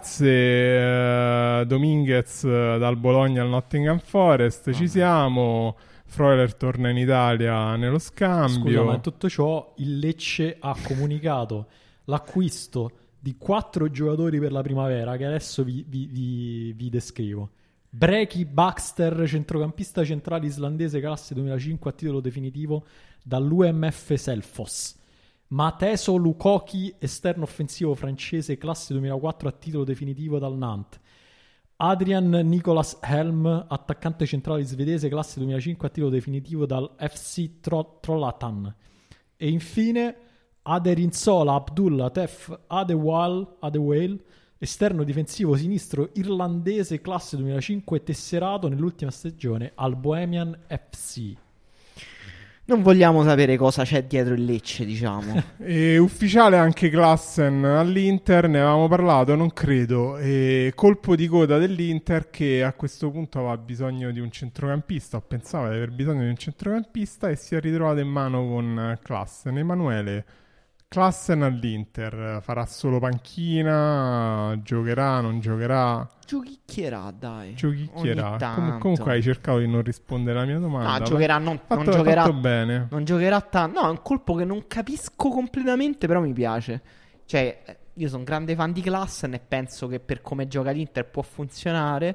sparse, Dominguez dal Bologna al Nottingham Forest, ci siamo. Freuler torna in Italia nello scambio. Scusa, ma in tutto ciò il Lecce ha comunicato l'acquisto di 4 giocatori per la primavera, che adesso vi descrivo. Breki Baxter, centrocampista centrale islandese, classe 2005 a titolo definitivo dall'UMF Selfos. Mateso Lukoki, esterno offensivo francese, classe 2004 a titolo definitivo dal Nantes. Adrian Nicolas Helm, attaccante centrale svedese, classe 2005 a titolo definitivo dal FC Trollhättan. E infine Aderinsola Abdullah Tef Adewail, esterno difensivo sinistro irlandese, classe 2005, tesserato nell'ultima stagione al Bohemian FC. Non vogliamo sapere cosa c'è dietro il Lecce, diciamo. E ufficiale anche Klassen all'Inter, ne avevamo parlato, non credo. Colpo di coda dell'Inter, che a questo punto aveva bisogno di un centrocampista, o pensava di aver bisogno di un centrocampista, e si è ritrovato in mano con Klassen. Emanuele, Klassen all'Inter farà solo panchina, giocherà, non giocherà? Giochicchierà, dai. Giochicchierà. Comunque hai cercato di non rispondere alla mia domanda. No, giocherà, non giocherà bene. Non giocherà tanto. No, è un colpo che non capisco completamente, però mi piace. Cioè, io sono un grande fan di Klassen e penso che per come gioca l'Inter può funzionare.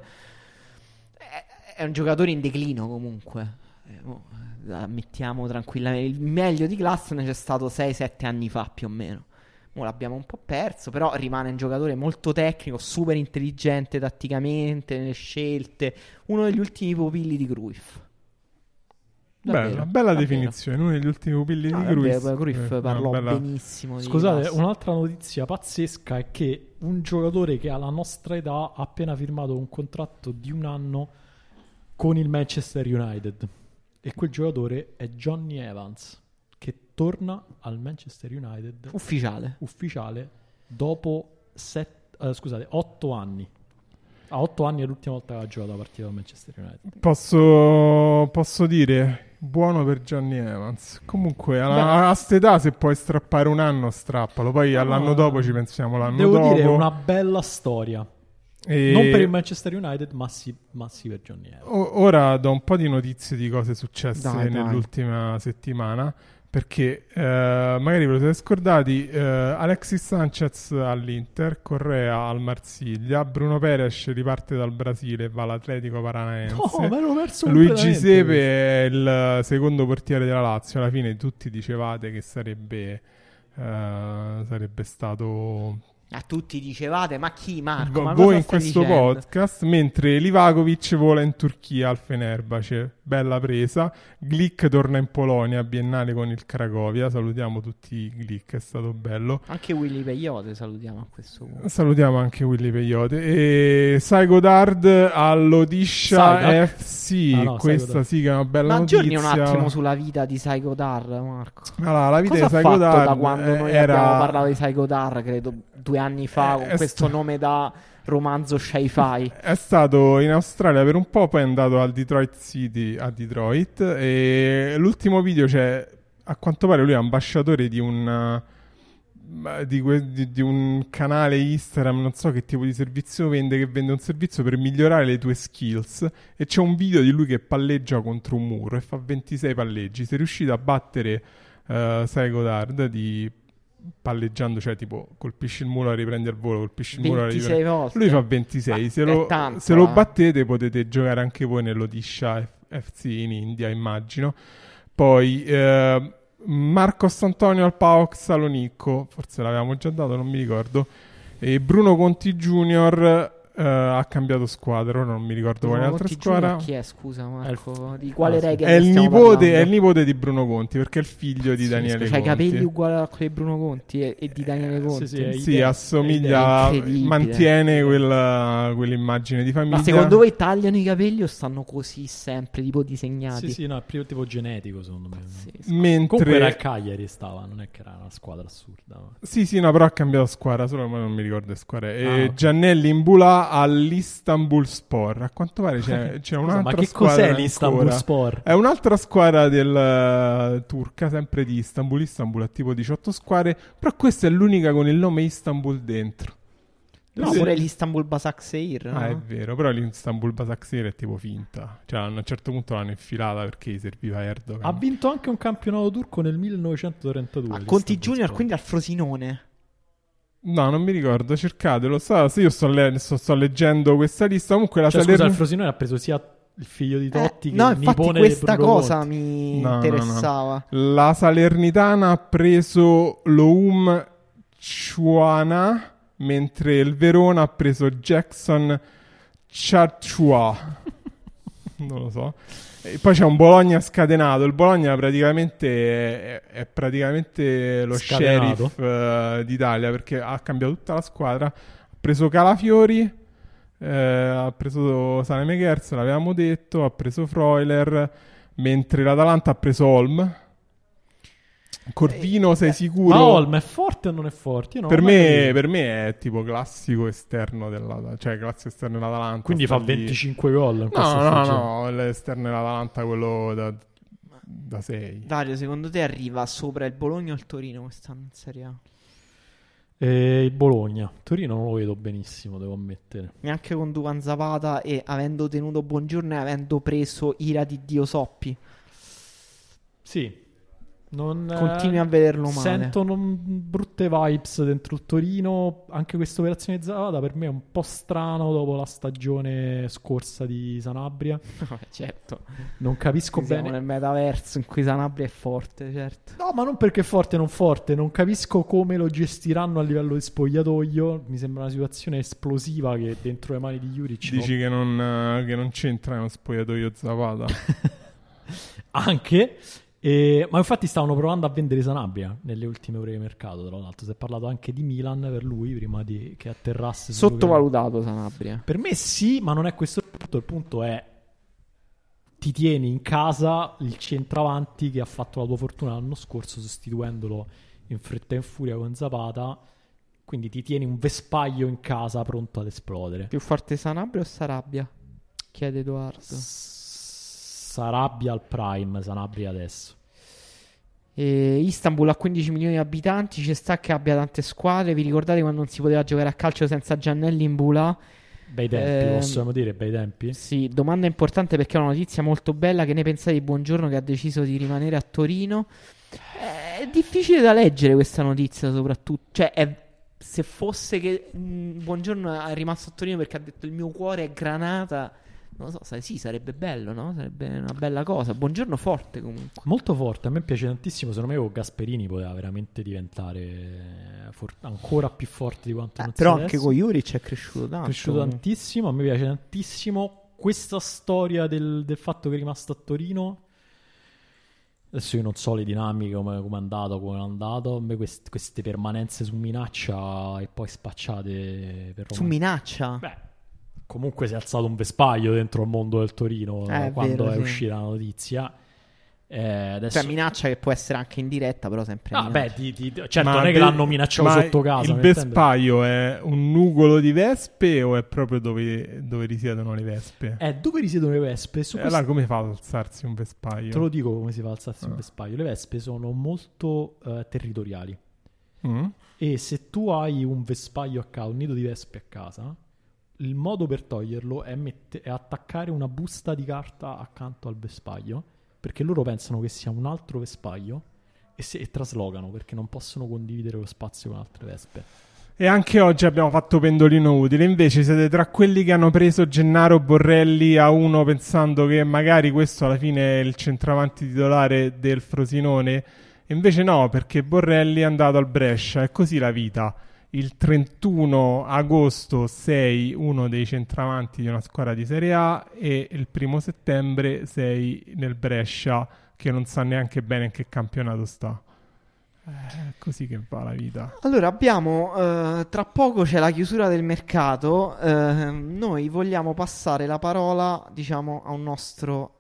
È un giocatore in declino comunque. Ammettiamo tranquillamente. Il meglio di Klassen c'è stato 6-7 anni fa più o meno. Ora l'abbiamo un po' perso, però rimane un giocatore molto tecnico, super intelligente tatticamente, nelle scelte, uno degli ultimi pupilli di Cruyff. Bella definizione, uno degli ultimi pupilli di Cruyff. Cruyff parlò benissimo. Scusate, un'altra notizia pazzesca è che un giocatore che ha la nostra età ha appena firmato un contratto di 1 anno con il Manchester United. E quel giocatore è Johnny Evans, che torna al Manchester United ufficiale dopo 8 anni. A 8 anni è l'ultima volta che ha giocato la partita al Manchester United. Posso dire buono per Johnny Evans. Comunque a st'età, se puoi strappare 1 anno, strappalo. Poi all'anno dopo ci pensiamo. Devo dire, è una bella storia. Non per il Manchester United, ma sì per Johnny Evans. Ora do un po' di notizie di cose successe nell'ultima settimana, perché magari ve lo siete scordati. Alexis Sanchez all'Inter, Correa al Marsiglia, Bruno Peres riparte dal Brasile e va all'Atletico Paranaense. Me l'ho perso Luigi Sepe è il secondo portiere della Lazio. Alla fine tutti dicevate che sarebbe stato A tutti dicevate, ma chi Marco? Ma voi cosa in stai questo dicendo? podcast, mentre Livakovic vola in Turchia al Fenerbahce, bella presa. Glick torna in Polonia, biennale con il Cracovia. Salutiamo tutti Glick, è stato bello. Anche Willy Peyote salutiamo a questo punto. Salutiamo anche Willy Peyote. E Sai Godard all'Odisha Saidak. FC. Questa sì che è una bella Ma notizia. aggiorni un attimo sulla vita di Sai Godard, Marco. Allora, la vita Cosa di Sai ha fatto Godard da quando noi era... abbiamo parlato di Sai Godard, credo 2 anni fa, con questo nome da romanzo sci-fi? È stato in Australia per un po', poi è andato al Detroit City, a Detroit, e l'ultimo video c'è, a quanto pare lui è ambasciatore di un canale Instagram, non so che tipo di servizio vende, che vende un servizio per migliorare le tue skills, e c'è un video di lui che palleggia contro un muro e fa 26 palleggi. Sei riuscito a battere Sai Godard palleggiando, cioè tipo colpisci il muro, riprendi al volo, colpisci il muro, 26 volte. Lui fa 26. Se lo battete potete giocare anche voi nell'Odisha FC in India, immagino. Poi Marcos Antonio al PAOK Salonicco, forse l'avevamo già dato, non mi ricordo. E Bruno Conti Junior ha cambiato squadra, ora non mi ricordo quale altra squadra. Chi è, scusa Marco? Di quale Reagan è il stiamo nipote di Bruno Conti, perché è il figlio di Daniele Conti. C'ha i capelli uguali a quelli di Bruno Conti e di Daniele Conti. Sì, assomiglia, mantiene quell'immagine di famiglia. Ma secondo voi tagliano i capelli o stanno così sempre, tipo disegnati? Sì, no, è più tipo genetico secondo me. Mentre... Comunque era il Cagliari, non è che era una squadra assurda. Ma... Sì, no, però ha cambiato squadra, solo che non mi ricordo le squadre. Okay. Giannelli in Bulà all'Istanbul Spor. A quanto pare c'è un'altra ma che squadra. Cos'è l'Istanbul Spor? È un'altra squadra del turca, sempre di Istanbul. Istanbul ha tipo 18 squadre, però questa è l'unica con il nome Istanbul dentro. No, pure l'Istanbul Basaksehir, no? Ah, è vero, però l'Istanbul Basaksehir è tipo finta. Cioè, a un certo punto l'hanno infilata perché gli serviva Erdogan. Ha vinto anche un campionato turco nel 1932. Ma Conti Junior, quindi al Frosinone? No, non mi ricordo, cercatelo. Io sto leggendo questa lista. Comunque la scusa, il Frosinone ha preso sia il figlio di Totti che no, il infatti nipone questa di Bruno cosa Conti. mi interessava. No. La Salernitana ha preso l'Oum Chuana, mentre il Verona ha preso Jackson Chachua. Non lo so. E poi c'è un Bologna scatenato. Il Bologna praticamente è praticamente lo scatenato. sheriff d'Italia, perché ha cambiato tutta la squadra. Ha preso Calafiori, ha preso Sanemecherz, l'avevamo detto, ha preso Freuler, mentre l'Atalanta ha preso Holm. Corvino, sei sicuro? Ma Holm è forte o non è forte? Per me è tipo classico esterno dell'Atalanta. Quindi fa 25 gol. No, l'esterno dell'Atalanta, quello da 6. Dario, secondo te arriva sopra il Bologna o il Torino quest'anno in Serie A? Il Bologna. Torino non lo vedo benissimo, devo ammettere. Neanche con Duvan Zapata e avendo tenuto Buongiorno e avendo preso ira di Dio Soppi. Sì. Continui a vederlo male. Sento brutte vibes dentro il Torino. Anche questa operazione di Zapata per me è un po' strano dopo la stagione scorsa di Sanabria. Certo. Non capisco bene. Siamo nel metaverso in cui Sanabria è forte, certo. No, ma non perché è forte o non forte. Non capisco come lo gestiranno a livello di spogliatoio. Mi sembra una situazione esplosiva che dentro le mani di Juric. Dici che non c'entra nello spogliatoio Zapata? Anche. Ma infatti stavano provando a vendere Sanabria nelle ultime ore di mercato. Tra l'altro si è parlato anche di Milan per lui prima che atterrasse. Sottovalutato Sanabria. Per me sì, ma non è questo il punto. Il punto è: ti tieni in casa il centravanti che ha fatto la tua fortuna l'anno scorso sostituendolo in fretta e in furia con Zapata. Quindi ti tieni un vespaglio in casa pronto ad esplodere. Più forte Sanabria o Sarabia? Chiede Edoardo. Sarabia al prime, Sanabria adesso. Istanbul ha 15 milioni di abitanti, ci sta che abbia tante squadre. Vi ricordate quando non si poteva giocare a calcio senza Giannelli in Bulà? Bei tempi, possiamo dire, bei tempi? Sì, domanda importante perché è una notizia molto bella. Che ne pensate di Buongiorno che ha deciso di rimanere a Torino? È difficile da leggere questa notizia, soprattutto. Cioè, se fosse che Buongiorno è rimasto a Torino perché ha detto il mio cuore è Granata, Non lo so, sì, sarebbe bello, no? Sarebbe una bella cosa. Buongiorno forte comunque. Molto forte, a me piace tantissimo. Secondo me con Gasperini poteva veramente diventare ancora più forte di quanto non sia però adesso. Anche con Juric è cresciuto tanto. È cresciuto tantissimo, a me piace tantissimo questa storia del fatto che è rimasto a Torino. Adesso io non so le dinamiche, come è andato, come è andato. A me queste permanenze su minaccia e poi spacciate per Roma. Su minaccia? Beh, comunque si è alzato un vespaglio dentro il mondo del Torino quando vero, è sì. uscita la notizia. Adesso... Cioè minaccia che può essere anche indiretta, però sempre certo, non è che l'hanno minacciato sotto casa. Il vespaio è un nugolo di vespe o è proprio dove risiedono le vespe? È dove risiedono le vespe. Allora come fa ad alzarsi un vespaio? Te lo dico come si fa ad alzarsi un vespaio. Le vespe sono molto territoriali. E se tu hai un vespaio a casa, un nido di vespe a casa, il modo per toglierlo è attaccare una busta di carta accanto al vespaio, perché loro pensano che sia un altro vespaio e traslocano, perché non possono condividere lo spazio con altre vespe. E anche oggi abbiamo fatto pendolino utile. Invece siete tra quelli che hanno preso Gennaro Borrelli a 1 pensando che magari questo alla fine è il centravanti titolare del Frosinone. E invece no, perché Borrelli è andato al Brescia. È così la vita. Il 31 agosto sei uno dei centravanti di una squadra di Serie A e il 1 settembre sei nel Brescia, che non sa neanche bene in che campionato sta. È così che va la vita. Allora abbiamo tra poco c'è la chiusura del mercato. Noi vogliamo passare la parola, diciamo, a un nostro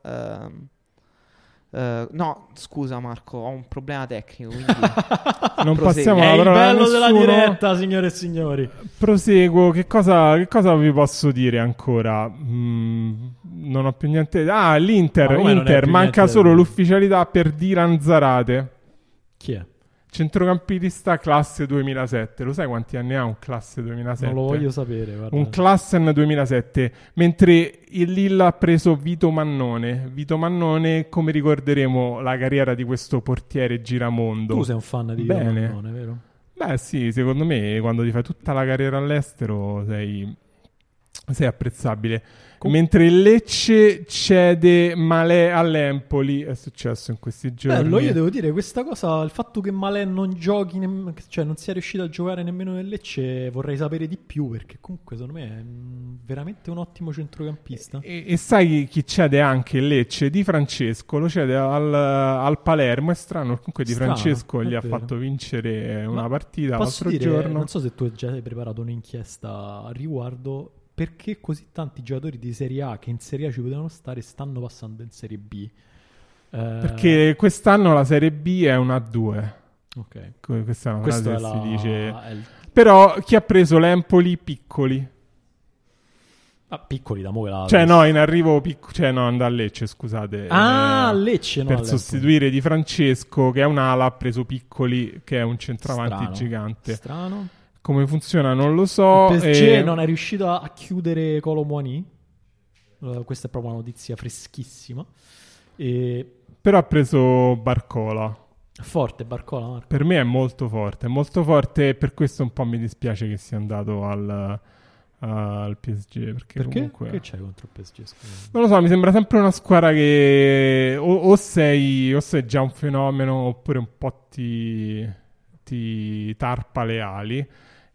no, scusa Marco, ho un problema tecnico, quindi non passiamo la parola. È il bello della diretta, signore e signori. Proseguo. Che cosa vi posso dire ancora? Non ho più niente. L'Inter manca solo l'ufficialità per Dilan Zarate. Chi è? Centrocampista classe 2007. Lo sai quanti anni ha un classe 2007? Non lo voglio sapere, guarda. Un Klassen 2007. Mentre il Lille ha preso Vito Mannone. Vito Mannone, come ricorderemo la carriera di questo portiere giramondo. Tu sei un fan di Vito Mannone, vero? Beh sì, secondo me quando ti fai tutta la carriera all'estero sei apprezzabile. Mentre il Lecce cede Malè all'Empoli, è successo in questi giorni. Bello, io devo dire questa cosa, il fatto che Malè non giochi, cioè non sia riuscito a giocare nemmeno nel Lecce, vorrei sapere di più, perché comunque secondo me è veramente un ottimo centrocampista. E sai chi cede anche il Lecce? Di Francesco, lo cede al Palermo. È strano, comunque Di Francesco gli ha fatto vincere una partita l'altro giorno. Non so se tu già hai preparato un'inchiesta a riguardo. Perché così tanti giocatori di Serie A che in Serie A ci potevano stare stanno passando in Serie B? Perché quest'anno la Serie B è una A2. Ok. Questa è una frase che si dice. Il... Però chi ha preso l'Empoli? Piccoli. Piccoli da mo' che la... Cioè no, in arrivo cioè no, andà a Lecce, scusate. Lecce, no, per sostituire Di Francesco, che è un'ala, ha preso Piccoli, che è un centravanti gigante. Strano. Come funziona non lo so. Il PSG non è riuscito a chiudere Kolo Muani. Questa è proprio una notizia freschissima. Però ha preso Barcola. Forte Barcola, Marco. Per me è molto forte, e per questo un po' mi dispiace che sia andato al PSG. Perché comunque... Che c'hai contro il PSG? Scusa. Non lo so, mi sembra sempre una squadra che o sei già un fenomeno, oppure un po' ti tarpa le ali.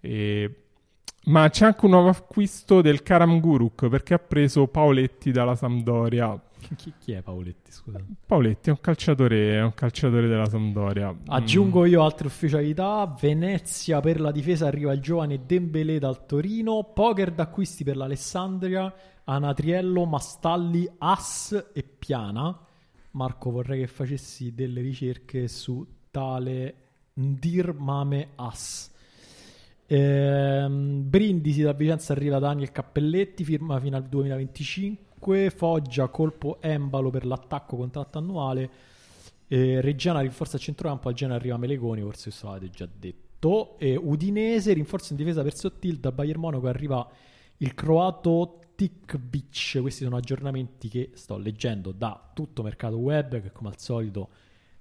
Ma c'è anche un nuovo acquisto del Karamguruk, perché ha preso Paoletti dalla Sampdoria. Chi è Paoletti, scusa? Paoletti è un calciatore della Sampdoria. Aggiungo io altre ufficialità. Venezia per la difesa, arriva il giovane Dembélé dal Torino. Poker d'acquisti per l'Alessandria, Anatriello, Mastalli, As e Piana. Marco, vorrei che facessi delle ricerche su tale Ndir Mame As. Brindisi da Vicenza, arriva Daniel Cappelletti, firma fino al 2025. Foggia, colpo Embalo per l'attacco, contratto annuale. Reggiana rinforza il centrocampo, al Genoa arriva Meleconi, forse questo l'avete già detto. Udinese rinforza in difesa per Sottil, da Bayern Monaco arriva il croato Tikbic. Questi sono aggiornamenti che sto leggendo da Tutto Mercato Web, che come al solito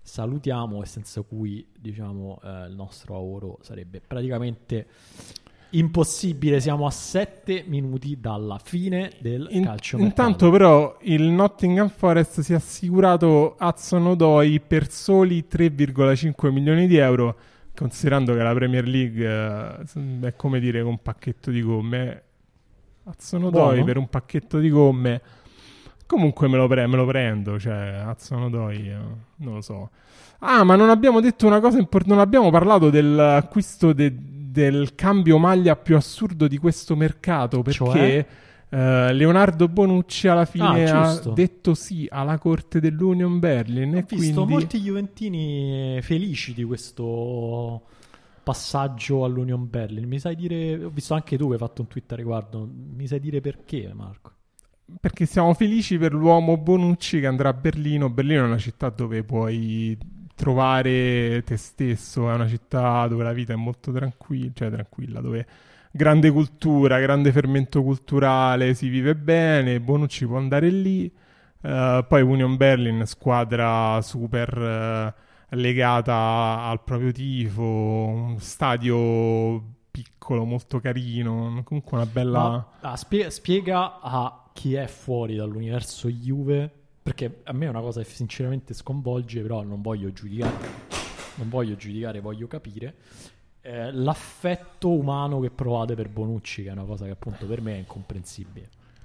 salutiamo, e senza cui diciamo il nostro lavoro sarebbe praticamente Impossibile, siamo a 7 minuti dalla fine del calciomercato. Intanto però il Nottingham Forest si è assicurato Hudson-Odoi per soli 3,5 milioni di euro, considerando che la Premier League è come dire un pacchetto di gomme. Hudson-Odoi per un pacchetto di gomme comunque me lo prendo, cioè Hudson-Odoi non lo so. Ma non abbiamo detto una cosa importante, non abbiamo parlato dell'acquisto del cambio maglia più assurdo di questo mercato, perché Leonardo Bonucci alla fine ha detto sì alla corte dell'Union Berlin. Ho visto molti juventini felici di questo passaggio all'Union Berlin. Mi sai dire, ho visto anche tu che hai fatto un tweet a riguardo, mi sai dire perché, Marco? Perché siamo felici per l'uomo Bonucci che andrà a Berlino. Berlino è una città dove puoi trovare te stesso, è una città dove la vita è molto tranquilla, dove grande cultura, grande fermento culturale, si vive bene. Bonucci può andare lì. Poi Union Berlin, squadra super legata al proprio tifo, un stadio piccolo, molto carino, comunque una bella... Spiega a chi è fuori dall'universo Juve, perché a me è una cosa che sinceramente sconvolge, però non voglio giudicare, voglio capire l'affetto umano che provate per Bonucci, che è una cosa che appunto per me è incomprensibile.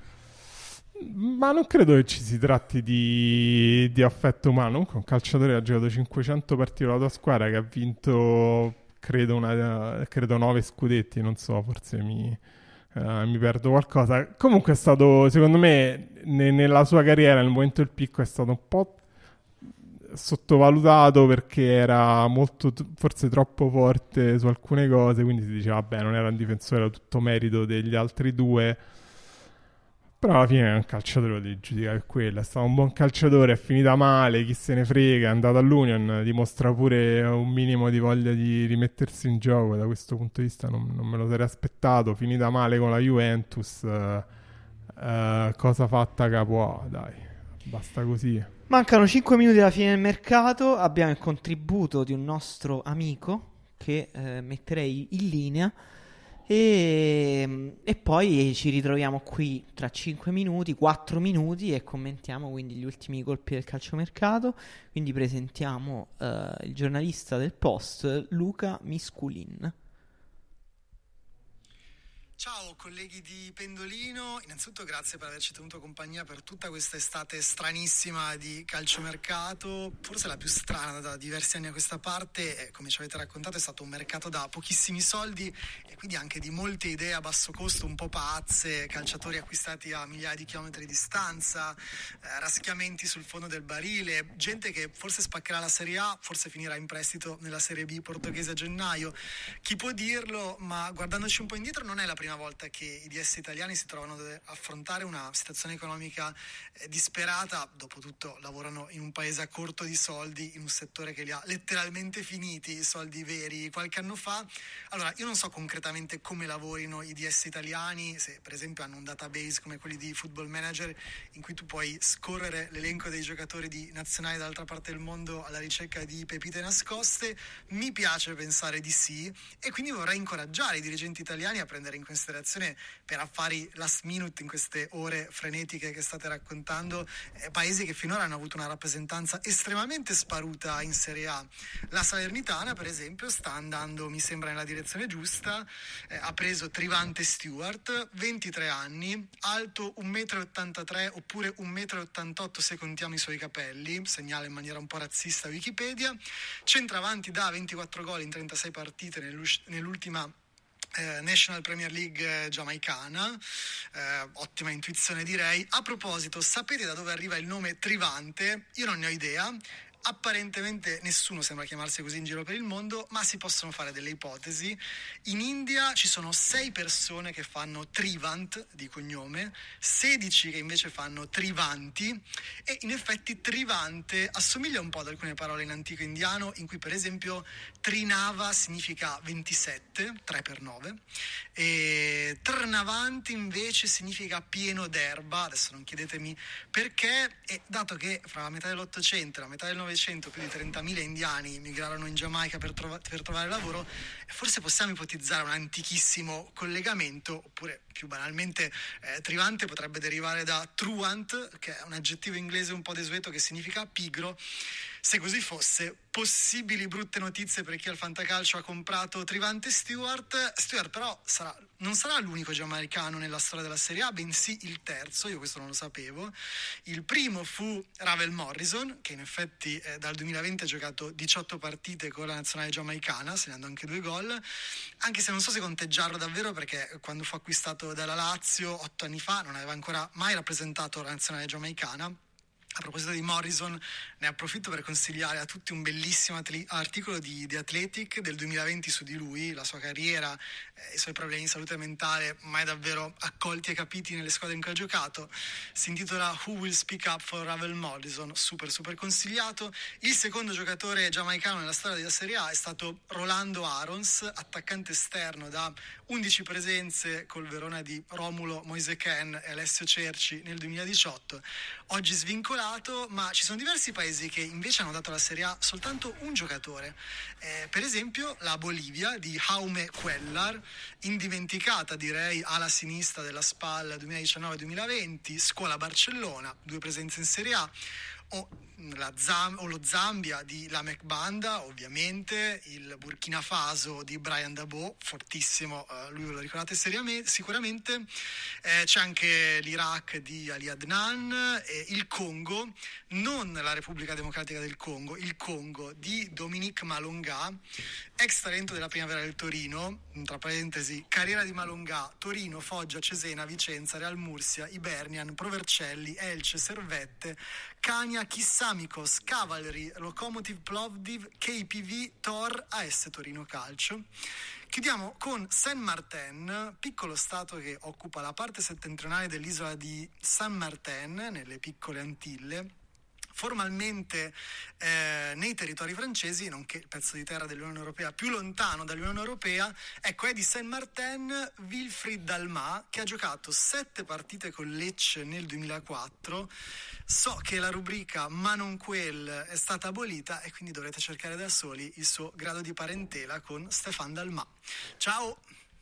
Ma non credo che ci si tratti di affetto umano. Comunque un calciatore che ha giocato 500 partite con la tua squadra, che ha vinto credo 9 scudetti, non so, forse mi perdo qualcosa. Comunque è stato, secondo me, nella sua carriera, nel momento del picco, è stato un po' sottovalutato, perché era molto, forse troppo forte su alcune cose, quindi si diceva vabbè, non era un difensore, era tutto merito degli altri due. Però alla fine è un calciatore, lo devi giudicare per quello. È stato un buon calciatore, è finita male, chi se ne frega, è andato all'Union, dimostra pure un minimo di voglia di rimettersi in gioco. Da questo punto di vista non me lo sarei aspettato. Finita male con la Juventus, cosa fatta capo A, dai, basta così. Mancano 5 minuti alla fine del mercato, abbiamo il contributo di un nostro amico che metterei in linea. E poi ci ritroviamo qui tra 5 minuti, 4 minuti e commentiamo quindi gli ultimi colpi del calciomercato. Quindi presentiamo il giornalista del Post, Luca Misculin. Ciao colleghi di Pendolino, innanzitutto grazie per averci tenuto compagnia per tutta questa estate stranissima di calciomercato, forse la più strana da diversi anni a questa parte. Come ci avete raccontato è stato un mercato da pochissimi soldi e quindi anche di molte idee a basso costo un po' pazze, calciatori acquistati a migliaia di chilometri di distanza, raschiamenti sul fondo del barile, gente che forse spaccherà la Serie A, forse finirà in prestito nella Serie B portoghese a gennaio. Chi può dirlo, ma guardandoci un po' indietro non è la prima volta che i DS italiani si trovano ad affrontare una situazione economica disperata. Dopotutto lavorano in un paese a corto di soldi, in un settore che li ha letteralmente finiti, i soldi veri, qualche anno fa. Allora, io non so concretamente come lavorino i DS italiani, se per esempio hanno un database come quelli di Football Manager in cui tu puoi scorrere l'elenco dei giocatori di nazionali dall'altra parte del mondo alla ricerca di pepite nascoste. Mi piace pensare di sì, e quindi vorrei incoraggiare i dirigenti italiani a prendere in considerazione per affari last minute in queste ore frenetiche che state raccontando paesi che finora hanno avuto una rappresentanza estremamente sparuta in Serie A. La Salernitana per esempio sta andando, mi sembra, nella direzione giusta. Ha preso Trivante Stewart, 23 anni, alto 1,83 m oppure 1,88 m se contiamo i suoi capelli, segnala in maniera un po' razzista Wikipedia. Centravanti da 24 gol in 36 partite nell'ultima National Premier League giamaicana. Ottima intuizione, direi. A proposito, sapete da dove arriva il nome Trivante? Io non ne ho idea. Apparentemente nessuno sembra chiamarsi così in giro per il mondo, ma si possono fare delle ipotesi. In India ci sono 6 persone che fanno Trivant di cognome, 16 che invece fanno Trivanti, e in effetti Trivante assomiglia un po' ad alcune parole in antico indiano, in cui per esempio Trinava significa 27, 3 per 9, e Trnavanti invece significa pieno d'erba. Adesso non chiedetemi perché, e dato che fra la metà dell'Ottocento e la metà del Novecento 1900 più di 30.000 indiani migrarono in Giamaica per trovare lavoro, e forse possiamo ipotizzare un antichissimo collegamento, oppure più banalmente Trivante potrebbe derivare da truant, che è un aggettivo inglese un po' desueto che significa pigro. Se così fosse, possibili brutte notizie per chi al fantacalcio ha comprato Trivante Stewart. Stewart però non sarà l'unico giamaicano nella storia della Serie A, bensì il terzo, io questo non lo sapevo. Il primo fu Ravel Morrison, che in effetti dal 2020 ha giocato 18 partite con la nazionale giamaicana, segnando anche 2 gol, anche se non so se conteggiarlo davvero, perché quando fu acquistato dalla Lazio 8 anni fa non aveva ancora mai rappresentato la nazionale giamaicana. A proposito di Morrison, ne approfitto per consigliare a tutti un bellissimo articolo di The Athletic del 2020 su di lui, la sua carriera, i suoi problemi di salute mentale, mai davvero accolti e capiti nelle squadre in cui ha giocato. Si intitola Who Will Speak Up for Ravel Morrison, super consigliato. Il secondo giocatore giamaicano nella storia della Serie A è stato Rolando Arons, attaccante esterno da 11 presenze col Verona di Romulo Moise-Ken e Alessio Cerci nel 2018. Oggi svincolato, ma ci sono diversi paesi che invece hanno dato alla Serie A soltanto un giocatore. Per esempio la Bolivia di Jaume Cuellar, indimenticata direi ala sinistra della SPAL 2019-2020, scuola Barcellona, 2 presenze in Serie A. O lo Zambia di Lamek Banda, ovviamente, il Burkina Faso di Brian Dabo, fortissimo, lui ve lo ricordate sicuramente, c'è anche l'Iraq di Ali Adnan, il Congo, non la Repubblica Democratica del Congo, il Congo di Dominique Malonga, ex talento della Primavera del Torino, tra parentesi, carriera di Malonga, Torino, Foggia, Cesena, Vicenza, Real Murcia, Ibernian, Provercelli, Elche, Servette, Cania, Kissamikos, Cavalry, Lokomotiv Plovdiv, KPV, Tor, AS Torino Calcio. Chiudiamo con Saint Martin, piccolo stato che occupa la parte settentrionale dell'isola di Saint Martin, nelle piccole Antille, formalmente nei territori francesi, nonché il pezzo di terra dell'Unione Europea più lontano dall'Unione Europea. Ecco, è di Saint Martin Wilfried Dalmat, che ha giocato 7 partite con Lecce nel 2004. So che la rubrica Ma non quel è stata abolita e quindi dovrete cercare da soli il suo grado di parentela con Stéphane Dalmat. Ciao!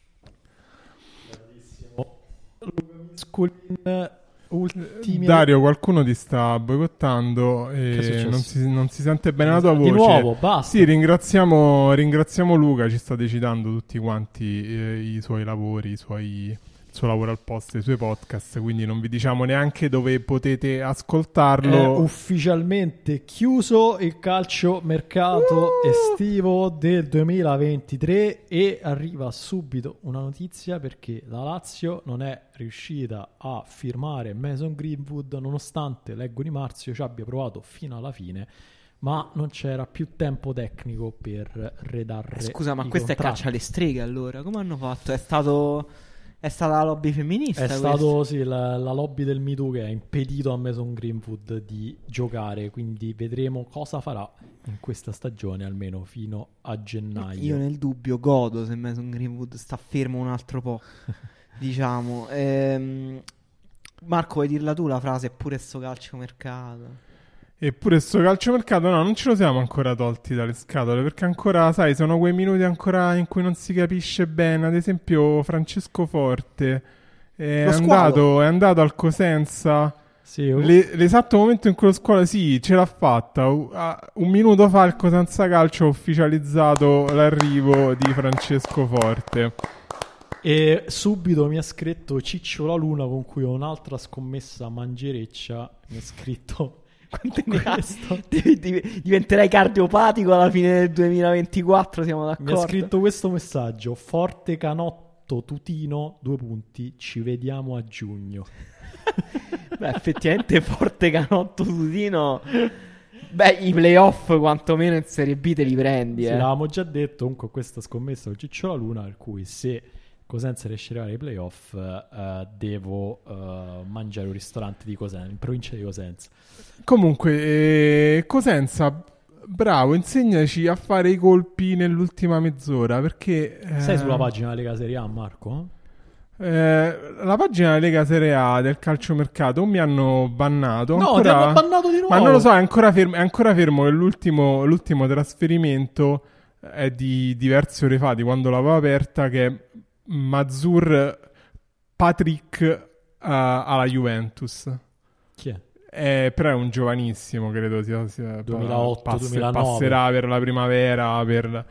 Dario, qualcuno ti sta boicottando e non si sente bene la tua voce. Di nuovo, basta. Sì, ringraziamo Luca, ci sta citando tutti quanti i suoi lavori, il suo lavoro al posto, i suoi podcast, quindi non vi diciamo neanche dove potete ascoltarlo. È ufficialmente chiuso il calcio mercato estivo del 2023 e arriva subito una notizia, perché la Lazio non è riuscita a firmare Mason Greenwood, nonostante Leggo di Marzio ci abbia provato fino alla fine, ma non c'era più tempo tecnico per redarre Scusa, ma i questa contratti. è caccia alle streghe, allora? Come hanno fatto? È stata la lobby femminista? È stato la lobby del Me Too che ha impedito a Mason Greenwood di giocare, quindi vedremo cosa farà in questa stagione, almeno fino a gennaio. Io nel dubbio godo se Mason Greenwood sta fermo un altro po', diciamo. Marco, vuoi dirla tu la frase "eppure sto calciomercato"? Eppure sto calciomercato, no, non ce lo siamo ancora tolti dalle scatole, perché ancora, sai, sono quei minuti ancora in cui non si capisce bene. Ad esempio Francesco Forte è andato al Cosenza, sì, l'esatto momento in cui lo Squalo ce l'ha fatta. Un minuto fa il Cosenza Calcio ha ufficializzato l'arrivo di Francesco Forte. E subito mi ha scritto Ciccio La Luna, con cui ho un'altra scommessa mangereccia, mi ha scritto diventerai cardiopatico alla fine del 2024, siamo d'accordo? Mi ha scritto questo messaggio: Forte Canotto Tutino, 2 punti, ci vediamo a giugno. Beh, effettivamente Forte Canotto Tutino, beh, i playoff quantomeno in Serie B te li prendi. Sì, l'avevamo già detto. Comunque questa scommessa con Ciccio La Luna, per cui se Cosenza riesce a arrivare ai playoff, devo mangiare un ristorante di Cosenza, in provincia di Cosenza. Comunque Cosenza, bravo, insegnaci a fare i colpi nell'ultima mezz'ora, perché sei sulla pagina Lega Serie A, Marco? La pagina Lega Serie A del calciomercato mi hanno bannato. No, ti hanno bannato di nuovo. Ma non lo so, è ancora fermo che l'ultimo trasferimento è di diverse ore fa, di quando l'avevo aperta, che è Mazur Patrick alla Juventus. Chi è? Però è un giovanissimo, credo sia 2008-2009. Passerà per la primavera,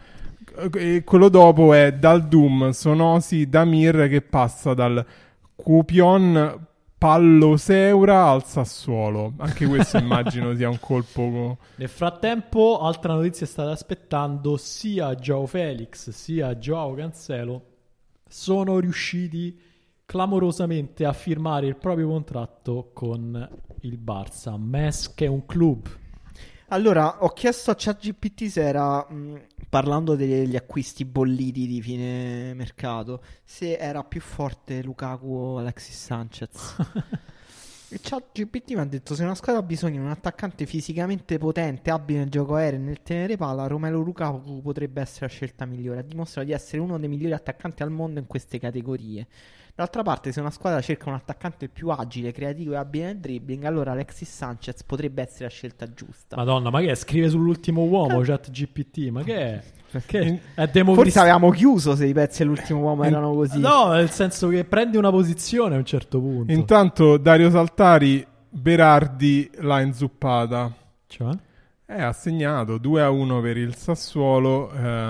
e quello dopo è Dal Dum Sonosi Damir, che passa dal Kupion Palloseura al Sassuolo. Anche questo immagino sia un colpo. Nel frattempo, altra notizia state aspettando: sia Joao Felix sia Joao Cancelo sono riusciti clamorosamente a firmare il proprio contratto con il Barça. MES, che è un club. Allora, ho chiesto a ChatGPT se era, parlando degli acquisti bolliti di fine mercato, se era più forte Lukaku o Alexis Sanchez. E ChatGPT mi ha detto: se una squadra ha bisogno di un attaccante fisicamente potente, abile nel gioco aereo e nel tenere palla, Romelu Lukaku potrebbe essere la scelta migliore. Ha dimostrato di essere uno dei migliori attaccanti al mondo in queste categorie. D'altra parte, se una squadra cerca un attaccante più agile, creativo e abile nel dribbling, allora Alexis Sanchez potrebbe essere la scelta giusta. Madonna, ma che è? Scrive sull'ultimo uomo ChatGPT, ma che è? Perché forse avevamo chiuso se i pezzi dell'ultimo uomo erano così. No, nel senso che prendi una posizione a un certo punto. Intanto Dario Saltari, Berardi l'ha inzuppata. Cioè? Ha segnato 2-1 per il Sassuolo,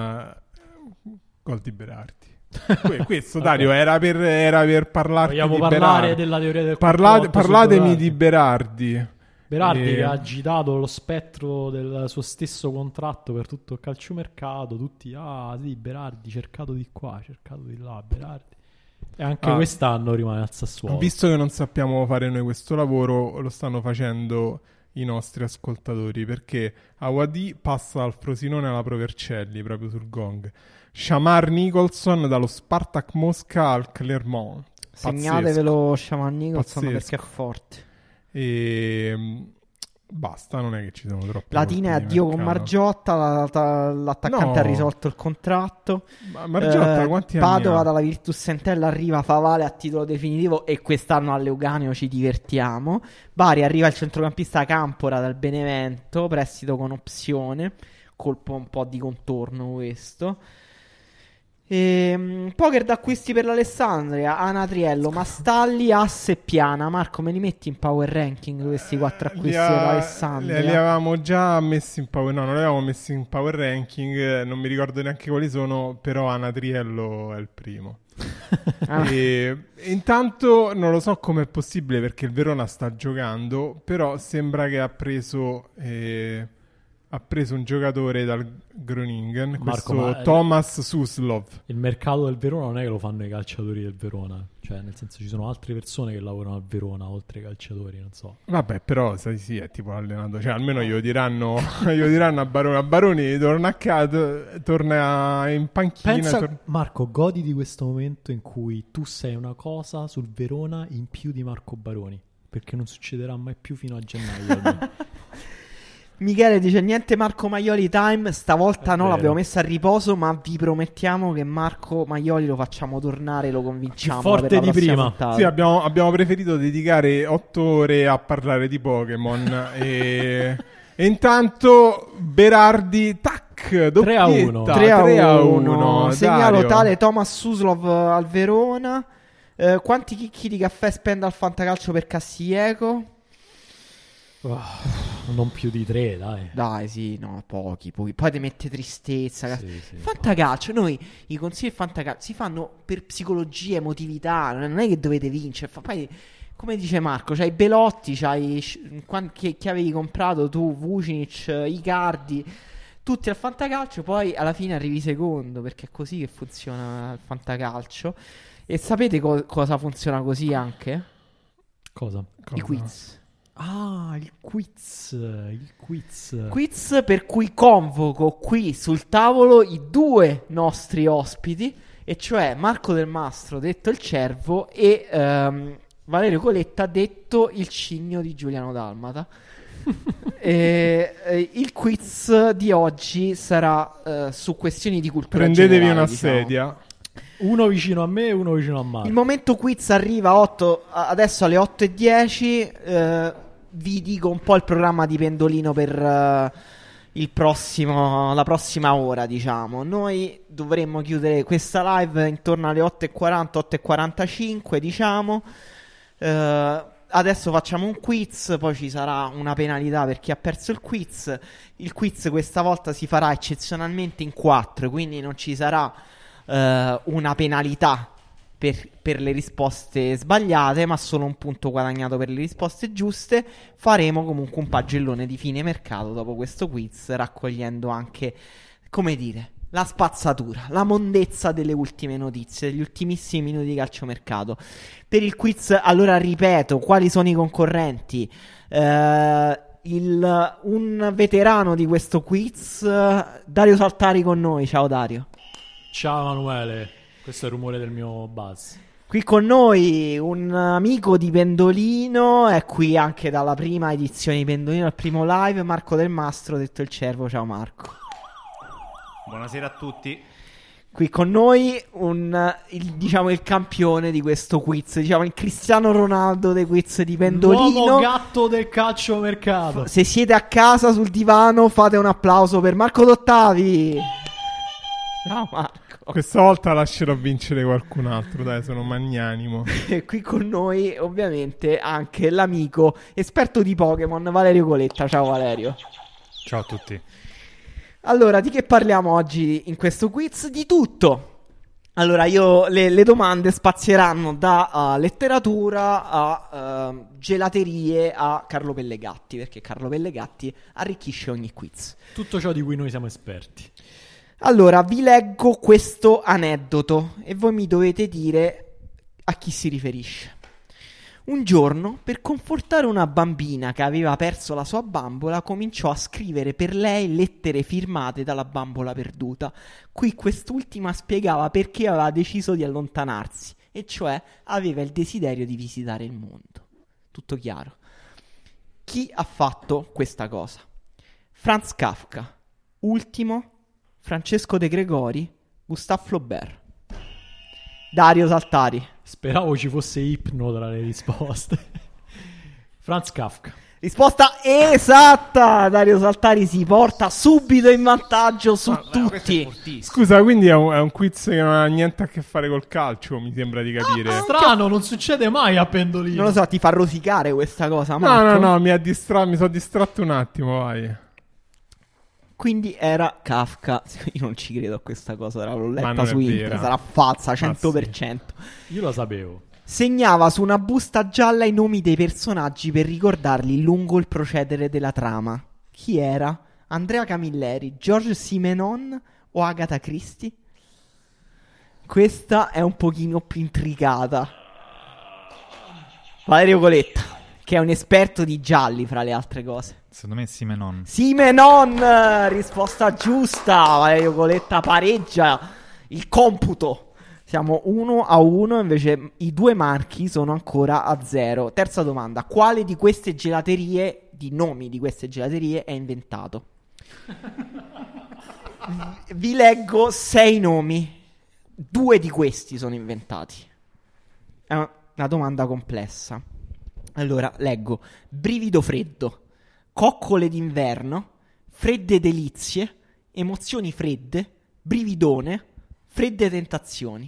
gol di Berardi. Questo Dario era per parlarti. Vogliamo di parlare Berardi. della teoria del parlatemi di Berardi. Berardi che ha agitato lo spettro del suo stesso contratto per tutto il calciomercato. Tutti, sì, Berardi cercato di qua, cercato di là, Berardi. E anche quest'anno rimane al Sassuolo. Visto che non sappiamo fare noi questo lavoro, lo stanno facendo i nostri ascoltatori, perché Awadi passa dal Frosinone alla Provercelli, proprio sul gong. Shamar Nicholson dallo Spartak Mosca al Clermont. Segnatevelo Shamar Nicholson perché è forte. E basta, non è che ci sono troppi. Latina è addio con Margiotta, l'attaccante ha risolto il contratto. Margiotta quanti anni Padova ha? dalla Virtus Entella arriva Favale a titolo definitivo e quest'anno all'Euganeo ci divertiamo. Bari arriva il centrocampista Campora dal Benevento, prestito con opzione, colpo un po' di contorno questo. Poker d'acquisti per l'Alessandria, Anatriello, Mastalli, Asse e Piana. Marco, me li metti in power ranking questi 4 acquisti dell'Alessandria? Li avevamo già messi in power, no, non li avevamo messi in power ranking, non mi ricordo neanche quali sono, però Anatriello è il primo. E intanto non lo so com'è possibile, perché il Verona sta giocando, però sembra che ha preso un giocatore dal Groningen, questo Thomas Suslov. Il mercato del Verona non è che lo fanno i calciatori del Verona, cioè nel senso ci sono altre persone che lavorano al Verona oltre ai calciatori, non so. Vabbè, però sì, è tipo allenato, cioè almeno glielo diranno a Baroni torna a casa, torna in panchina. Pensa, Marco, godi di questo momento in cui tu sei una cosa sul Verona in più di Marco Baroni, perché non succederà mai più fino a gennaio. Michele dice: niente Marco Maioli time, stavolta no, l'abbiamo messa a riposo, ma vi promettiamo che Marco Maioli lo facciamo tornare, lo convinciamo più forte di prima. Sì, abbiamo preferito dedicare 8 ore a parlare di Pokémon e intanto Berardi, tac, doppietta, 3-1. Segnalo Dario. tale Thomas Suslov al Verona. Quanti chicchi di caffè spende al Fantacalcio per Cassieco? Non più di 3, dai. Dai, sì, no, pochi. Poi ti mette tristezza. Sì, Fantacalcio, noi i consigli del Fantacalcio si fanno per psicologia, emotività. Non è che dovete vincere. Poi, come dice Marco, c'hai Belotti, c'hai chi avevi comprato tu, Vucinic, Icardi, tutti al Fantacalcio. Poi alla fine arrivi secondo, perché è così che funziona il Fantacalcio. E sapete cosa funziona così anche? Cosa? I quiz. Il quiz. Quiz per cui convoco qui sul tavolo i 2 nostri ospiti, e cioè Marco Del Mastro, detto il Cervo, e Valerio Coletta, detto il Cigno di Giuliano Dalmata. Il quiz di oggi sarà su questioni di cultura Prendetevi generale, una diciamo. sedia. Uno vicino a me e uno vicino a Marco. Il momento quiz arriva adesso alle 8:10. Vi dico un po' il programma di Pendolino per la prossima ora, diciamo. Noi dovremmo chiudere questa live intorno alle 8:40, 8:45, diciamo. Adesso facciamo un quiz, poi ci sarà una penalità per chi ha perso il quiz. Il quiz questa volta si farà eccezionalmente in 4, quindi non ci sarà una penalità per le risposte sbagliate, ma solo un punto guadagnato per le risposte giuste. Faremo comunque un pagellone di fine mercato dopo questo quiz, raccogliendo anche, come dire, la spazzatura, la mondezza delle ultime notizie, degli ultimissimi minuti di calciomercato. Per il quiz, allora ripeto, quali sono i concorrenti? Un veterano di questo quiz, Dario Saltari con noi. Ciao Dario. Ciao Emanuele, questo è il rumore del mio buzz. Qui con noi un amico di Pendolino, è qui anche dalla prima edizione di Pendolino, al primo live, Marco Del Mastro, detto il Cervo. Ciao Marco. Buonasera a tutti. Qui con noi il campione di questo quiz, diciamo il Cristiano Ronaldo dei quiz di Pendolino. L'uomo gatto del calciomercato. Se siete a casa sul divano, fate un applauso per Marco Dottavi. Ciao Marco. Questa volta lascerò vincere qualcun altro, dai, sono magnanimo. E qui con noi ovviamente anche l'amico esperto di Pokémon, Valerio Coletta. Ciao Valerio. Ciao a tutti. Allora, di che parliamo oggi in questo quiz? Di tutto. Allora, le domande spazieranno da letteratura a gelaterie a Carlo Pellegatti, perché Carlo Pellegatti arricchisce ogni quiz. Tutto ciò di cui noi siamo esperti. Allora, vi leggo questo aneddoto e voi mi dovete dire a chi si riferisce. Un giorno, per confortare una bambina che aveva perso la sua bambola, cominciò a scrivere per lei lettere firmate dalla bambola perduta. Qui quest'ultima spiegava perché aveva deciso di allontanarsi, e cioè aveva il desiderio di visitare il mondo. Tutto chiaro. Chi ha fatto questa cosa? Franz Kafka, Ultimo, Francesco De Gregori, Gustave Flaubert. Dario Saltari. Speravo ci fosse Ipno tra le risposte. Franz Kafka. Risposta esatta. Dario Saltari si porta subito in vantaggio su tutti. Scusa, quindi è un quiz che non ha niente a che fare col calcio, mi sembra di capire. Strano, non succede mai a Pendolino. Non lo so, ti fa rosicare questa cosa, Marco? No, mi sono distratto un attimo, vai. Quindi era Kafka. Io non ci credo a questa cosa, l'ho letta su internet, sarà falsa 100%. Sì. Io lo sapevo. Segnava su una busta gialla i nomi dei personaggi per ricordarli lungo il procedere della trama. Chi era? Andrea Camilleri, Georges Simenon o Agatha Christie? Questa è un pochino più intricata. Valerio Coletta, che è un esperto di gialli, fra le altre cose. Secondo me Simenon. Simenon, risposta giusta. Valerio Coletta pareggia il computo. Siamo 1-1, invece i due marchi sono ancora a 0. Terza domanda: quale di queste gelaterie, di nomi di queste gelaterie, è inventato? Vi leggo 6 nomi. 2 di questi sono inventati. È una domanda complessa. Allora, leggo: brivido freddo, coccole d'inverno, fredde delizie, emozioni fredde, brividone, fredde tentazioni.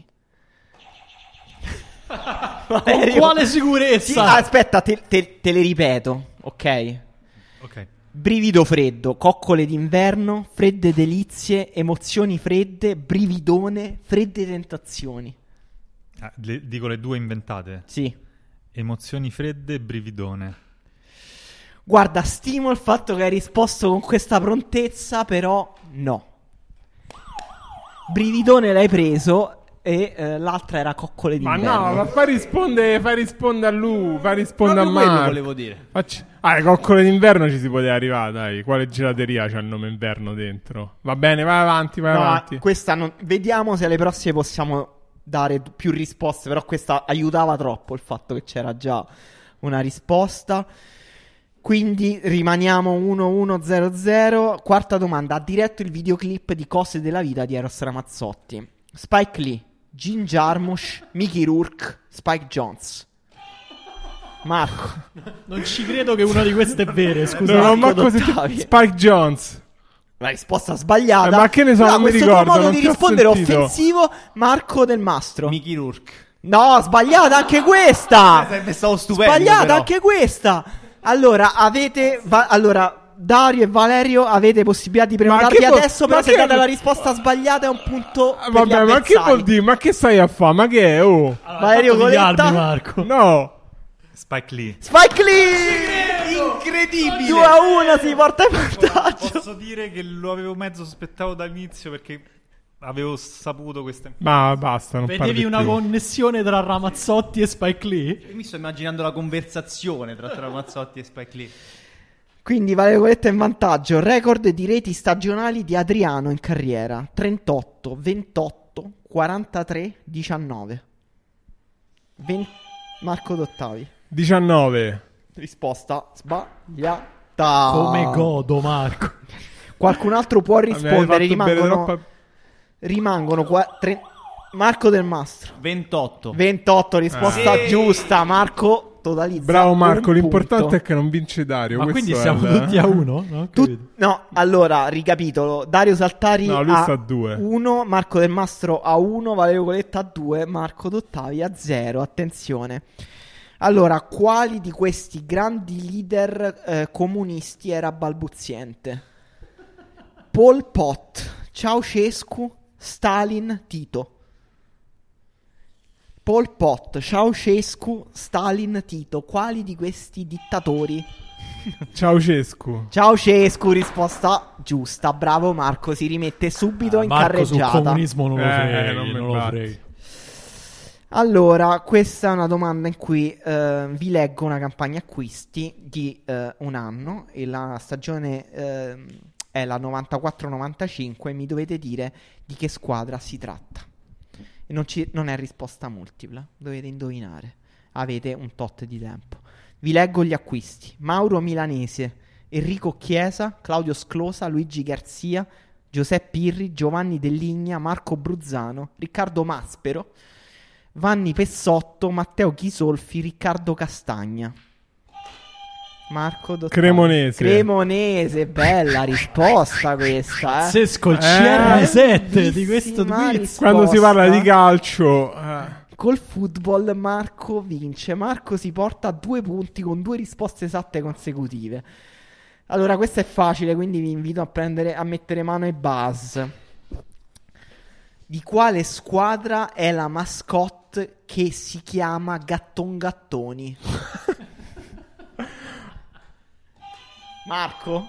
Con quale sicurezza? Sì, aspetta, te le ripeto, ok? Ok. Brivido freddo, coccole d'inverno, fredde delizie, emozioni fredde, brividone, fredde tentazioni. Dico le 2 inventate? Sì. Emozioni fredde e brividone. Guarda, stimo il fatto che hai risposto con questa prontezza, però no. Brividone l'hai preso e l'altra era coccole d'inverno. Ma no, ma fai rispondere a lui, fai rispondere a Marco. Quello volevo dire. Coccole d'inverno ci si poteva arrivare, dai. Quale gelateria c'ha il nome inverno dentro? Va bene, vai avanti, avanti. Questa non... Vediamo se alle prossime possiamo dare più risposte, però questa aiutava troppo il fatto che c'era già una risposta. Quindi rimaniamo 1-1-0-0. Quarta domanda: ha diretto il videoclip di Cose della vita di Eros Ramazzotti? Spike Lee, Jim Jarmusch, Mickey Rourke, Spike Jonze. Marco. Non ci credo che una di queste è vera, scusa. No, ma cos'è? Spike Jonze. La risposta sbagliata. Ma che ne so, non mi ricordo. Questo modo non di ti ho rispondere sentito. offensivo. Marco Del Mastro. Mickey Rourke. No, sbagliata anche questa. Mi stavo stupendo. Sbagliata però. anche questa. Allora, Dario e Valerio avete possibilità di prenotarvi adesso, però se date la risposta sbagliata è un punto per Vabbè, gli ma che avversari. vuol dire? Ma che stai a fare? Ma che è? Oh. Valerio Coletta. Marco. No. Spike Lee. Spike Lee! Incredibile! 2-1 si porta in vantaggio. Posso dire che lo avevo mezzo sospettato dall'inizio perché avevo saputo queste. Ma basta, non Vedevi parli una più. connessione tra Ramazzotti e Spike Lee? Mi sto immaginando la conversazione tra Ramazzotti e Spike Lee. Quindi Valerio Coletta in vantaggio. Record di reti stagionali di Adriano in carriera: 38, 28, 43, 19. Marco Dottavi. 19. Risposta sbagliata. Come godo, Marco. Qualcun altro può rispondere. Rimangono Marco Del Mastro. 28. 28, risposta Sì. giusta. Marco totalizza. Bravo Marco, un l'importante punto. è che non vince Dario. Ma questo quindi è siamo tutti a uno? No, No, allora, ricapitolo. Dario Saltari No, lui a sta a 2. 1, Marco Del Mastro a 1, Valerio Coletta a 2, Marco Dottavi a 0. Attenzione. Allora, quali di questi grandi leader comunisti era balbuziente? Pol Pot, Ceausescu, Stalin, Tito. Pol Pot, Ceausescu, Stalin, Tito. Quali di questi dittatori? Ceausescu, risposta giusta. Bravo Marco, si rimette subito in Marco carreggiata. sul comunismo non lo freghi, non non mi lo batti. freghi. Allora, questa è una domanda in cui vi leggo una campagna acquisti di un anno e la stagione è la 94-95 e mi dovete dire di che squadra si tratta. E non è risposta multipla, dovete indovinare. Avete un tot di tempo. Vi leggo gli acquisti: Mauro Milanese, Enrico Chiesa, Claudio Sclosa, Luigi Garzia, Giuseppe Pirri, Giovanni Delligna, Marco Bruzzano, Riccardo Maspero, Vanni Pessotto, Matteo Chisolfi, Riccardo Castagna. Marco Dottavi. Cremonese, bella risposta questa. Pazzesco, il CR7 di questo tweet. Quando si parla di calcio, col football Marco vince. Marco si porta a 2 punti con 2 risposte esatte consecutive. Allora, questa è facile, quindi vi invito a mettere mano ai buzz. Di quale squadra è la mascotte che si chiama Gatton Gattoni? Marco?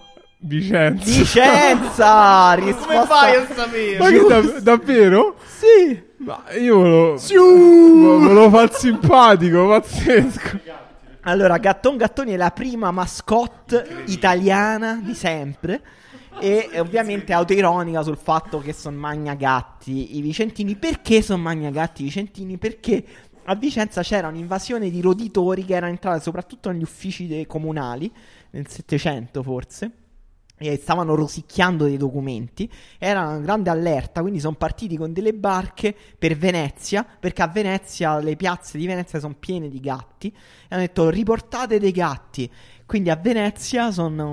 Vicenza. Risposta. Come fai a sapere? Ma che davvero? Sì. Ma io volevo far simpatico, pazzesco. Allora, Gatton Gattoni è la prima mascotte italiana di sempre. E ovviamente autoironica sul fatto che sono magnagatti i vicentini. Perché sono magnagatti i vicentini? Perché a Vicenza c'era un'invasione di roditori che erano entrati soprattutto negli uffici comunali nel 700 forse, e stavano rosicchiando dei documenti. Era una grande allerta, quindi sono partiti con delle barche per Venezia, perché a Venezia le piazze di Venezia sono piene di gatti, e hanno detto riportate dei gatti. Quindi a Venezia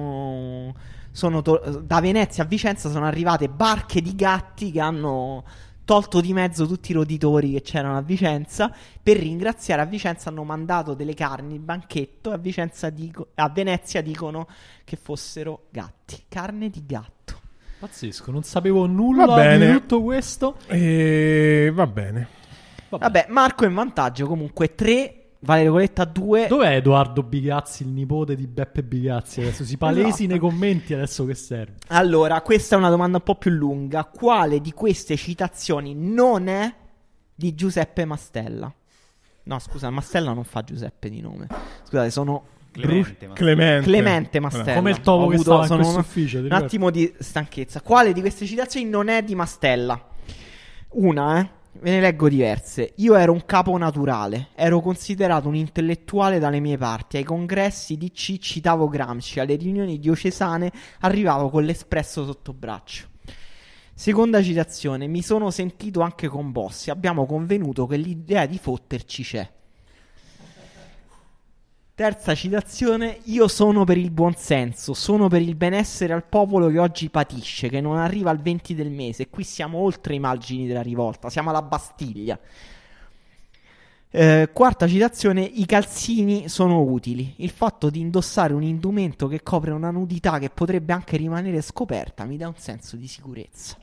da Venezia a Vicenza sono arrivate barche di gatti che hanno tolto di mezzo tutti i roditori che c'erano a Vicenza. Per ringraziare a Vicenza hanno mandato delle carni, il banchetto, e a Venezia dicono che fossero gatti, carne di gatto. Pazzesco, non sapevo nulla di tutto questo. Va bene. Vabbè, Marco è in vantaggio comunque 3, Valerio Coletta 2. Dov'è Edoardo Bigazzi, il nipote di Beppe Bigazzi? Adesso si palesi Esatto. nei commenti, adesso che serve? Allora, questa è una domanda un po' più lunga. Quale di queste citazioni non è di Giuseppe Mastella? No, scusa, Mastella non fa Giuseppe di nome. Scusate, sono Clemente Mastella. Come il topo che stava in questo ufficio. Un attimo di stanchezza. Quale di queste citazioni non è di Mastella? Una, ve ne leggo diverse. Io ero un capo naturale, ero considerato un intellettuale dalle mie parti. Ai congressi DC citavo Gramsci, alle riunioni diocesane arrivavo con l'Espresso sotto braccio. Seconda citazione: mi sono sentito anche con Bossi, abbiamo convenuto che l'idea di fotterci c'è. Terza citazione: io sono per il buonsenso, sono per il benessere al popolo che oggi patisce, che non arriva al 20 del mese. Qui siamo oltre i margini della rivolta, siamo alla Bastiglia. Quarta citazione: i calzini sono utili. Il fatto di indossare un indumento che copre una nudità che potrebbe anche rimanere scoperta mi dà un senso di sicurezza.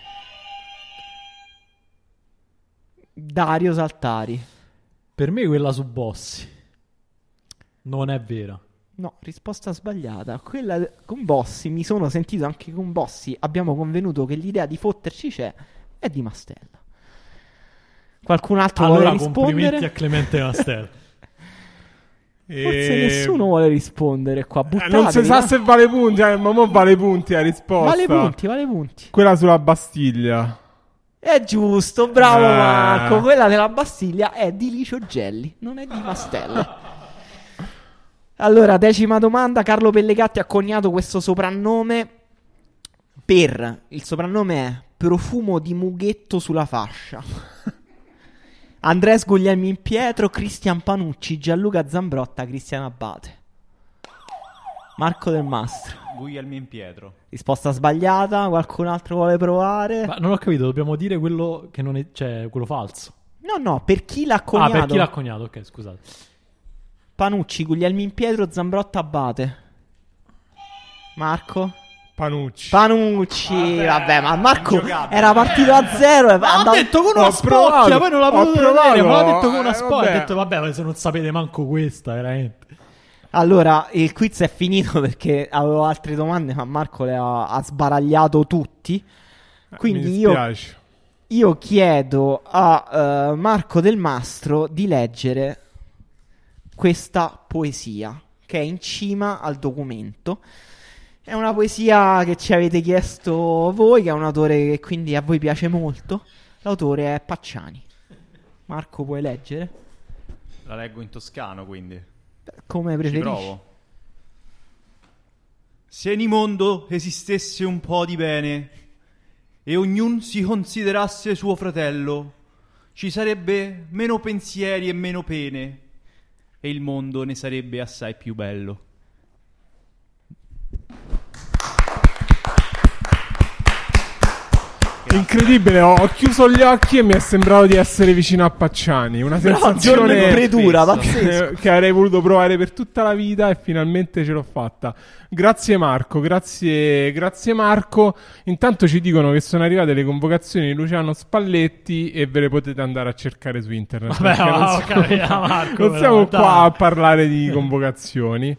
Dario Saltari. Per me quella su Bossi non è vera. No, risposta sbagliata. Quella con Bossi, mi sono sentito anche con Bossi, abbiamo convenuto che l'idea di fotterci c'è, è di Mastella. Qualcun altro vuole rispondere? Complimenti a Clemente Mastella. Forse nessuno vuole rispondere qua. Non si sa se vale punti, ma mo vale punti la risposta. Vale punti. Quella sulla Bastiglia. È giusto, bravo Marco. Quella della Bastiglia è di Licio Gelli, non è di Mastella. Allora, 10ª domanda. Carlo Pellegatti ha coniato questo soprannome il soprannome è Profumo di Mughetto sulla fascia. Andres Guglielmin Pietro, Cristian Panucci, Gianluca Zambrotta, Cristian Abate. Marco Del Mastro. Guglielmin Pietro. Risposta sbagliata. Qualcun altro vuole provare? Ma non ho capito, dobbiamo dire quello che non è, cioè quello falso. No, per chi l'ha coniato. Per chi l'ha coniato, ok, scusate. Panucci, Guglielmin Pietro, Zambrotta, Abate. Marco? Panucci. Vabbè, ma Marco era partito a 0 e ha detto con una spocchia, poi non l'ha potuto vedere, ma l'ha detto con una spocchia. Ha detto vabbè, se non sapete manco questa, veramente. Allora, il quiz è finito perché avevo altre domande, ma Marco le ha sbaragliato tutti. Quindi io chiedo a Marco Del Mastro di leggere questa poesia che è in cima al documento. È una poesia che ci avete chiesto voi, che è un autore che quindi a voi piace molto. L'autore è Pacciani. Marco, puoi leggere? La leggo in toscano, quindi. Come preferisci. Ci provo. Se in mondo esistesse un po' di bene e ognuno si considerasse suo fratello, ci sarebbe meno pensieri e meno pene e il mondo ne sarebbe assai più bello. Incredibile, ho chiuso gli occhi e mi è sembrato di essere vicino a Pacciani. Una sensazione che avrei voluto provare per tutta la vita e finalmente ce l'ho fatta. Grazie Marco, grazie Marco. Intanto ci dicono che sono arrivate le convocazioni di Luciano Spalletti e ve le potete andare a cercare su internet. Vabbè, non siamo qua a parlare di convocazioni.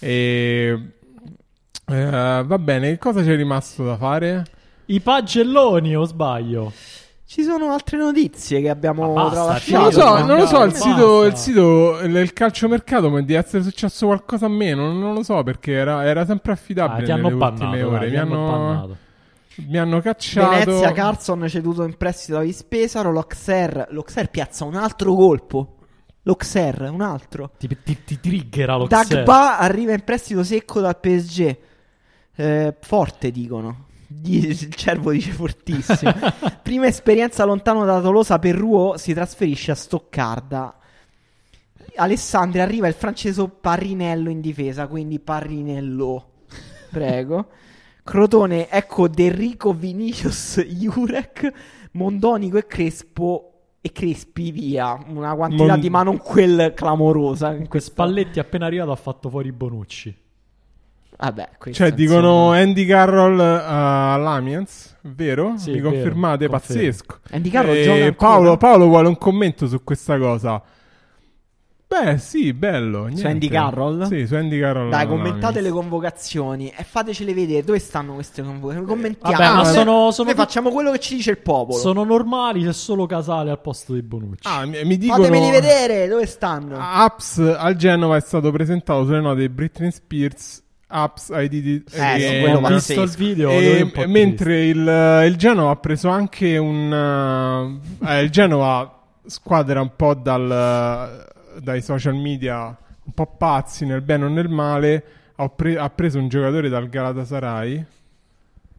Va bene, che cosa c'è rimasto da fare? I pagelloni, o sbaglio? Ci sono altre notizie che abbiamo tralasciato. Non lo so, il sito il calciomercato mi deve essere successo qualcosa a me, non lo so perché era sempre affidabile nelle ultime ore. Mi hanno cacciato. Venezia, Carson ceduto in prestito a Vispesaro. L'Auxerre piazza un altro colpo. Un altro. Ti triggera l'Auxerre. Dagba arriva in prestito secco dal PSG. Forte, dicono. Il cervo dice fortissimo. Prima esperienza lontano da Tolosa per Rouault, si trasferisce a Stoccarda. Alessandria, arriva il francese Parrinello in difesa, quindi Parrinello, prego. Crotone, ecco Derrico, Vinicius, Jurek, Mondonico e Crespi via. Una quantità di ma non quel clamorosa. Spalletti appena arrivato ha fatto fuori Bonucci. Vabbè, cioè dicono Andy Carroll all'Amiens, vero? Sì, mi confermate? vero, pazzesco. Andy Carroll gioca ancora? Paolo vuole un commento su questa cosa. Beh sì, bello niente. Su Andy Carroll? Sì, su Andy Carroll. Dai, commentate le convocazioni e fatecele vedere. Dove stanno queste convocazioni? Commentiamo. Vabbè, ma noi facciamo quello che ci dice il popolo. Sono normali, c'è solo Casale al posto di Bonucci. Mi dicono, fatemeli vedere dove stanno. Apps al Genova è stato presentato sulle note di Britney Spears. Apps I did it ho visto il video mentre il Genova ha preso anche il Genova, squadra un po' dai social media un po' pazzi nel bene o nel male, ha preso un giocatore dal Galatasaray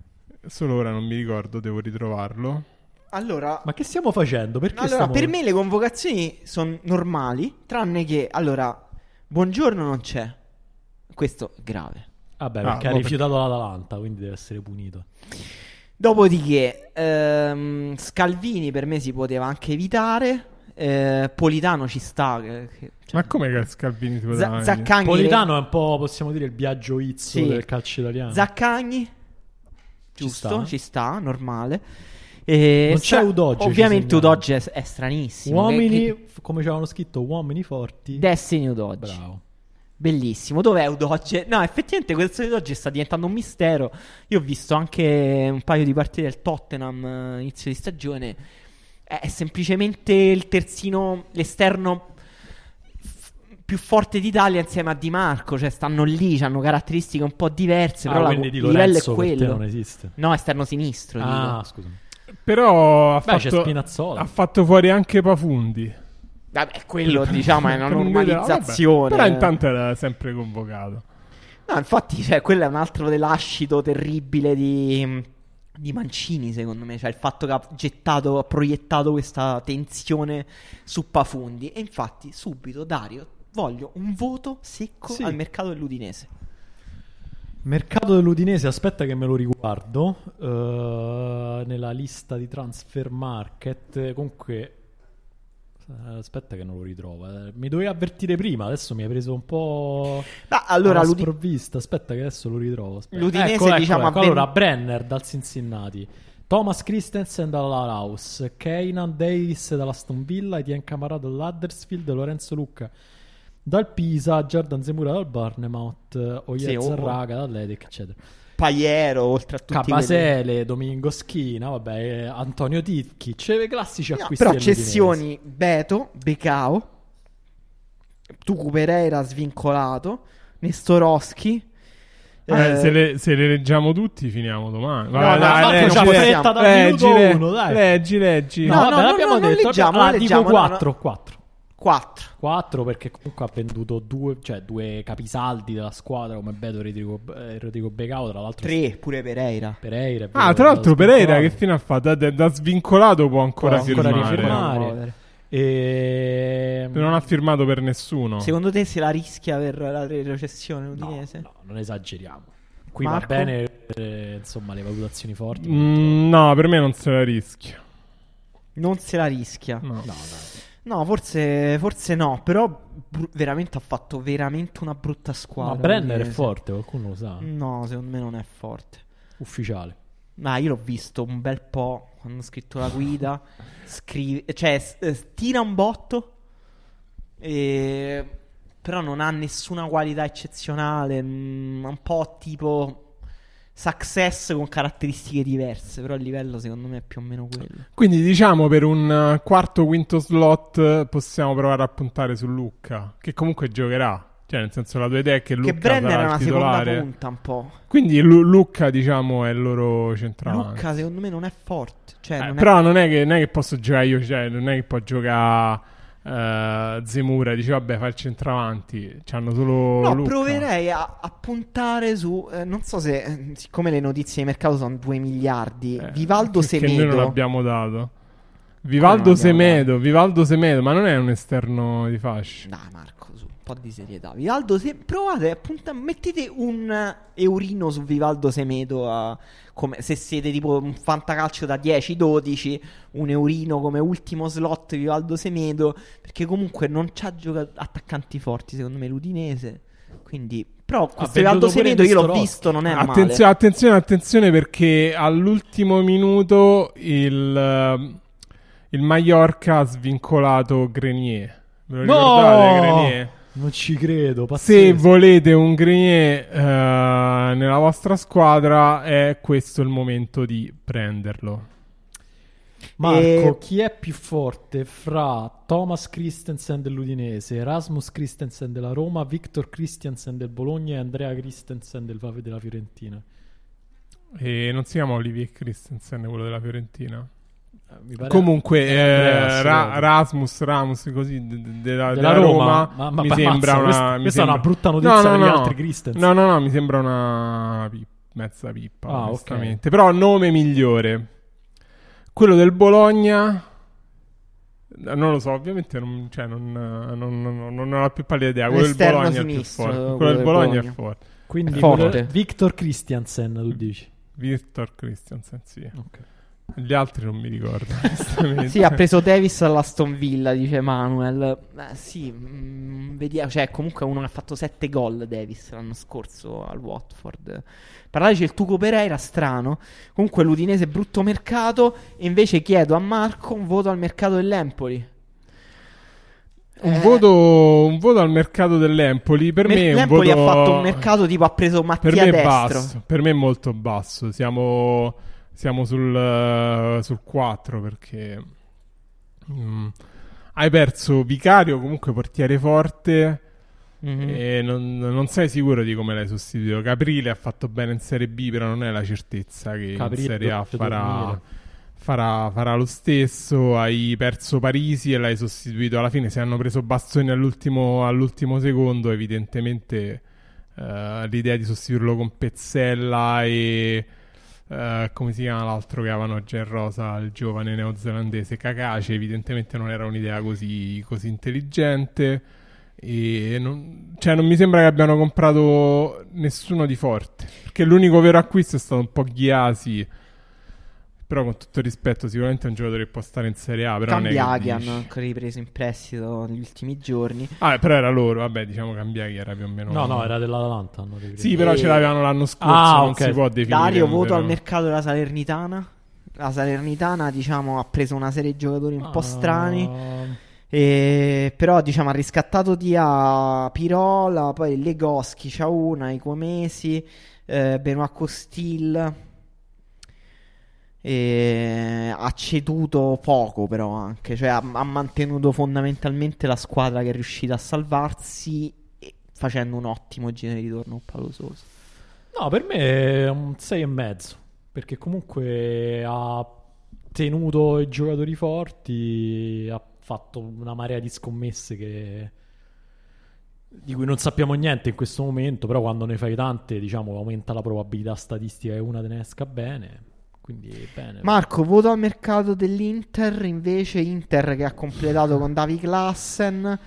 solo ora non mi ricordo, devo ritrovarlo. Allora, ma che stiamo facendo? Perché per me le convocazioni sono normali, tranne che, allora, Buongiorno non c'è. Questo è grave. Vabbè, perché ha rifiutato l'Atalanta, quindi deve essere punito. Dopodiché, Scalvini per me si poteva anche evitare. Politano ci sta. Ma come che Scalvini si poteva Zaccagni. Politano è un po', possiamo dire, il Biagio Izzo del calcio italiano. Zaccagni, giusto, ci sta, normale. Non c'è Udoge. Ovviamente Udoge è stranissimo. Uomini, come ci avevano scritto, uomini forti. Destiny Udoge. Bravo. Bellissimo. Dov'è Udoge? No, effettivamente questo di Udoge sta diventando un mistero. Io ho visto anche un paio di partite del Tottenham inizio di stagione. È semplicemente il terzino, l'esterno più forte d'Italia insieme a Di Marco. Cioè stanno lì, hanno caratteristiche un po' diverse. Però il livello è quello. Non esiste. No, esterno sinistro. Scusami. Però c'è Spinazzola. Ha fatto fuori anche Pafundi. Vabbè, quello diciamo è una normalizzazione. Però intanto era sempre convocato. No, infatti, cioè, quello è un altro dell'ascito terribile di Mancini, secondo me. Cioè il fatto che ha proiettato questa tensione su Pafundi. E infatti, subito, Dario, voglio un voto secco al mercato dell'Udinese. Mercato dell'Udinese, aspetta che me lo riguardo nella lista di Transfer Market. Comunque aspetta che non lo ritrovo. Mi dovevi avvertire prima, adesso mi hai preso un po' alla sprovvista. Aspetta che adesso lo ritrovo. L'Udinese ecco. Allora, Brenner dal Cincinnati, Thomas Christensen dalla Laus, Keynan Davis dall'Aston Villa, Etienne Camarà dall'Huddersfield, Lorenzo Lucca dal Pisa, Jordan Zemura dal Bournemouth, Oyer Zarraga dall'Athletic, eccetera. Paiero, oltre a tutti Cabasele, Domingo Schina, vabbè, Antonio Ticchi, c'è classici acquisti. Però cessioni: Beto, Becao, Tucu Pereira svincolato, Nestorowski. Se le leggiamo tutti finiamo domani. Leggi. No, l'abbiamo detto. Dico 4. 4 perché comunque ha venduto due capisaldi della squadra come Beto e Rodrigo Becao, tra l'altro 3 pure Pereira. Tra l'altro Pereira che fine ha fatto? Da svincolato può ancora firmare. Non ha firmato per nessuno. Secondo te se la rischia per la recessione udinese? No, non esageriamo. Qui Marco? Va bene insomma le valutazioni forti. No, per me non se la rischia. Non se la rischia? No. No, forse no, però veramente ha fatto veramente una brutta squadra. Ma Brenner è forte, qualcuno lo sa? No, secondo me non è forte. Ufficiale. Ma io l'ho visto un bel po' quando ho scritto la guida. Tira un botto, però non ha nessuna qualità eccezionale. Un po' tipo Success con caratteristiche diverse, però il livello secondo me è più o meno quello. Quindi diciamo per un quarto quinto slot possiamo provare a puntare su Lucca, che comunque giocherà. Cioè nel senso la tua idea è che Lucca Brenner sarà è una il titolare. seconda punta un po'. Quindi Lucca diciamo è il loro centravanti. Lucca secondo me non è forte, cioè, però non è che posso giocare io, cioè non è che può giocare Zemura, dice vabbè fa il centravanti, c'hanno solo Lucca. Proverei a puntare su non so se siccome le notizie di mercato sono 2 miliardi Vivaldo Semedo, che noi non l'abbiamo dato. Vivaldo Semedo, ma non è un esterno di fascia. Dai Marco, su un po' di serietà. Provate, mettete un eurino su Vivaldo Semedo, come se siete tipo un fantacalcio da 10-12, un eurino come ultimo slot Vivaldo Semedo, perché comunque non c'ha attaccanti forti secondo me l'Udinese, quindi però questo Vivaldo Semedo io l'ho visto, non è male. Attenzione perché all'ultimo minuto il Mallorca ha svincolato Grenier. Ve lo ricordate Grenier? Non ci credo, pazzesco. Se volete un Grenier nella vostra squadra è questo il momento di prenderlo. Marco, chi è più forte fra Thomas Christensen dell'Udinese, Rasmus Christensen della Roma, Victor Christiansen del Bologna e Andrea Christensen della Fiorentina? E non si chiama Olivier Christensen quello della Fiorentina? Comunque Ramos così della Roma mi sembra una questa è una brutta notizia per gli altri Christensen. No, mi sembra una mezza pippa, Ah, onestamente. Però nome migliore. Quello del Bologna... Non lo so, ovviamente non ho la più pallida idea. Quello del Bologna è il più forte. Quello del Bologna è forte. Quindi forte. Victor Christiansen, tu dici? Victor Christiansen, sì. Ok. Gli altri non mi ricordo, onestamente. Sì, ha preso Davis all'Aston Villa, dice Manuel. Sì, vediamo. Cioè, comunque uno che ha fatto 7 gol, Davis, l'anno scorso al Watford. Parlateci del Tuco Pereira, strano. Comunque l'Udinese brutto mercato. E invece chiedo a Marco un voto al mercato dell'Empoli. Un voto al mercato dell'Empoli. Per me l'Empoli un voto... ha fatto un mercato tipo ha preso Mattia per me Destro. Basso. Per me è molto basso. Siamo sul 4 perché hai perso Vicario, comunque portiere forte, e non sei sicuro di come l'hai sostituito. Caprile ha fatto bene in Serie B, però non è la certezza che Caprile in Serie A farà lo stesso. Hai perso Parisi e l'hai sostituito alla fine. Se hanno preso Bastoni all'ultimo secondo, evidentemente l'idea di sostituirlo con Pezzella e come si chiama l'altro che avevano già in rosa, il giovane neozelandese Kakashi, evidentemente non era un'idea così intelligente, e non mi sembra che abbiano comprato nessuno di forte, perché l'unico vero acquisto è stato un po' Ghiasi, però con tutto rispetto sicuramente è un giocatore che può stare in Serie A, però Cambiaghi hanno anche ripreso in prestito negli ultimi giorni. Però era loro, vabbè, diciamo Cambiaghi era più o meno... No, era dell'Atalanta. Sì, però ce l'avevano l'anno scorso, non si può definire. Dario, voto al mercato della Salernitana. La Salernitana, diciamo, ha preso una serie di giocatori un po' strani, però, diciamo, ha riscattato Pirola, poi Legoschi, Ciauna, Icomesi, Benoît Costil. E ha ceduto poco, però anche, cioè ha mantenuto fondamentalmente la squadra che è riuscita a salvarsi, facendo un ottimo giro di ritorno con Paolo Sousa. No, per me è un 6,5, perché comunque ha tenuto i giocatori forti, ha fatto una marea di scommesse di cui non sappiamo niente in questo momento, però quando ne fai tante, diciamo, aumenta la probabilità statistica che una te ne esca bene. Quindi bene. Marco, voto al mercato dell'Inter, invece Inter che ha completato con Davy Klaassen,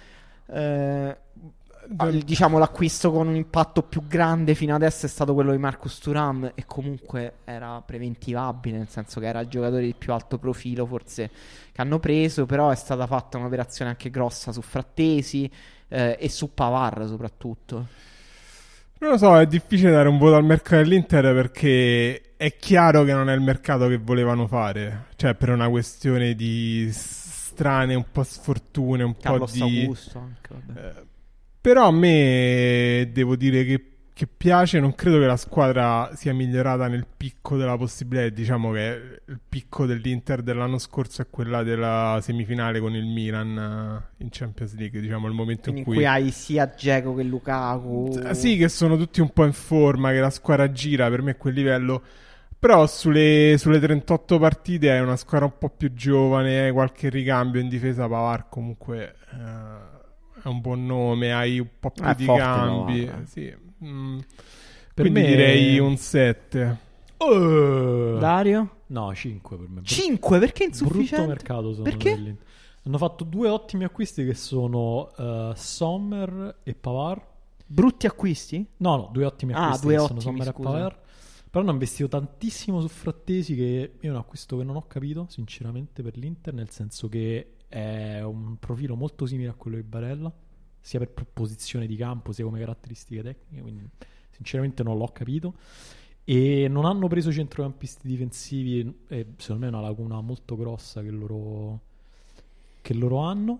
diciamo l'acquisto con un impatto più grande fino adesso è stato quello di Marcus Thuram, e comunque era preventivabile, nel senso che era il giocatore di più alto profilo forse che hanno preso, però è stata fatta un'operazione anche grossa su Frattesi e su Pavard soprattutto. Non lo so, è difficile dare un voto al mercato dell'Inter perché è chiaro che non è il mercato che volevano fare, cioè per una questione di strane, un po' sfortune, un Carlos po' di... Augusto anche, vabbè. Però a me devo dire che piace, non credo che la squadra sia migliorata nel picco della possibilità, diciamo che il picco dell'Inter dell'anno scorso è quella della semifinale con il Milan in Champions League, diciamo il momento in cui hai sia Dzeko che Lukaku, sì, che sono tutti un po' in forma, che la squadra gira, per me è quel livello. Però sulle 38 partite hai una squadra un po' più giovane, hai qualche ricambio in difesa. Pavard comunque è un buon nome, hai un po' più di cambi, sì. Per quindi me direi un 7. Dario? No, 5 per me. 5? Perché insufficiente? Brutto mercato sono perché? Hanno fatto 2 ottimi acquisti che sono Sommer e Pavard. Brutti acquisti? No, 2 ottimi acquisti. 2 che ottimi, sono Sommer e Pavard. Però hanno investito tantissimo su Frattesi, che è un acquisto che non ho capito sinceramente per l'Inter, nel senso che è un profilo molto simile a quello di Barella, sia per posizione di campo sia come caratteristiche tecniche, quindi sinceramente non l'ho capito. E non hanno preso centrocampisti difensivi, e secondo me è una lacuna molto grossa che loro hanno,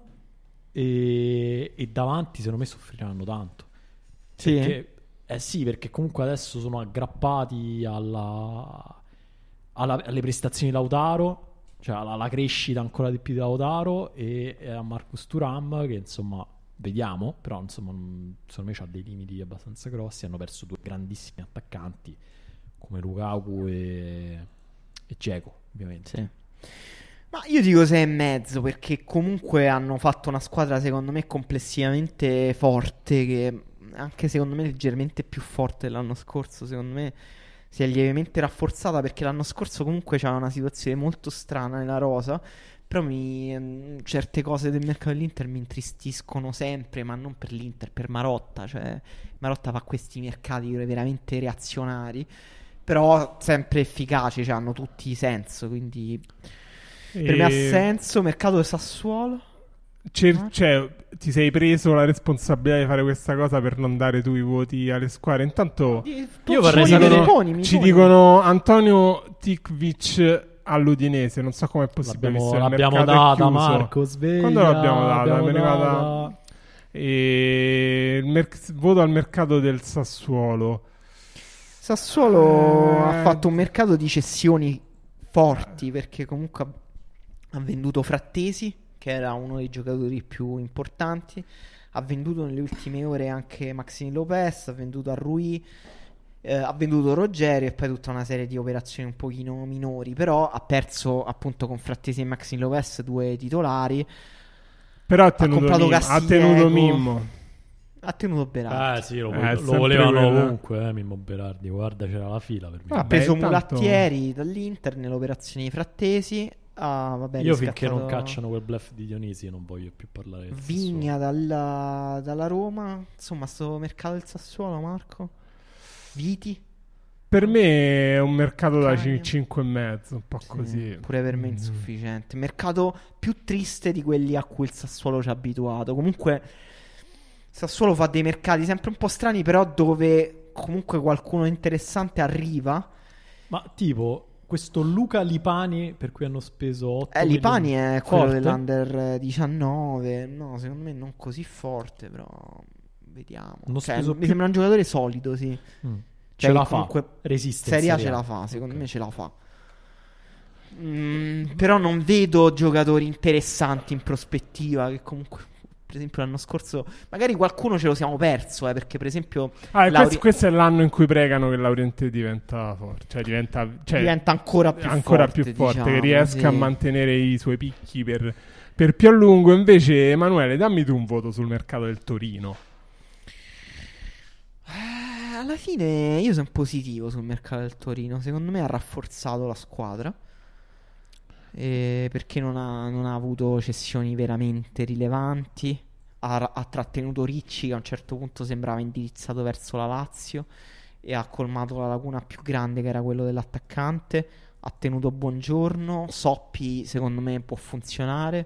e davanti secondo me soffriranno tanto. Sì, perché, sì, perché comunque adesso sono aggrappati alle prestazioni di Lautaro, cioè alla crescita ancora di più di Lautaro, e a Marcus Thuram, che insomma vediamo, però insomma secondo me c'ha dei limiti abbastanza grossi. Hanno perso 2 grandissimi attaccanti come Lukaku e Dzeko, ovviamente. Sì. Ma io dico 6,5, perché comunque hanno fatto una squadra secondo me complessivamente forte, che anche secondo me leggermente più forte dell'anno scorso. Secondo me si è lievemente rafforzata, perché l'anno scorso comunque c'era una situazione molto strana nella rosa. Però certe cose del mercato dell'Inter mi intristiscono sempre, ma non per l'Inter, per Marotta. Cioè, Marotta fa questi mercati veramente reazionari, però sempre efficaci, cioè hanno tutti senso. Quindi per me ha senso. Mercato del Sassuolo. Cioè, ti sei preso la responsabilità di fare questa cosa per non dare tu i voti alle squadre. Intanto io vorrei sapere, ci dicono Antonio Tikvic all'Udinese, non so come è possibile. L'abbiamo data, Marco, sveglia. Quando l'abbiamo data? Mi è arrivata. Voto al mercato del Sassuolo. Sassuolo ha fatto un mercato di cessioni forti, perché comunque ha venduto Frattesi, che era uno dei giocatori più importanti, ha venduto nelle ultime ore anche Maxine Lopez, ha venduto a Rui, ha venduto Rogerio, e poi tutta una serie di operazioni un pochino minori. Però ha perso appunto con Frattesi e Maxine Lopez 2 titolari. Però ha tenuto Mimmo, ha tenuto Berardi. Sì, lo volevano ovunque, Mimmo Berardi. Guarda, c'era la fila per me. Ha preso Mulattieri dall'Inter nell'operazione di Frattesi. Io finché non cacciano quel bluff di Dionisi non voglio più parlare del Vigna dalla Roma. Insomma, sto mercato del Sassuolo, Marco. Viti per me è un mercato da 5,5, un po' così. Pure per me insufficiente. Mercato più triste di quelli a cui il Sassuolo ci ha abituato. Comunque Sassuolo fa dei mercati sempre un po' strani, però dove comunque qualcuno interessante arriva. Ma tipo questo Luca Lipani, per cui hanno speso 8 Lipani milioni. è quello dell'Under 19. No, secondo me non così forte, però vediamo. Mi sembra un giocatore solido, sì. Ce la fa, resiste. Serie A ce la fa, secondo me ce la fa. Però non vedo giocatori interessanti in prospettiva, che comunque, per esempio l'anno scorso magari qualcuno ce lo siamo perso, perché per esempio questo è l'anno in cui pregano che Lauriente diventa forte, cioè diventa ancora più forte, diciamo, che riesca a mantenere i suoi picchi per più a lungo. Invece Emanuele, dammi tu un voto sul mercato del Torino. Alla fine io sono positivo sul mercato del Torino. Secondo me ha rafforzato la squadra, perché non ha avuto cessioni veramente rilevanti. Ha trattenuto Ricci, che a un certo punto sembrava indirizzato verso la Lazio, e ha colmato la lacuna più grande, che era quello dell'attaccante. Ha tenuto Buongiorno. Soppi secondo me può funzionare,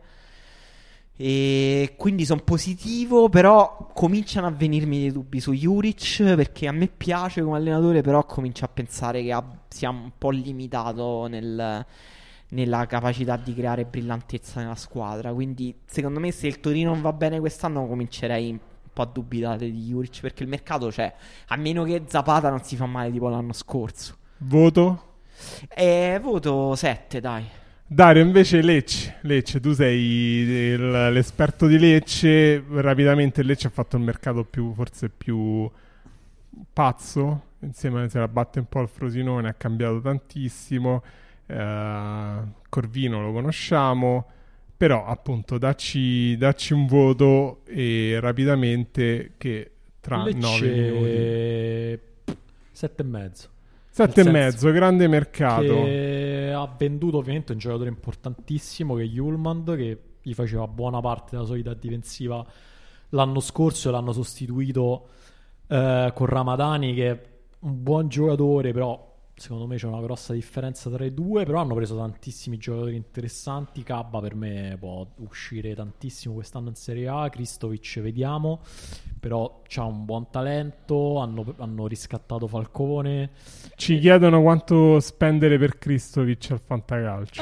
e quindi sono positivo. Però cominciano a venirmi dei dubbi su Juric, perché a me piace come allenatore, però comincio a pensare che sia un po' limitato nella capacità di creare brillantezza nella squadra. Quindi secondo me, se il Torino non va bene quest'anno, comincerei un po' a dubitare di Juric, perché il mercato c'è, a meno che Zapata non si fa male tipo l'anno scorso. Voto? Voto 7, dai. Dario, invece Lecce, tu sei l'esperto di Lecce. Rapidamente Lecce ha fatto un mercato forse più pazzo, insieme se la batte un po' al Frosinone, ha cambiato tantissimo. Corvino lo conosciamo, però appunto dacci un voto e rapidamente, che tra Lecce 9 minuti 7,5. 7,5, grande mercato. Che ha venduto ovviamente un giocatore importantissimo, che è Hjulmand, che gli faceva buona parte della solita difensiva l'anno scorso, e l'hanno sostituito con Ramadani, che è un buon giocatore, però secondo me c'è una grossa differenza tra i due. Però hanno preso tantissimi giocatori interessanti. Cabba per me può uscire tantissimo quest'anno in Serie A. Kristovic vediamo, però c'ha un buon talento. Hanno riscattato Falcone. Ci chiedono quanto spendere per Kristovic al fantacalcio.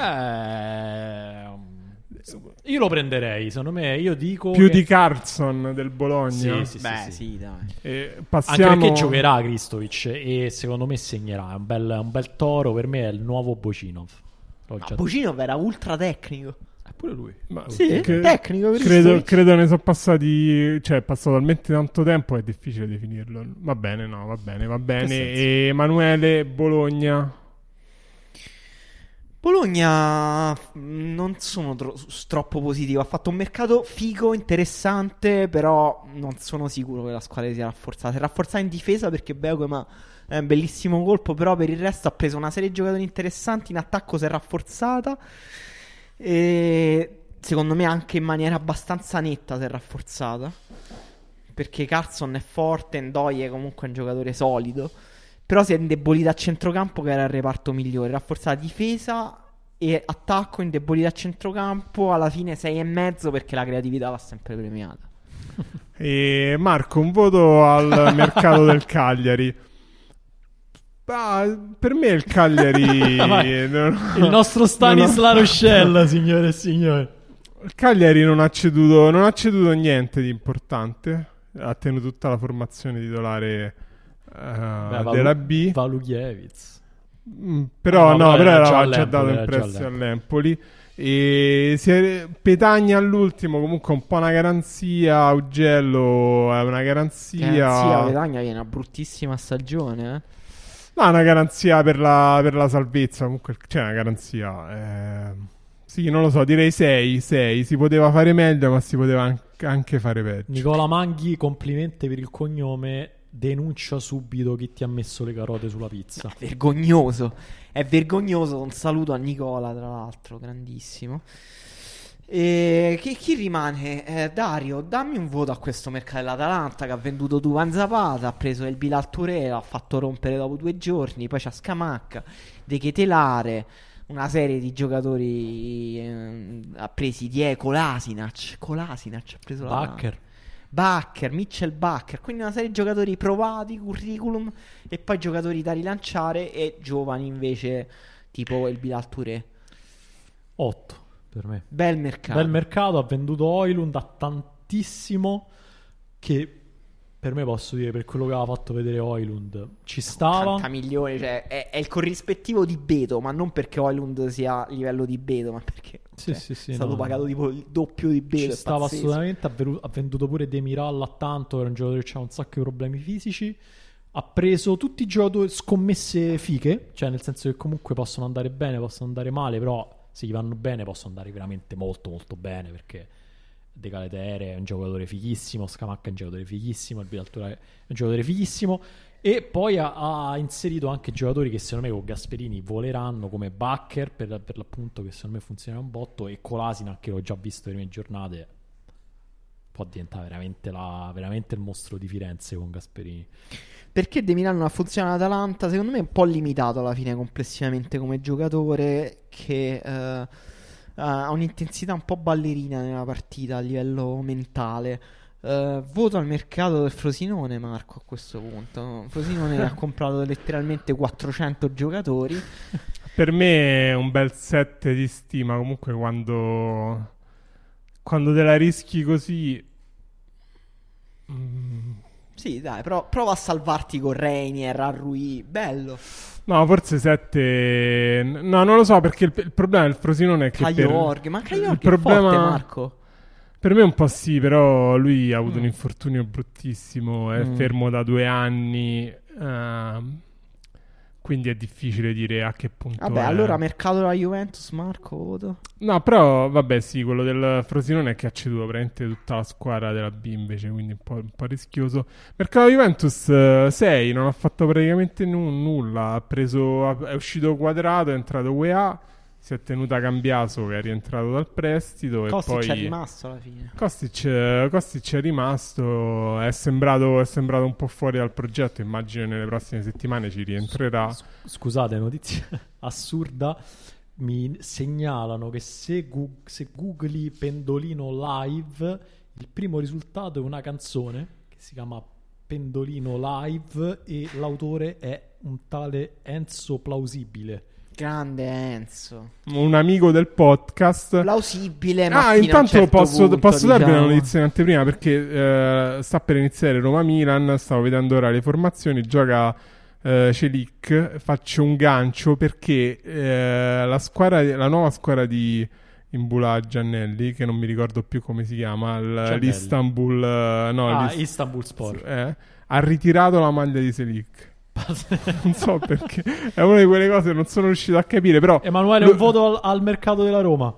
Io lo prenderei, secondo me. Io dico più di Carlson del Bologna. Sì, dai. Passiamo... Anche perché giocherà Kristovic, e secondo me segnerà. È un bel toro. Per me è il nuovo Bocinov. Bocinov era ultra tecnico. Pure lui. Ma tecnico. Credo ne sono passati. Cioè, è passato talmente tanto tempo, è difficile definirlo. Va bene. E Emanuele, Bologna non sono troppo positivo. Ha fatto un mercato figo, interessante, però non sono sicuro che la squadra sia rafforzata. Si è rafforzata in difesa, perché Beugema bellissimo colpo, però per il resto ha preso una serie di giocatori interessanti, in attacco si è rafforzata e secondo me anche in maniera abbastanza netta si è rafforzata, perché Carlson è forte, Ndoye comunque è un giocatore solido, però si è indebolita a centrocampo che era il reparto migliore, rafforzata difesa e attacco, indebolita a centrocampo, alla fine 6,5 perché la creatività va sempre premiata. E Marco, un voto al mercato del Cagliari. Per me il Cagliari il nostro Stanisla Rochelle, signore e signori. Il Cagliari non ha ceduto niente di importante, ha tenuto tutta la formazione titolare della B. Valugievich. Però aveva già dato in prestito all'Empoli. E Petagna all'ultimo, comunque un po' una garanzia. Augello è una garanzia. Petagna viene una bruttissima stagione. No, una garanzia per la salvezza. Comunque c'è una garanzia. Sì, non lo so, direi 6. Si poteva fare meglio, ma si poteva anche fare peggio. Nicola Manghi, complimenti per il cognome. Denuncia subito chi ti ha messo le carote sulla pizza. È vergognoso. Un saluto a Nicola, tra l'altro, grandissimo. Chi rimane? Dario, dammi un voto a questo mercato dell'Atalanta, che ha venduto Duvan Zapata, ha preso il Bilal Touré, l'ha fatto rompere dopo 2 giorni, poi c'ha Scamacca, De Ketelare, una serie di giocatori ha presi Kolasinac ha preso Bakker, Mitchell Bakker, quindi una serie di giocatori provati, curriculum, e poi giocatori da rilanciare e giovani invece, tipo il Bilal Touré. 8 per me. Bel mercato, ha venduto Højlund a tantissimo, che per me, posso dire, per quello che aveva fatto vedere Højlund, ci stava. 80 milioni, cioè è il corrispettivo di Beto, ma non perché Højlund sia a livello di Beto, ma perché è stato pagato tipo il doppio di Beto. Ci stava assolutamente. Ha venduto pure Demiral a tanto, era un giocatore che aveva un sacco di problemi fisici. Ha preso tutti i giocatori, scommesse fiche, cioè nel senso che comunque possono andare bene, possono andare male, però se gli vanno bene possono andare veramente molto molto bene, perché De Ketelare è un giocatore fighissimo, Scamacca è un giocatore fighissimo, il Bilal Touré è un giocatore fighissimo, e poi ha inserito anche giocatori che secondo me con Gasperini voleranno, come Bakker per l'appunto, che secondo me funziona un botto, e Kolasinac, che l'ho già visto le mie giornate, può diventare veramente il mostro di Firenze con Gasperini. Perché De Milano non ha funzionato all'Atalanta? Secondo me è un po' limitato alla fine complessivamente come giocatore, che ha un'intensità un po' ballerina nella partita a livello mentale. Voto al mercato del Frosinone, Marco, a questo punto. Frosinone ha comprato letteralmente 400 giocatori. Per me è un bel 7 di stima. Comunque quando te la rischi così... Sì, dai, prova a salvarti con Reinier, a Rui, bello. No, forse 7. No, non lo so, perché il problema del Frosinone è che ma Cagliorghi è forte, Marco. Per me un po' sì, però lui ha avuto un infortunio bruttissimo, è fermo da 2 anni, quindi è difficile dire a che punto. Vabbè, allora mercato della Juventus, Marco, voto. No, però vabbè, sì, quello del Frosinone è che ha ceduto praticamente tutta la squadra della B invece, quindi un po' rischioso. Mercato della Juventus 6, non ha fatto praticamente nulla, è uscito Quadrato, è entrato UEA, si è tenuta Cambiaso che è rientrato dal prestito, Kostic e poi è rimasto alla fine. Kostic è rimasto, è sembrato un po' fuori dal progetto, immagino nelle prossime settimane ci rientrerà. Scusate, notizia assurda, mi segnalano che se googli Pendolino Live, il primo risultato è una canzone che si chiama Pendolino Live e l'autore è un tale Enzo Plausibile. Grande Enzo, un amico del podcast. Plausibile, ma intanto certo posso darvi una diciamo. notizia in anteprima, perché sta per iniziare Roma-Milan, stavo vedendo ora le formazioni, gioca Celic, faccio un gancio perché la nuova squadra di Imbula Giannelli, che non mi ricordo più come si chiama, l'Istanbul Istanbul Sport, ha ritirato la maglia di Celic. Non so perché, è una di quelle cose che non sono riuscito a capire, però Emanuele, un voto al mercato della Roma.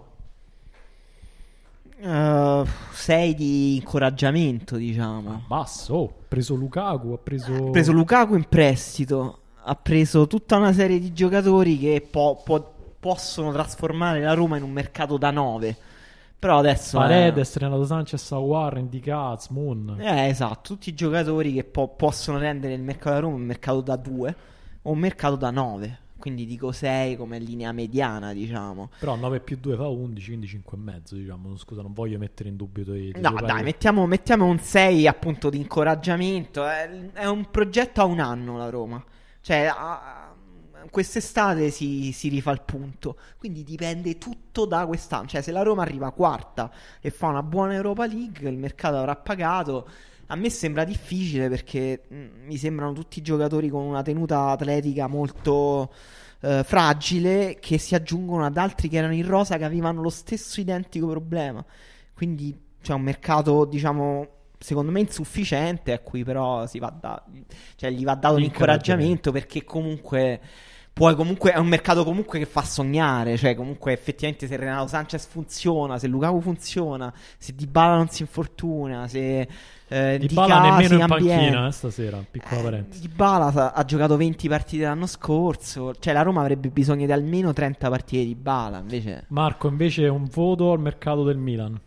6 di incoraggiamento, diciamo. Basso, ha preso Lukaku, in prestito. ha preso tutta una serie di giocatori che possono trasformare la Roma in un mercato da 9. Però adesso Paredes, Renato Sanchez, Aouar, Indicaz, Moon. Esatto, tutti i giocatori che possono rendere il mercato da Roma un mercato da 2 o un mercato da 9. Quindi dico 6 come linea mediana, diciamo. Però 9 più 2 fa 11, quindi 5,5, diciamo. Scusa, non voglio mettere in dubbio No, dai, mettiamo un 6 appunto di incoraggiamento. È un progetto a un anno la Roma. Cioè, quest'estate si rifà il punto. Quindi dipende tutto da quest'anno. Cioè, se la Roma arriva quarta e fa una buona Europa League, il mercato avrà pagato. A me sembra difficile perché mi sembrano tutti giocatori con una tenuta atletica molto fragile, che si aggiungono ad altri che erano in rosa, che avevano lo stesso identico problema. Quindi c'è un mercato, diciamo, secondo me insufficiente, a cui però gli va dato un incoraggiamento, perché comunque è un mercato comunque che fa sognare. Cioè, comunque effettivamente, se Renato Sanchez funziona, se Lukaku funziona, se Dybala non si infortuna, se Dybala nemmeno in panchina stasera, piccola parentesi. Dybala ha giocato 20 partite l'anno scorso. Cioè, la Roma avrebbe bisogno di almeno 30 partite di Dybala. Marco, invece, un voto al mercato del Milan.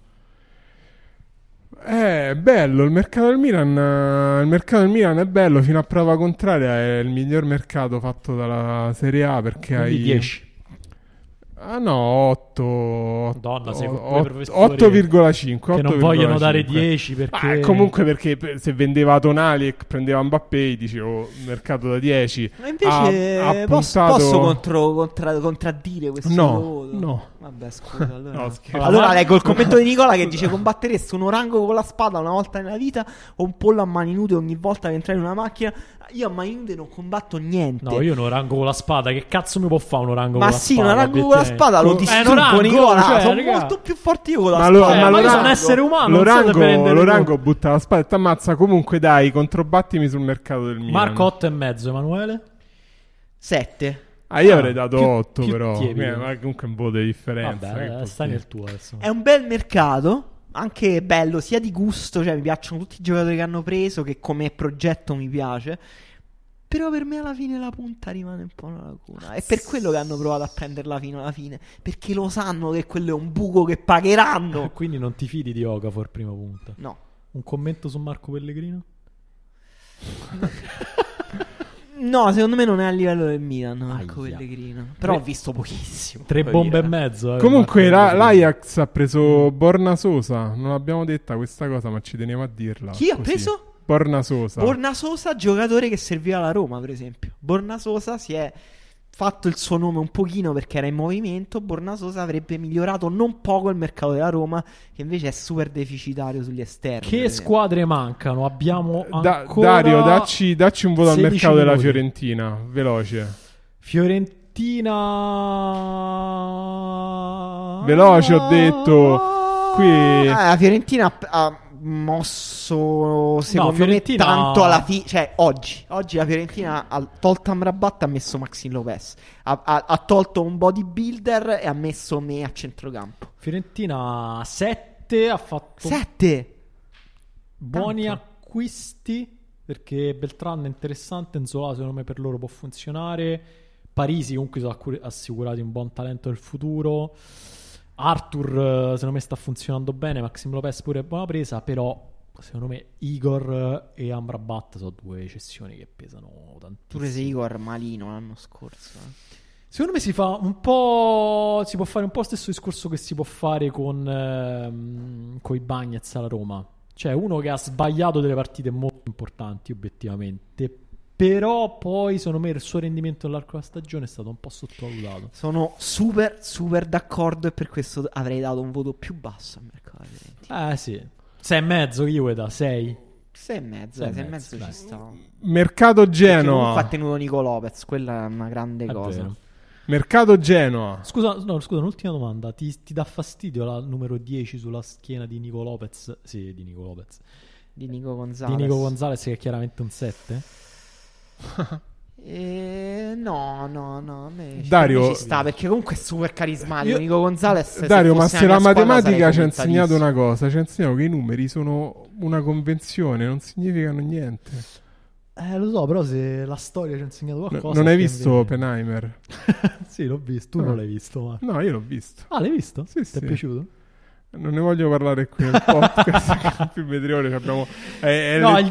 Bello il mercato del Milan. Il mercato del Milan è bello, fino a prova contraria è il miglior mercato fatto dalla Serie A, perché quindi hai 10. Ah no, 8. Madonna, sei 8,5. Che non vogliono dare 10 perché... comunque, perché se vendeva Tonali e prendeva Mbappé, dicevo mercato da 10. Ma invece ha puntato... posso contraddire questo voto? No. Vabbè, scusa. Allora, allora leggo il commento di Nicola che dice: combatteresti un orango con la spada una volta nella vita o un pollo a mani nude ogni volta che entrai in una macchina? Io a mani nude non combatto niente. No, io un orango con la spada. Che cazzo mi può fare un orango con la spada? Ma sì, un orango con la spada lo distruggo, Nicola. Cioè, sono molto più forte io con la spada. Ma io sono un essere umano. L'orango butta la spada e t'ammazza. Comunque dai, controbattimi sul mercato del Milan. Marco 8,5, Emanuele 7. Io avrei dato 8 più però. tiepido. Ma comunque un po' di differenza. Vabbè, stai nel tuo adesso. È un bel mercato, anche bello sia di gusto, cioè mi piacciono tutti i giocatori che hanno preso, che come progetto mi piace. Però per me alla fine la punta rimane un po' una lacuna. È per quello che hanno provato a prenderla fino alla fine, perché lo sanno che quello è un buco che pagheranno. Quindi non ti fidi di Okafor prima punta? No. Un commento su Marco Pellegrino? No, secondo me non è a livello del Milan Marco Pellegrino. Però ho visto pochissimo. 3 bombe e mezzo. Comunque l'Ajax ha preso Borna Sosa. Non l'abbiamo detta questa cosa, ma ci tenevo a dirla. Chi ha preso? Borna Sosa, giocatore che serviva alla Roma, per esempio. Borna Sosa si è fatto il suo nome un pochino perché era in movimento. Borna Sosa avrebbe migliorato non poco il mercato della Roma, che invece è super deficitario sugli esterni. Che squadre mancano? Abbiamo ancora Dario, dacci un voto al mercato minuti. della Fiorentina, veloce. Fiorentina veloce, ho detto. Qui la Fiorentina ha mosso secondo me tanto alla fine. Cioè oggi la Fiorentina ha tolto Amrabat, ha messo Maxi Lopez, ha tolto un bodybuilder e ha messo me a centrocampo. Fiorentina 7, ha fatto 7 buoni tanto. Acquisti, perché Beltran è interessante, Nzola secondo me per loro può funzionare, Parisi comunque sono assicurati un buon talento nel futuro, Arthur secondo me sta funzionando bene, Maxim Lopez pure è buona presa, però secondo me Igor e Amrabat sono due cessioni che pesano tantissimo. Pure se Igor malino l'anno scorso. Secondo me si può fare un po' lo stesso discorso che si può fare con i Bagnets alla Roma. Cioè uno che ha sbagliato delle partite molto importanti obiettivamente, però poi secondo me il suo rendimento nell'arco della stagione è stato un po' sottovalutato. Sono super super d'accordo e per questo avrei dato un voto più basso al mercato. Sì, 6,5 che io vuoi da 6? 6,5 ci sta. Mercato Genoa. Comunque ha tenuto Nico Lopez, quella è una grande cosa. Vero. Mercato Genoa. Scusa, un'ultima domanda. Ti dà fastidio la numero 10 sulla schiena di Nico Lopez? Sì, di Nico Lopez. Di Nico Gonzalez. Di Nico Gonzalez, che è chiaramente un 7? No, a me Dario ci sta, perché comunque è super carismatico. Nico Gonzalez. Dario, ma se la matematica ci ha insegnato una cosa, ci ha insegnato che i numeri sono una convenzione, non significano niente. Lo so, però se la storia ci ha insegnato qualcosa... Non hai visto Oppenheimer? Sì, l'ho visto. Tu non l'hai visto, Marco? No, io l'ho visto. Ah, l'hai visto? Sì, Ti è piaciuto? Non ne voglio parlare qui nel podcast. Più di 3 ore abbiamo... il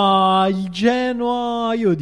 Genoa, io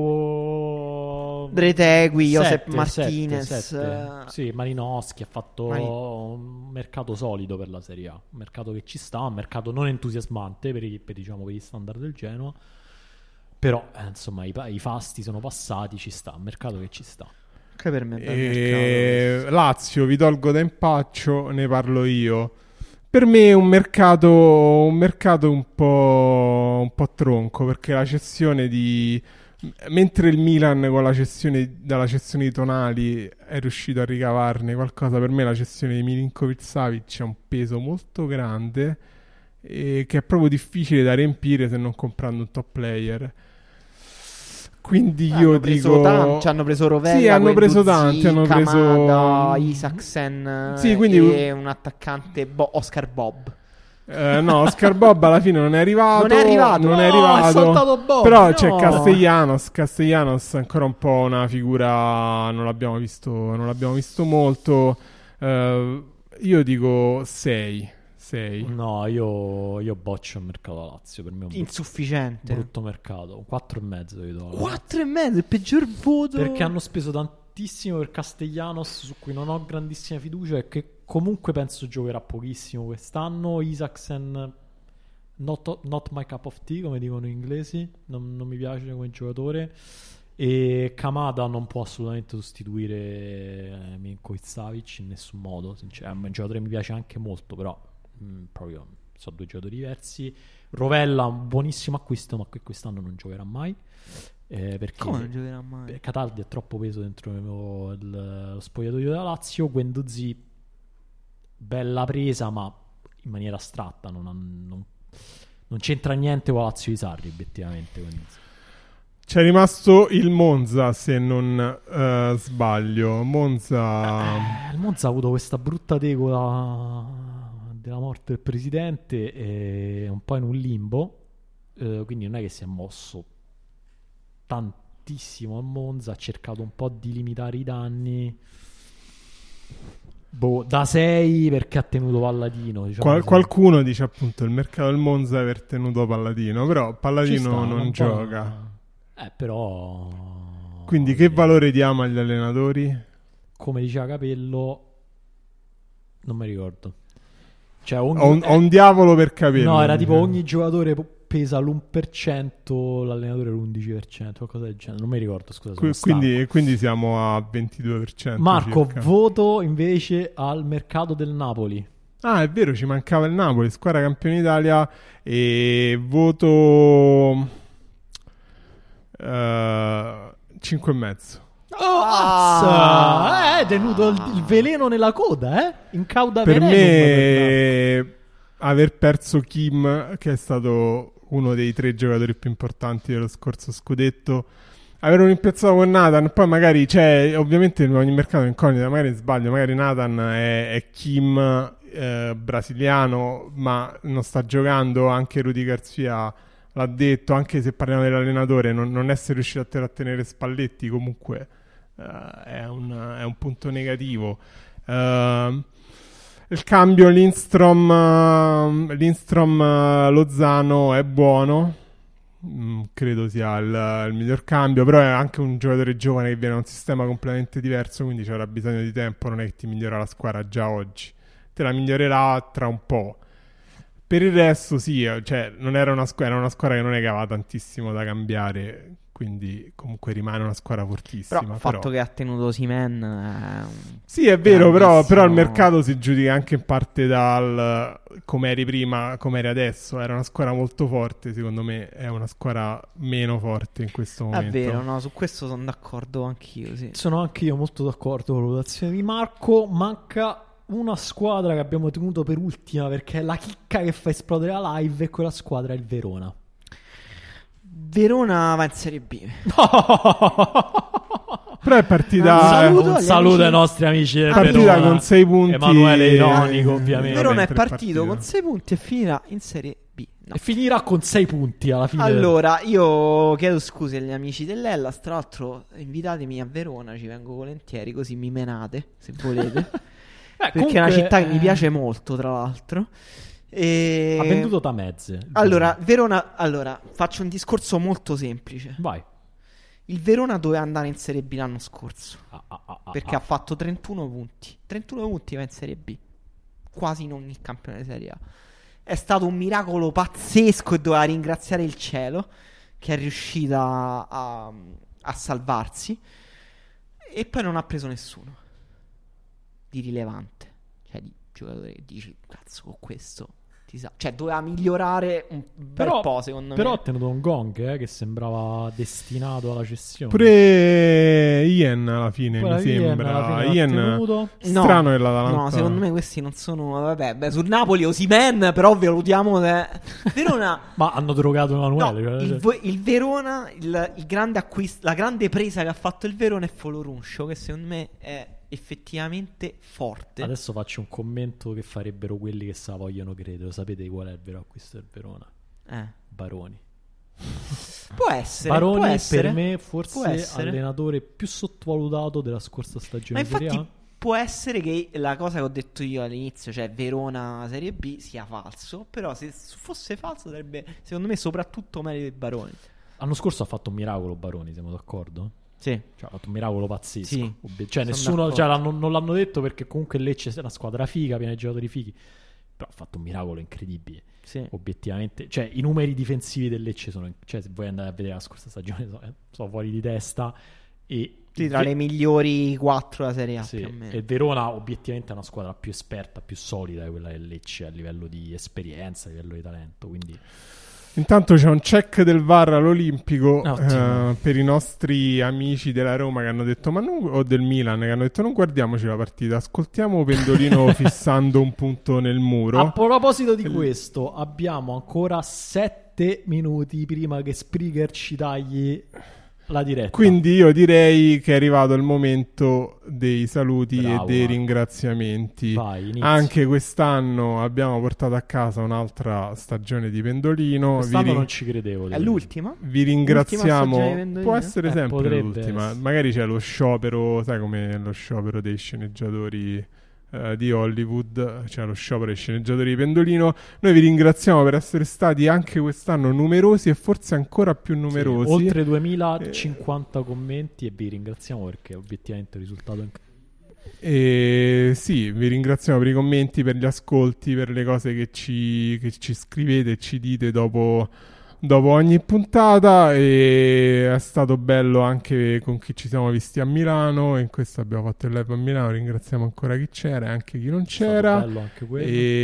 dico... Retegui, Josep 7, Martinez. 7. Sì, Malinowski ha fatto un mercato solido per la Serie A. Un mercato che ci sta, un mercato non entusiasmante per gli standard del Genoa. Però, insomma, i fasti sono passati, ci sta, un mercato che ci sta. Che per me è Lazio, vi tolgo da impaccio, ne parlo io. Per me è un mercato un po' tronco, perché la cessione di... Mentre il Milan con dalla cessione di Tonali è riuscito a ricavarne qualcosa, per me la cessione di Milinkovic-Savic ha un peso molto grande e che è proprio difficile da riempire se non comprando un top player. Quindi io dico... Ci hanno preso Rovella, sì, hanno preso Guendouzi, tanti, hanno Kamada, preso Isaksen, sì, quindi... e un attaccante Oscar Bob. No, Oscar Bob alla fine non è arrivato. Non è arrivato. È saltato Bob. Però no. c'è Castellanos ancora un po' una figura, non l'abbiamo visto molto. Io dico 6. No, io boccio il mercato a Lazio. Per me è un insufficiente, brutto mercato. 4,5 io do. 4,5, il peggior voto. Perché hanno speso tantissimo per Castellanos, su cui non ho grandissima fiducia e che comunque penso giocherà pochissimo quest'anno. Isaksen not my cup of tea, come dicono gli inglesi. Non mi piace come giocatore. E Kamada non può assolutamente sostituire Milinkovic-Savic in nessun modo. È un giocatore che mi piace anche molto, però proprio sono due giocatori diversi. Rovella un buonissimo acquisto, ma che quest'anno non giocherà mai. Perché come non giocherà mai? Cataldi ha troppo peso dentro lo spogliatoio della Lazio. Guendouzi, bella presa, ma in maniera astratta, non c'entra niente con la Lazio di Sarri, obiettivamente. C'è rimasto il Monza, se non sbaglio. Il Monza ha avuto questa brutta tegola della morte del presidente, è un po' in un limbo, quindi non è che si è mosso tantissimo al Monza, ha cercato un po' di limitare i danni. Da 6 perché ha tenuto Palladino, diciamo. Qualcuno dice appunto il mercato del Monza è aver tenuto Palladino, però Palladino non gioca. Però quindi che valore diamo agli allenatori? Come diceva Capello, non mi ricordo. Cioè ho un diavolo per Capello. No, era tipo ogni giocatore pesa l'1%, l'allenatore l'11%, qualcosa del genere. Non mi ricordo, scusa. Quindi siamo a 22%. Marco, circa. Voto invece al mercato del Napoli. Ah, è vero, ci mancava il Napoli, squadra campione d'Italia, e voto 5,5. È tenuto il veleno nella coda, in cauda per venenum. Me aver perso Kim, che è stato uno dei 3 giocatori più importanti dello scorso scudetto, aver rimpiazzato con Nathan, poi magari ovviamente ogni mercato è incognita, magari sbaglio, magari Nathan è Kim brasiliano, ma non sta giocando. Anche Rudy Garcia l'ha detto, anche se parliamo dell'allenatore, non essere riuscito a tenere Spalletti comunque è un punto negativo. Il cambio Lindstrom Lozano è buono, credo sia il miglior cambio, però è anche un giocatore giovane che viene da un sistema completamente diverso, quindi c'era bisogno di tempo, non è che ti migliora la squadra già oggi, te la migliorerà tra un po'. Per il resto sì, non era una squadra che non è che aveva tantissimo da cambiare, quindi comunque rimane una squadra fortissima. Però il fatto che ha tenuto Osimhen sì, è vero, però il mercato si giudica anche in parte dal come eri prima, come eri adesso. Era una squadra molto forte, secondo me è una squadra meno forte in questo momento. È vero, no, su questo sono d'accordo anch'io, sì. Sono anche io molto d'accordo con la valutazione di Marco. Manca una squadra che abbiamo tenuto per ultima perché è la chicca che fa esplodere la live, e quella squadra è il Verona. Verona va in Serie B. Però è partita. Un saluto ai nostri amici del partita Verona, con 6 punti. Emanuele Ironico, ovviamente. Verona è partito con 6 punti e finirà in Serie B. E finirà con 6 punti alla fine. Allora, io chiedo scuse agli amici dell'Hellas. Tra l'altro, invitatemi a Verona, ci vengo volentieri, così mi menate se volete. Perché è una città che mi piace molto, tra l'altro. Ha venduto da mezze. Allora, Verona. Allora, faccio un discorso molto semplice. Vai. Il Verona doveva andare in Serie B l'anno scorso. Perché ha fatto 31 punti. 31 punti va in Serie B. Quasi in ogni campione di Serie A. È stato un miracolo pazzesco e doveva ringraziare il cielo che è riuscita a salvarsi. E poi non ha preso nessuno di rilevante. Cioè di giocatore che dici, cazzo, con questo cioè doveva migliorare un bel po', secondo me. Però ha tenuto un Gong che sembrava destinato alla cessione. Pure Ian alla fine mi sembra. Ian strano dell'Atalanta. No, secondo me questi non sono. Vabbè, sul Napoli Osimhen, però valutiamo Verona. Ma hanno drogato Emanuele. No, il Verona, il grande acquisto, la grande presa che ha fatto il Verona è Foloruncio, che secondo me è effettivamente forte. Adesso faccio un commento che farebbero quelli che se la vogliono credere. Sapete qual è il vero acquisto del Verona? Baroni. Può essere. Baroni può essere, per me forse allenatore più sottovalutato della scorsa stagione. Ma infatti può essere che la cosa che ho detto io all'inizio, cioè Verona Serie B, sia falso. Però se fosse falso sarebbe, secondo me, soprattutto meglio dei Baroni. L'anno scorso ha fatto un miracolo Baroni, siamo d'accordo? Sì. Cioè, ha fatto un miracolo pazzesco. Sì, cioè, nessuno, cioè, non l'hanno detto perché comunque Lecce è una squadra figa, piena di giocatori fighi. Però ha fatto un miracolo incredibile. Sì. Obiettivamente, cioè, i numeri difensivi del Lecce sono. Cioè, se voi andate a vedere la scorsa stagione, sono fuori di testa. E tra le migliori 4 della Serie A. Sì. Più o meno. E Verona, obiettivamente, è una squadra più esperta, più solida di quella del Lecce a livello di esperienza, a livello di talento. Quindi. Intanto c'è un check del VAR all'Olimpico per i nostri amici della Roma che hanno detto o del Milan che hanno detto non guardiamoci la partita, ascoltiamo Pendolino fissando un punto nel muro. A proposito di questo, abbiamo ancora 7 minuti prima che Spreaker ci tagli la diretta. Quindi io direi che è arrivato il momento dei saluti e dei ringraziamenti. Vai, anche quest'anno abbiamo portato a casa un'altra stagione di Pendolino. Quest'anno non ci credevo. È l'ultima? Vi ringraziamo. Può essere sempre l'ultima. Essere. Magari c'è lo sciopero, sai come lo sciopero dei sceneggiatori di Hollywood, cioè lo sciopero dei sceneggiatori di Pendolino. Noi vi ringraziamo per essere stati anche quest'anno numerosi e forse ancora più numerosi. Sì, oltre 2050 commenti e vi ringraziamo perché obiettivamente il risultato è sì, vi ringraziamo per i commenti, per gli ascolti, per le cose che ci scrivete e ci dite dopo ogni puntata, e è stato bello anche con chi ci siamo visti a Milano. In questo abbiamo fatto il live a Milano, ringraziamo ancora chi c'era e anche chi non c'era. È stato bello anche quello.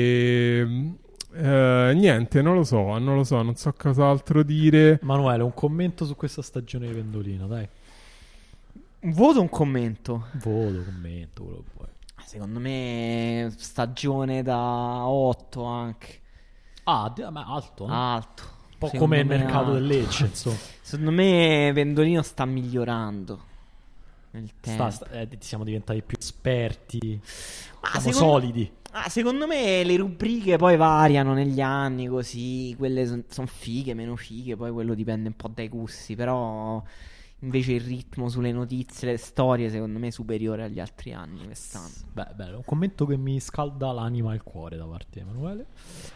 E niente, non lo so, non so cos'altro dire. Manuele, un commento su questa stagione di Pendolino, dai. Un voto o un commento? Voto, commento, quello che vuoi. Secondo me stagione da 8 anche. Ma alto, alto. Un po' come il mercato del Lecce, insomma. Secondo me Pendolino sta migliorando nel tempo. Siamo diventati più esperti, siamo solidi. Secondo me le rubriche poi variano negli anni, così quelle sono fighe, meno fighe, poi quello dipende un po' dai gusti, però invece il ritmo sulle notizie, le storie, secondo me è superiore agli altri anni quest'anno. Beh, bello, un commento che mi scalda l'anima e il cuore da parte di Emanuele.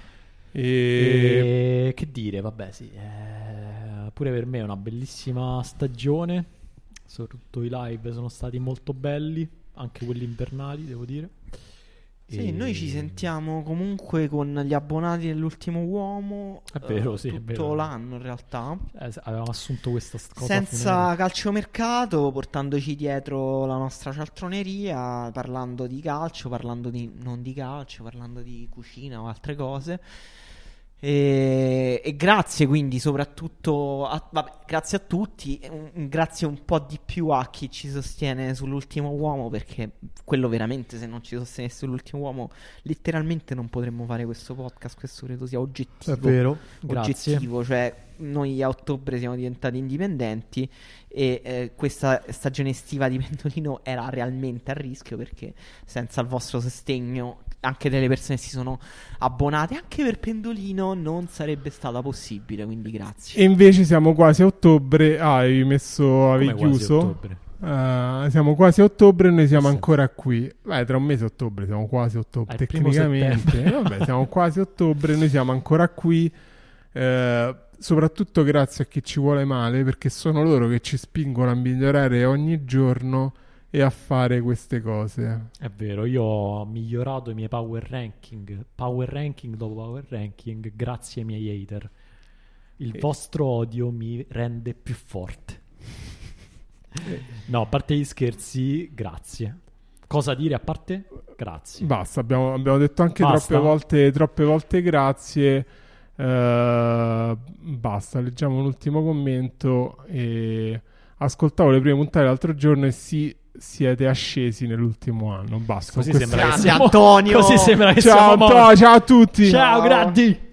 E che dire, vabbè, sì, pure per me è una bellissima stagione. Soprattutto i live sono stati molto belli, anche quelli invernali, devo dire. Sì, noi ci sentiamo comunque con gli abbonati dell'Ultimo Uomo. È vero, sì, tutto è vero. l'anno in realtà. Avevamo assunto questa cosa senza calciomercato, portandoci dietro la nostra cialtroneria, parlando di calcio, parlando di non di calcio, parlando di cucina o altre cose. E grazie quindi soprattutto grazie a tutti, grazie un po' di più a chi ci sostiene sull'Ultimo Uomo, perché quello veramente, se non ci sostenesse sull'Ultimo Uomo, letteralmente non potremmo fare questo podcast. Questo credo sia oggettivo. È vero, grazie. Oggettivo, cioè noi a ottobre siamo diventati indipendenti e questa stagione estiva di Pendolino era realmente a rischio, perché senza il vostro sostegno anche delle persone che si sono abbonate anche per Pendolino non sarebbe stata possibile, quindi grazie. E invece siamo quasi a ottobre. Avevi chiuso? Siamo quasi a ottobre e noi siamo ancora qui. Tra un mese ottobre siamo quasi a ottobre tecnicamente. Vabbè, siamo quasi a ottobre e noi siamo ancora qui, soprattutto grazie a chi ci vuole male, perché sono loro che ci spingono a migliorare ogni giorno e a fare queste cose. È vero, io ho migliorato i miei power ranking dopo power ranking grazie ai miei hater. Il vostro odio mi rende più forte. No, a parte gli scherzi, grazie. Cosa dire a parte? Grazie. Basta, abbiamo detto anche troppe volte grazie. Basta, leggiamo un ultimo commento. Ascoltavo le prime puntate l'altro giorno e siete ascesi nell'ultimo anno. Basta. Così sembra che Antonio. Così sembra che ciao, siamo morti. Ciao a tutti. Ciao, grandi.